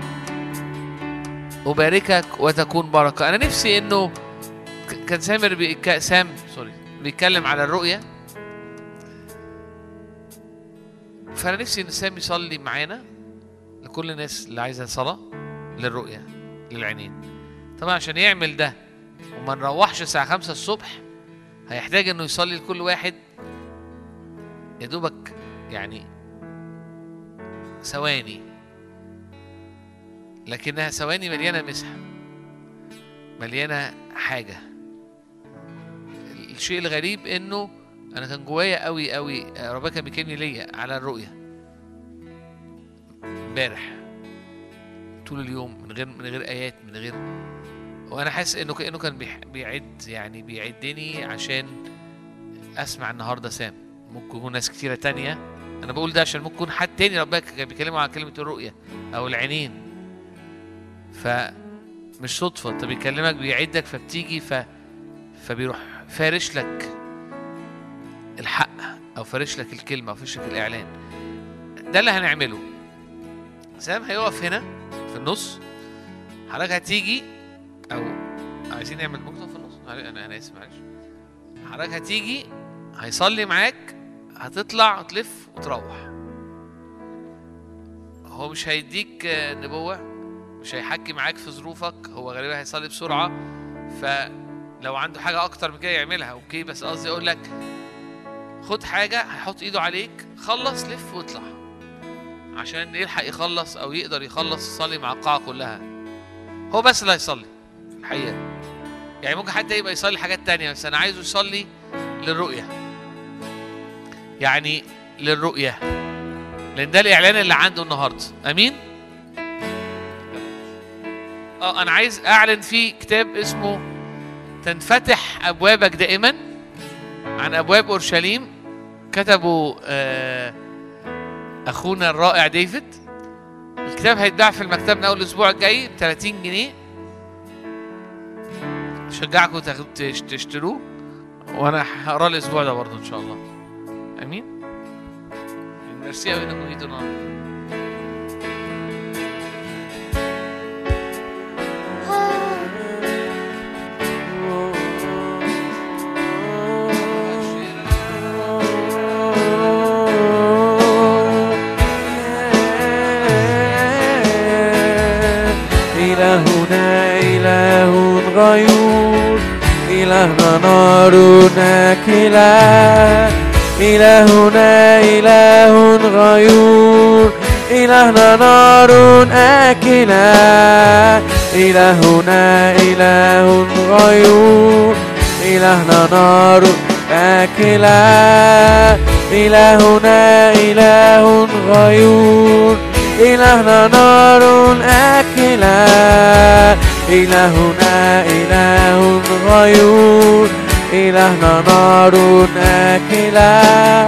أباركك وتكون بركة. أنا نفسي إنه كان سامر بي... سام سوري بيتكلم على الرؤية، فأنا نفسي إن سام يصلي معانا لكل الناس اللي عايزة صلاة للرؤية للعينين. طبعا عشان يعمل ده وما نروحش الساعة خمسة الصبح هيحتاج إنه يصلي لكل واحد يا دوبك يعني ثواني، لكنها ثواني مليانة مسحة، مليانة حاجة. الشيء الغريب إنه أنا كان جوايا قوي قوي ربنا كان بيكلمني ليا على الرؤية امبارح طول اليوم من غير من غير آيات، من غير، وأنا حاسس إنه كأنه كان بيعد يعني بيعدني عشان أسمع النهاردة سام. ممكن يكون ناس كتيرة تانية، أنا بقول ده عشان ممكن يكون حد تاني ربنا كان بيكلمه عن كلمة الرؤية أو العينين، فمش صدفة أنت بيكلمك بيعدك فبتيجي ف... فبيروح فارش لك الحق أو فارش لك الكلمة أو فارش لك الإعلان. ده اللي هنعمله. سام هيقف هنا في النص، حضرتك هتيجي أو عايزين نعمل مقطع في النص، أنا أنا آسف معلش. حضرتك هتيجي هيصلي معاك، هتطلع وتلف وتروح. هو مش هيديك نبوة، مش هيحكي معاك في ظروفك، هو غالبا هيصلي بسرعة، فلو عنده حاجة أكتر من كده يعملها أوكي، بس قصدي أقول لك خد حاجة، هيحط إيده عليك، خلص لف واطلع عشان يلحق يخلص أو يقدر يخلص يصلي مع القاعة كلها. هو بس اللي هيصلي في الحقيقة، يعني ممكن حتى يبقى يصلي حاجات تانية، بس أنا عايزه يصلي للرؤية، يعني للرؤية، لأن ده الإعلان اللي عنده النهاردة. أمين؟ آه أنا عايز أعلن في كتاب اسمه تنفتح أبوابك دائما، عن أبواب أورشليم كتبه آه أخونا الرائع ديفيد. الكتاب هيتباع في المكتبة من أول الأسبوع الجاي ب ثلاثين جنيه. شجعكم تشتروه، وأنا هقراه الأسبوع ده برضه إن شاء الله. أمين. ميرسي أوي إنكم جيتوا النهارده. إلهنا إله غيور، إلهنا نار آكلة. إلهنا إله غيور، إلهنا نار آكلة. إلهنا إله غيور، إلهنا نار آكلة. إلهنا إله غيور، إلهنا نار آكلة. إلهنا إله غيور، إلهنا نار آكلة.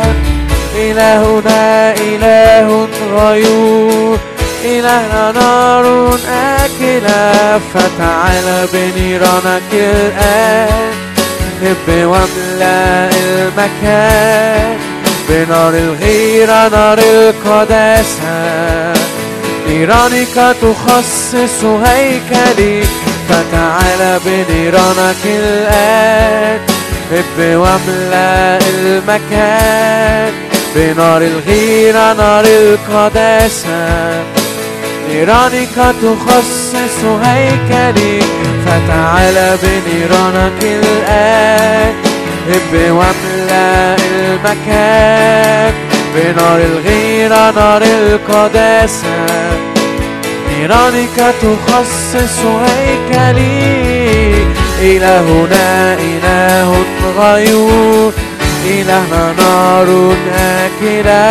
إلهنا إله غيور، إلهنا نار آكلة. فتعال بنيرانك الآن، هب واملأ المكان بنار الغيرة، نار القداسة. نيرانك تخصص هيكلي، فتعال بنيرانك الآن، هب واملأ المكان بنار الغيرة، نار القداسة. نيرانك تخصص هيكلي، فتعال بنيرانك الآن، هب واملأ المكان بنار الغيرة، نار القداسة. نيرانك تخصص هيكلي. إلهنا إله غيور، إلهنا نار آكلة.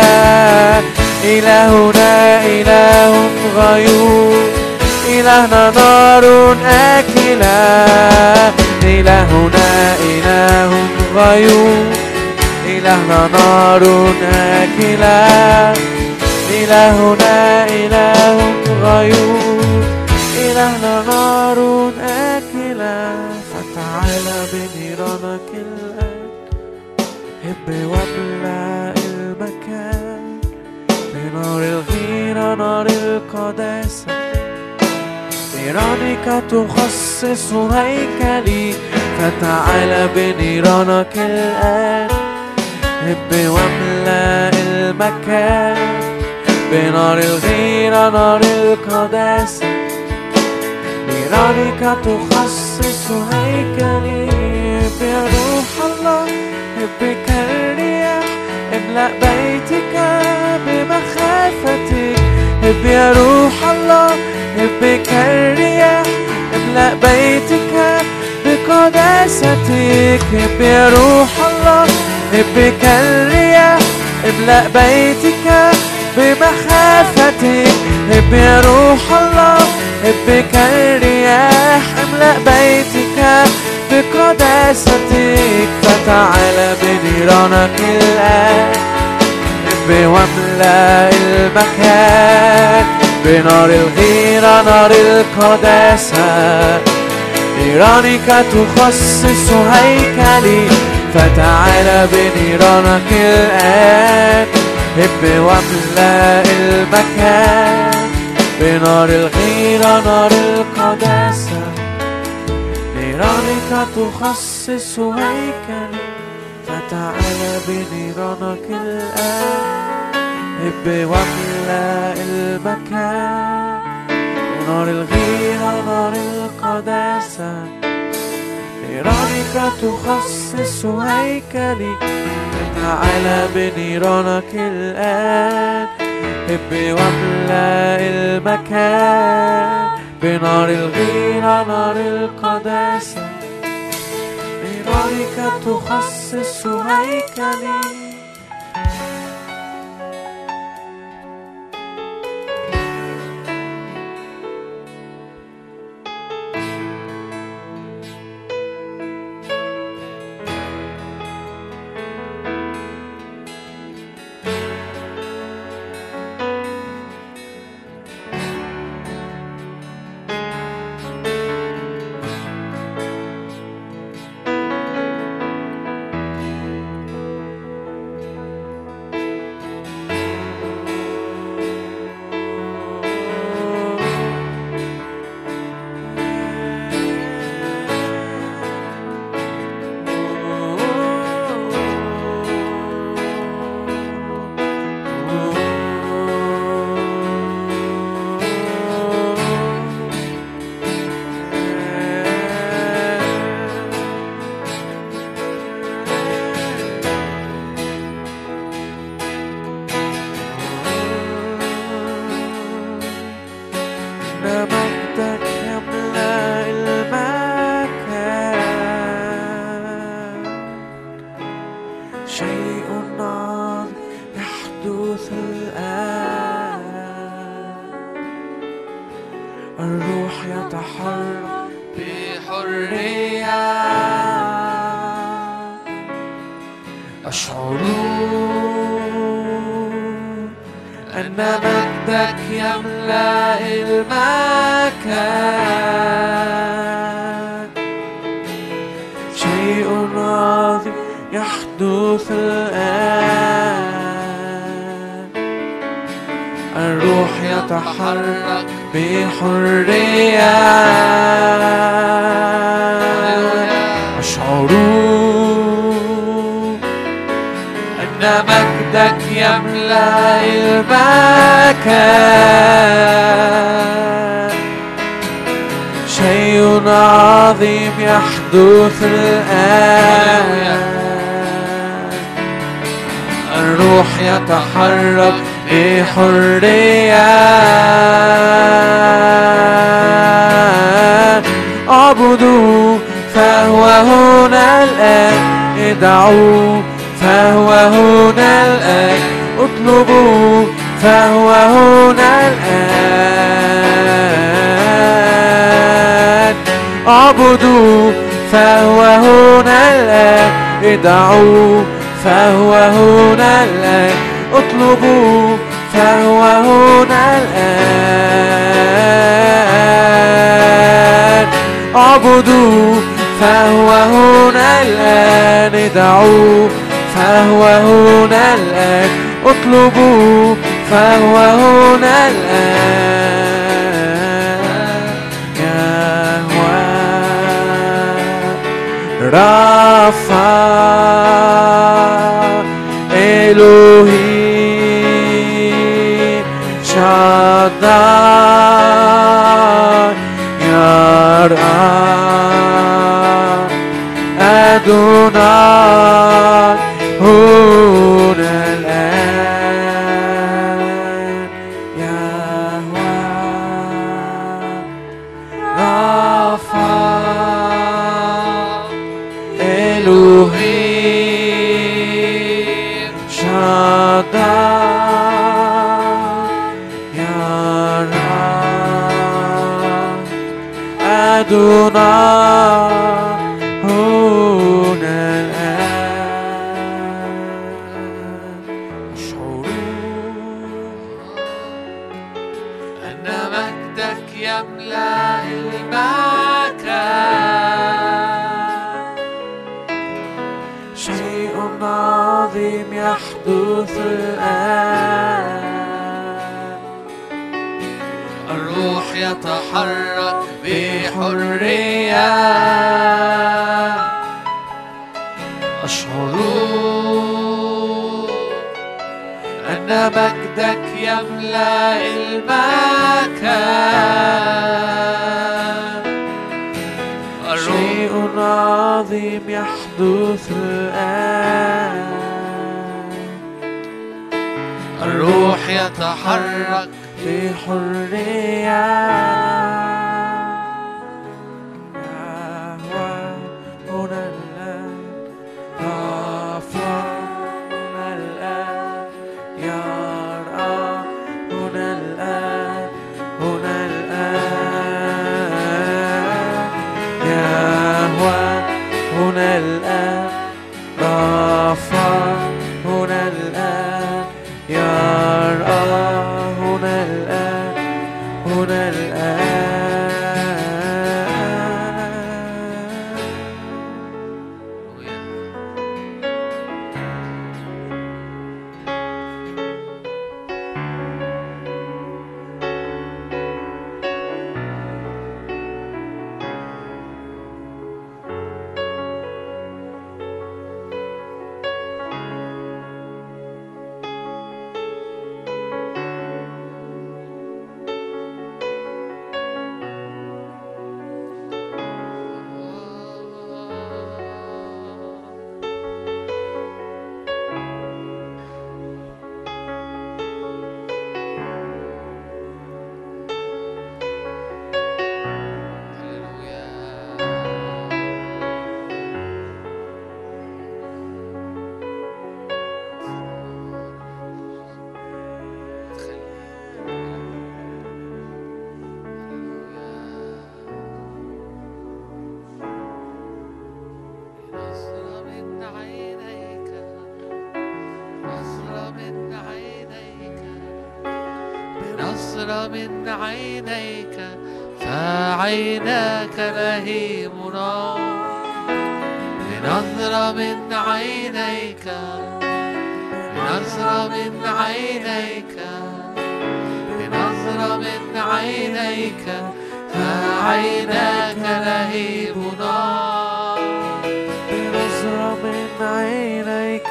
إلهنا إله غيور، إلهنا نار آكلة. إلهنا إله غيور، إلهنا نار آكلة. إلهنا إله غيور، إلهنا نار آكلة. فتعال بنيرانك الآن، هب واملأ المكان بنار الغيرة، نار القداسة. نيرانك تخصص هيكلي، فتعال بنيرانك الآن، هب واملأ المكان بنار الغيرة، نار القداسة. نيرانك تخصص هيكلي. يا روح الله هب كالرياح، املأ بيتك بمخافتك. هب يا روح الله هب كالرياح، املأ بيتك بقداستك. هب يا روح الله هب كالرياح، املأ بيتك بمخافتك. هب يا روح الله هب كالرياح، املأ بيتك بقداستك. فتعال بنيرانك الآن، هب واملأ المكان بنار الغيرة، نار القداسة. نيرانك تخصص هيكلي، فتعال بنيرانك الآن، هب واملأ المكان بنار الغيرة، نار القداسة. نيرانك تخصص هيكلي، فتعال بنيرانك الآن، هب واملأ المكان بنار الغيرة، نار القداسة. نيرانك تخصص هيكلي، فتعال بنيرانك الآن، هب واملأ المكان بنار الغيرة، نار القداسة. نيرانك تخصص هيكلي. شيء عظيم يحدث الآن. الروح يتحرك بحرية. أشعر أن مجدك يملأ المكان. شيء عظيم يحدث الآن. الروح يتحرك بحرية. أشعر أن مجدك يملأ المكان. شيء عظيم يحدث الآن. الروح يتحرك بحرية. اعبدوا فهو هنا الآن. ادعوا فهو هنا الآن. اطلبوا فهو هنا الآن. اعبدوا فهو هنا الآن. ادعوا فهو هنا الآن. اطلبوا فهو هنا الآن. اعبدوا فهو هنا الآن. ادعوا فهو هنا الآن. اطلبوا فهو هنا الآن. يهوه رافع إلهي شداي يرى أدوناي هنا الآن. يهوه رافع إلهي أدوناي هنا الآن. أشعر أن مجدك يملأ المكان. شيء عظيم يحدث الآن. الروح يتحرك بحرية. أشعر أن مجدك يملأ المكان. شيء عظيم يحدث الآن. الروح يتحرك بحرية. بنظرة من عينيك فعيناك لهيب نار بنظرة من عينيك بنظرة من عينيك بنظرة من عينيك فعيناك لهيب نار بنظرة من عينيك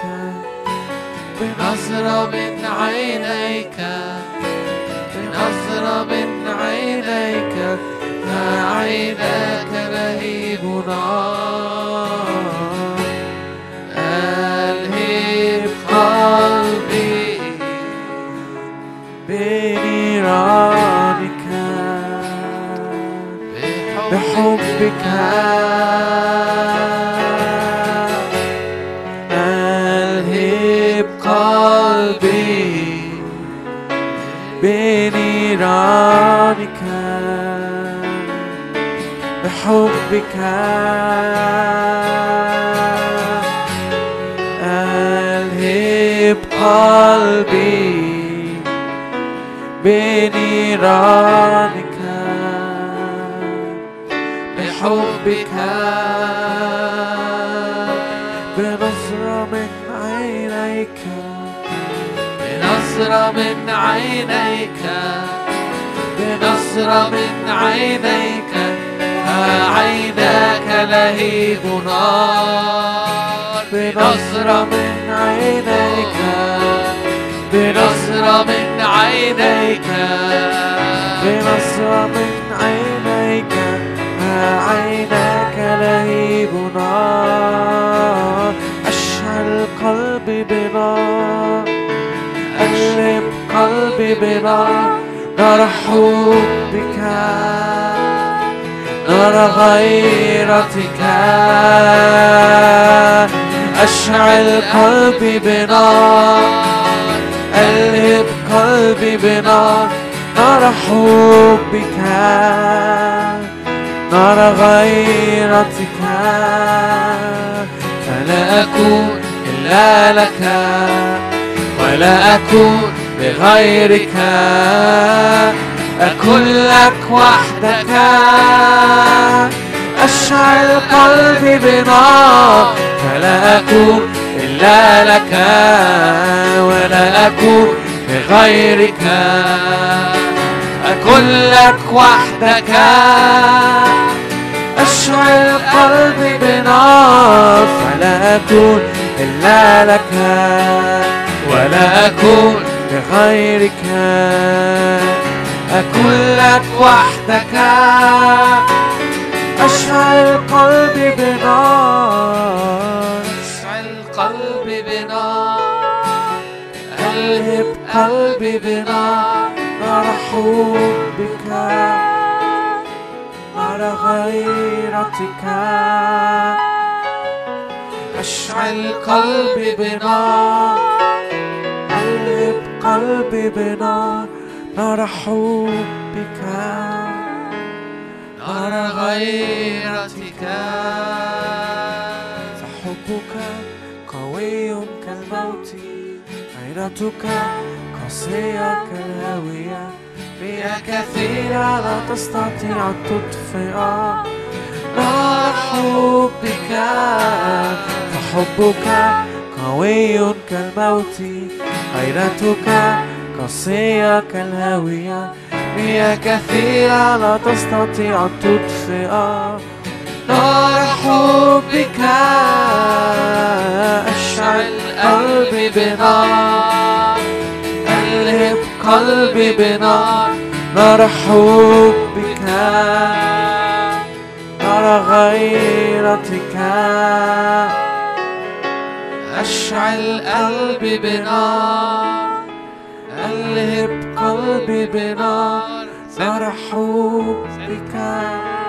بنظرة من عينيك بنظرة من عينيك فعيناك لهيب نار ألهب قلبي بنيرانك بحبك ألهب قلبي بنيرانك بحبك ألهب قلبي بنيرانك بحبك بنظرة من عينيك بنظرة من عينيك بنظرة من عينيك عيناك لهيب نار بنظرة من عينيك بنظرة من عينيك بنظرة من عينيك عيناك لهيب نار أشعل قلبي بنار أقلب قلبي بنار نار حبك نار غيرتك أشعل قلبي بنار ألهب قلبي بنار نار حبك نار غيرتك فلا أكون إلا لك ولا أكون لغيرك أكون لك وحدك أشعل قلبي بنار فلا أكون إلا لك ولا أكون لغيرك أكون لك وحدك أشعل قلبي بنار فلا أكون إلا لك ولا أكون لغيرك أكون لك وحدك أشعل قلبي بنار أشعل قلبي بنار ألهب قلبي بنار نار حبك نار غيرتك أشعل قلبي بنار ألهب قلبي بنار نار حبك نار غيرتك فحبك قوي كالموت غيرتك قاسية كالهاوية بها كثيرة لا تستطيع أن تطفئ نار حبك فحبك قوي كالموت غيرتك قاسية كالهاوية بها كثيرة لا تستطيع أن تطفئ نار حبك أشعل قلبي بنار ألهب قلبي بنار نار حبك نار غيرتك أشعل قلبي بنار ألهب قلبي بنار نار حبك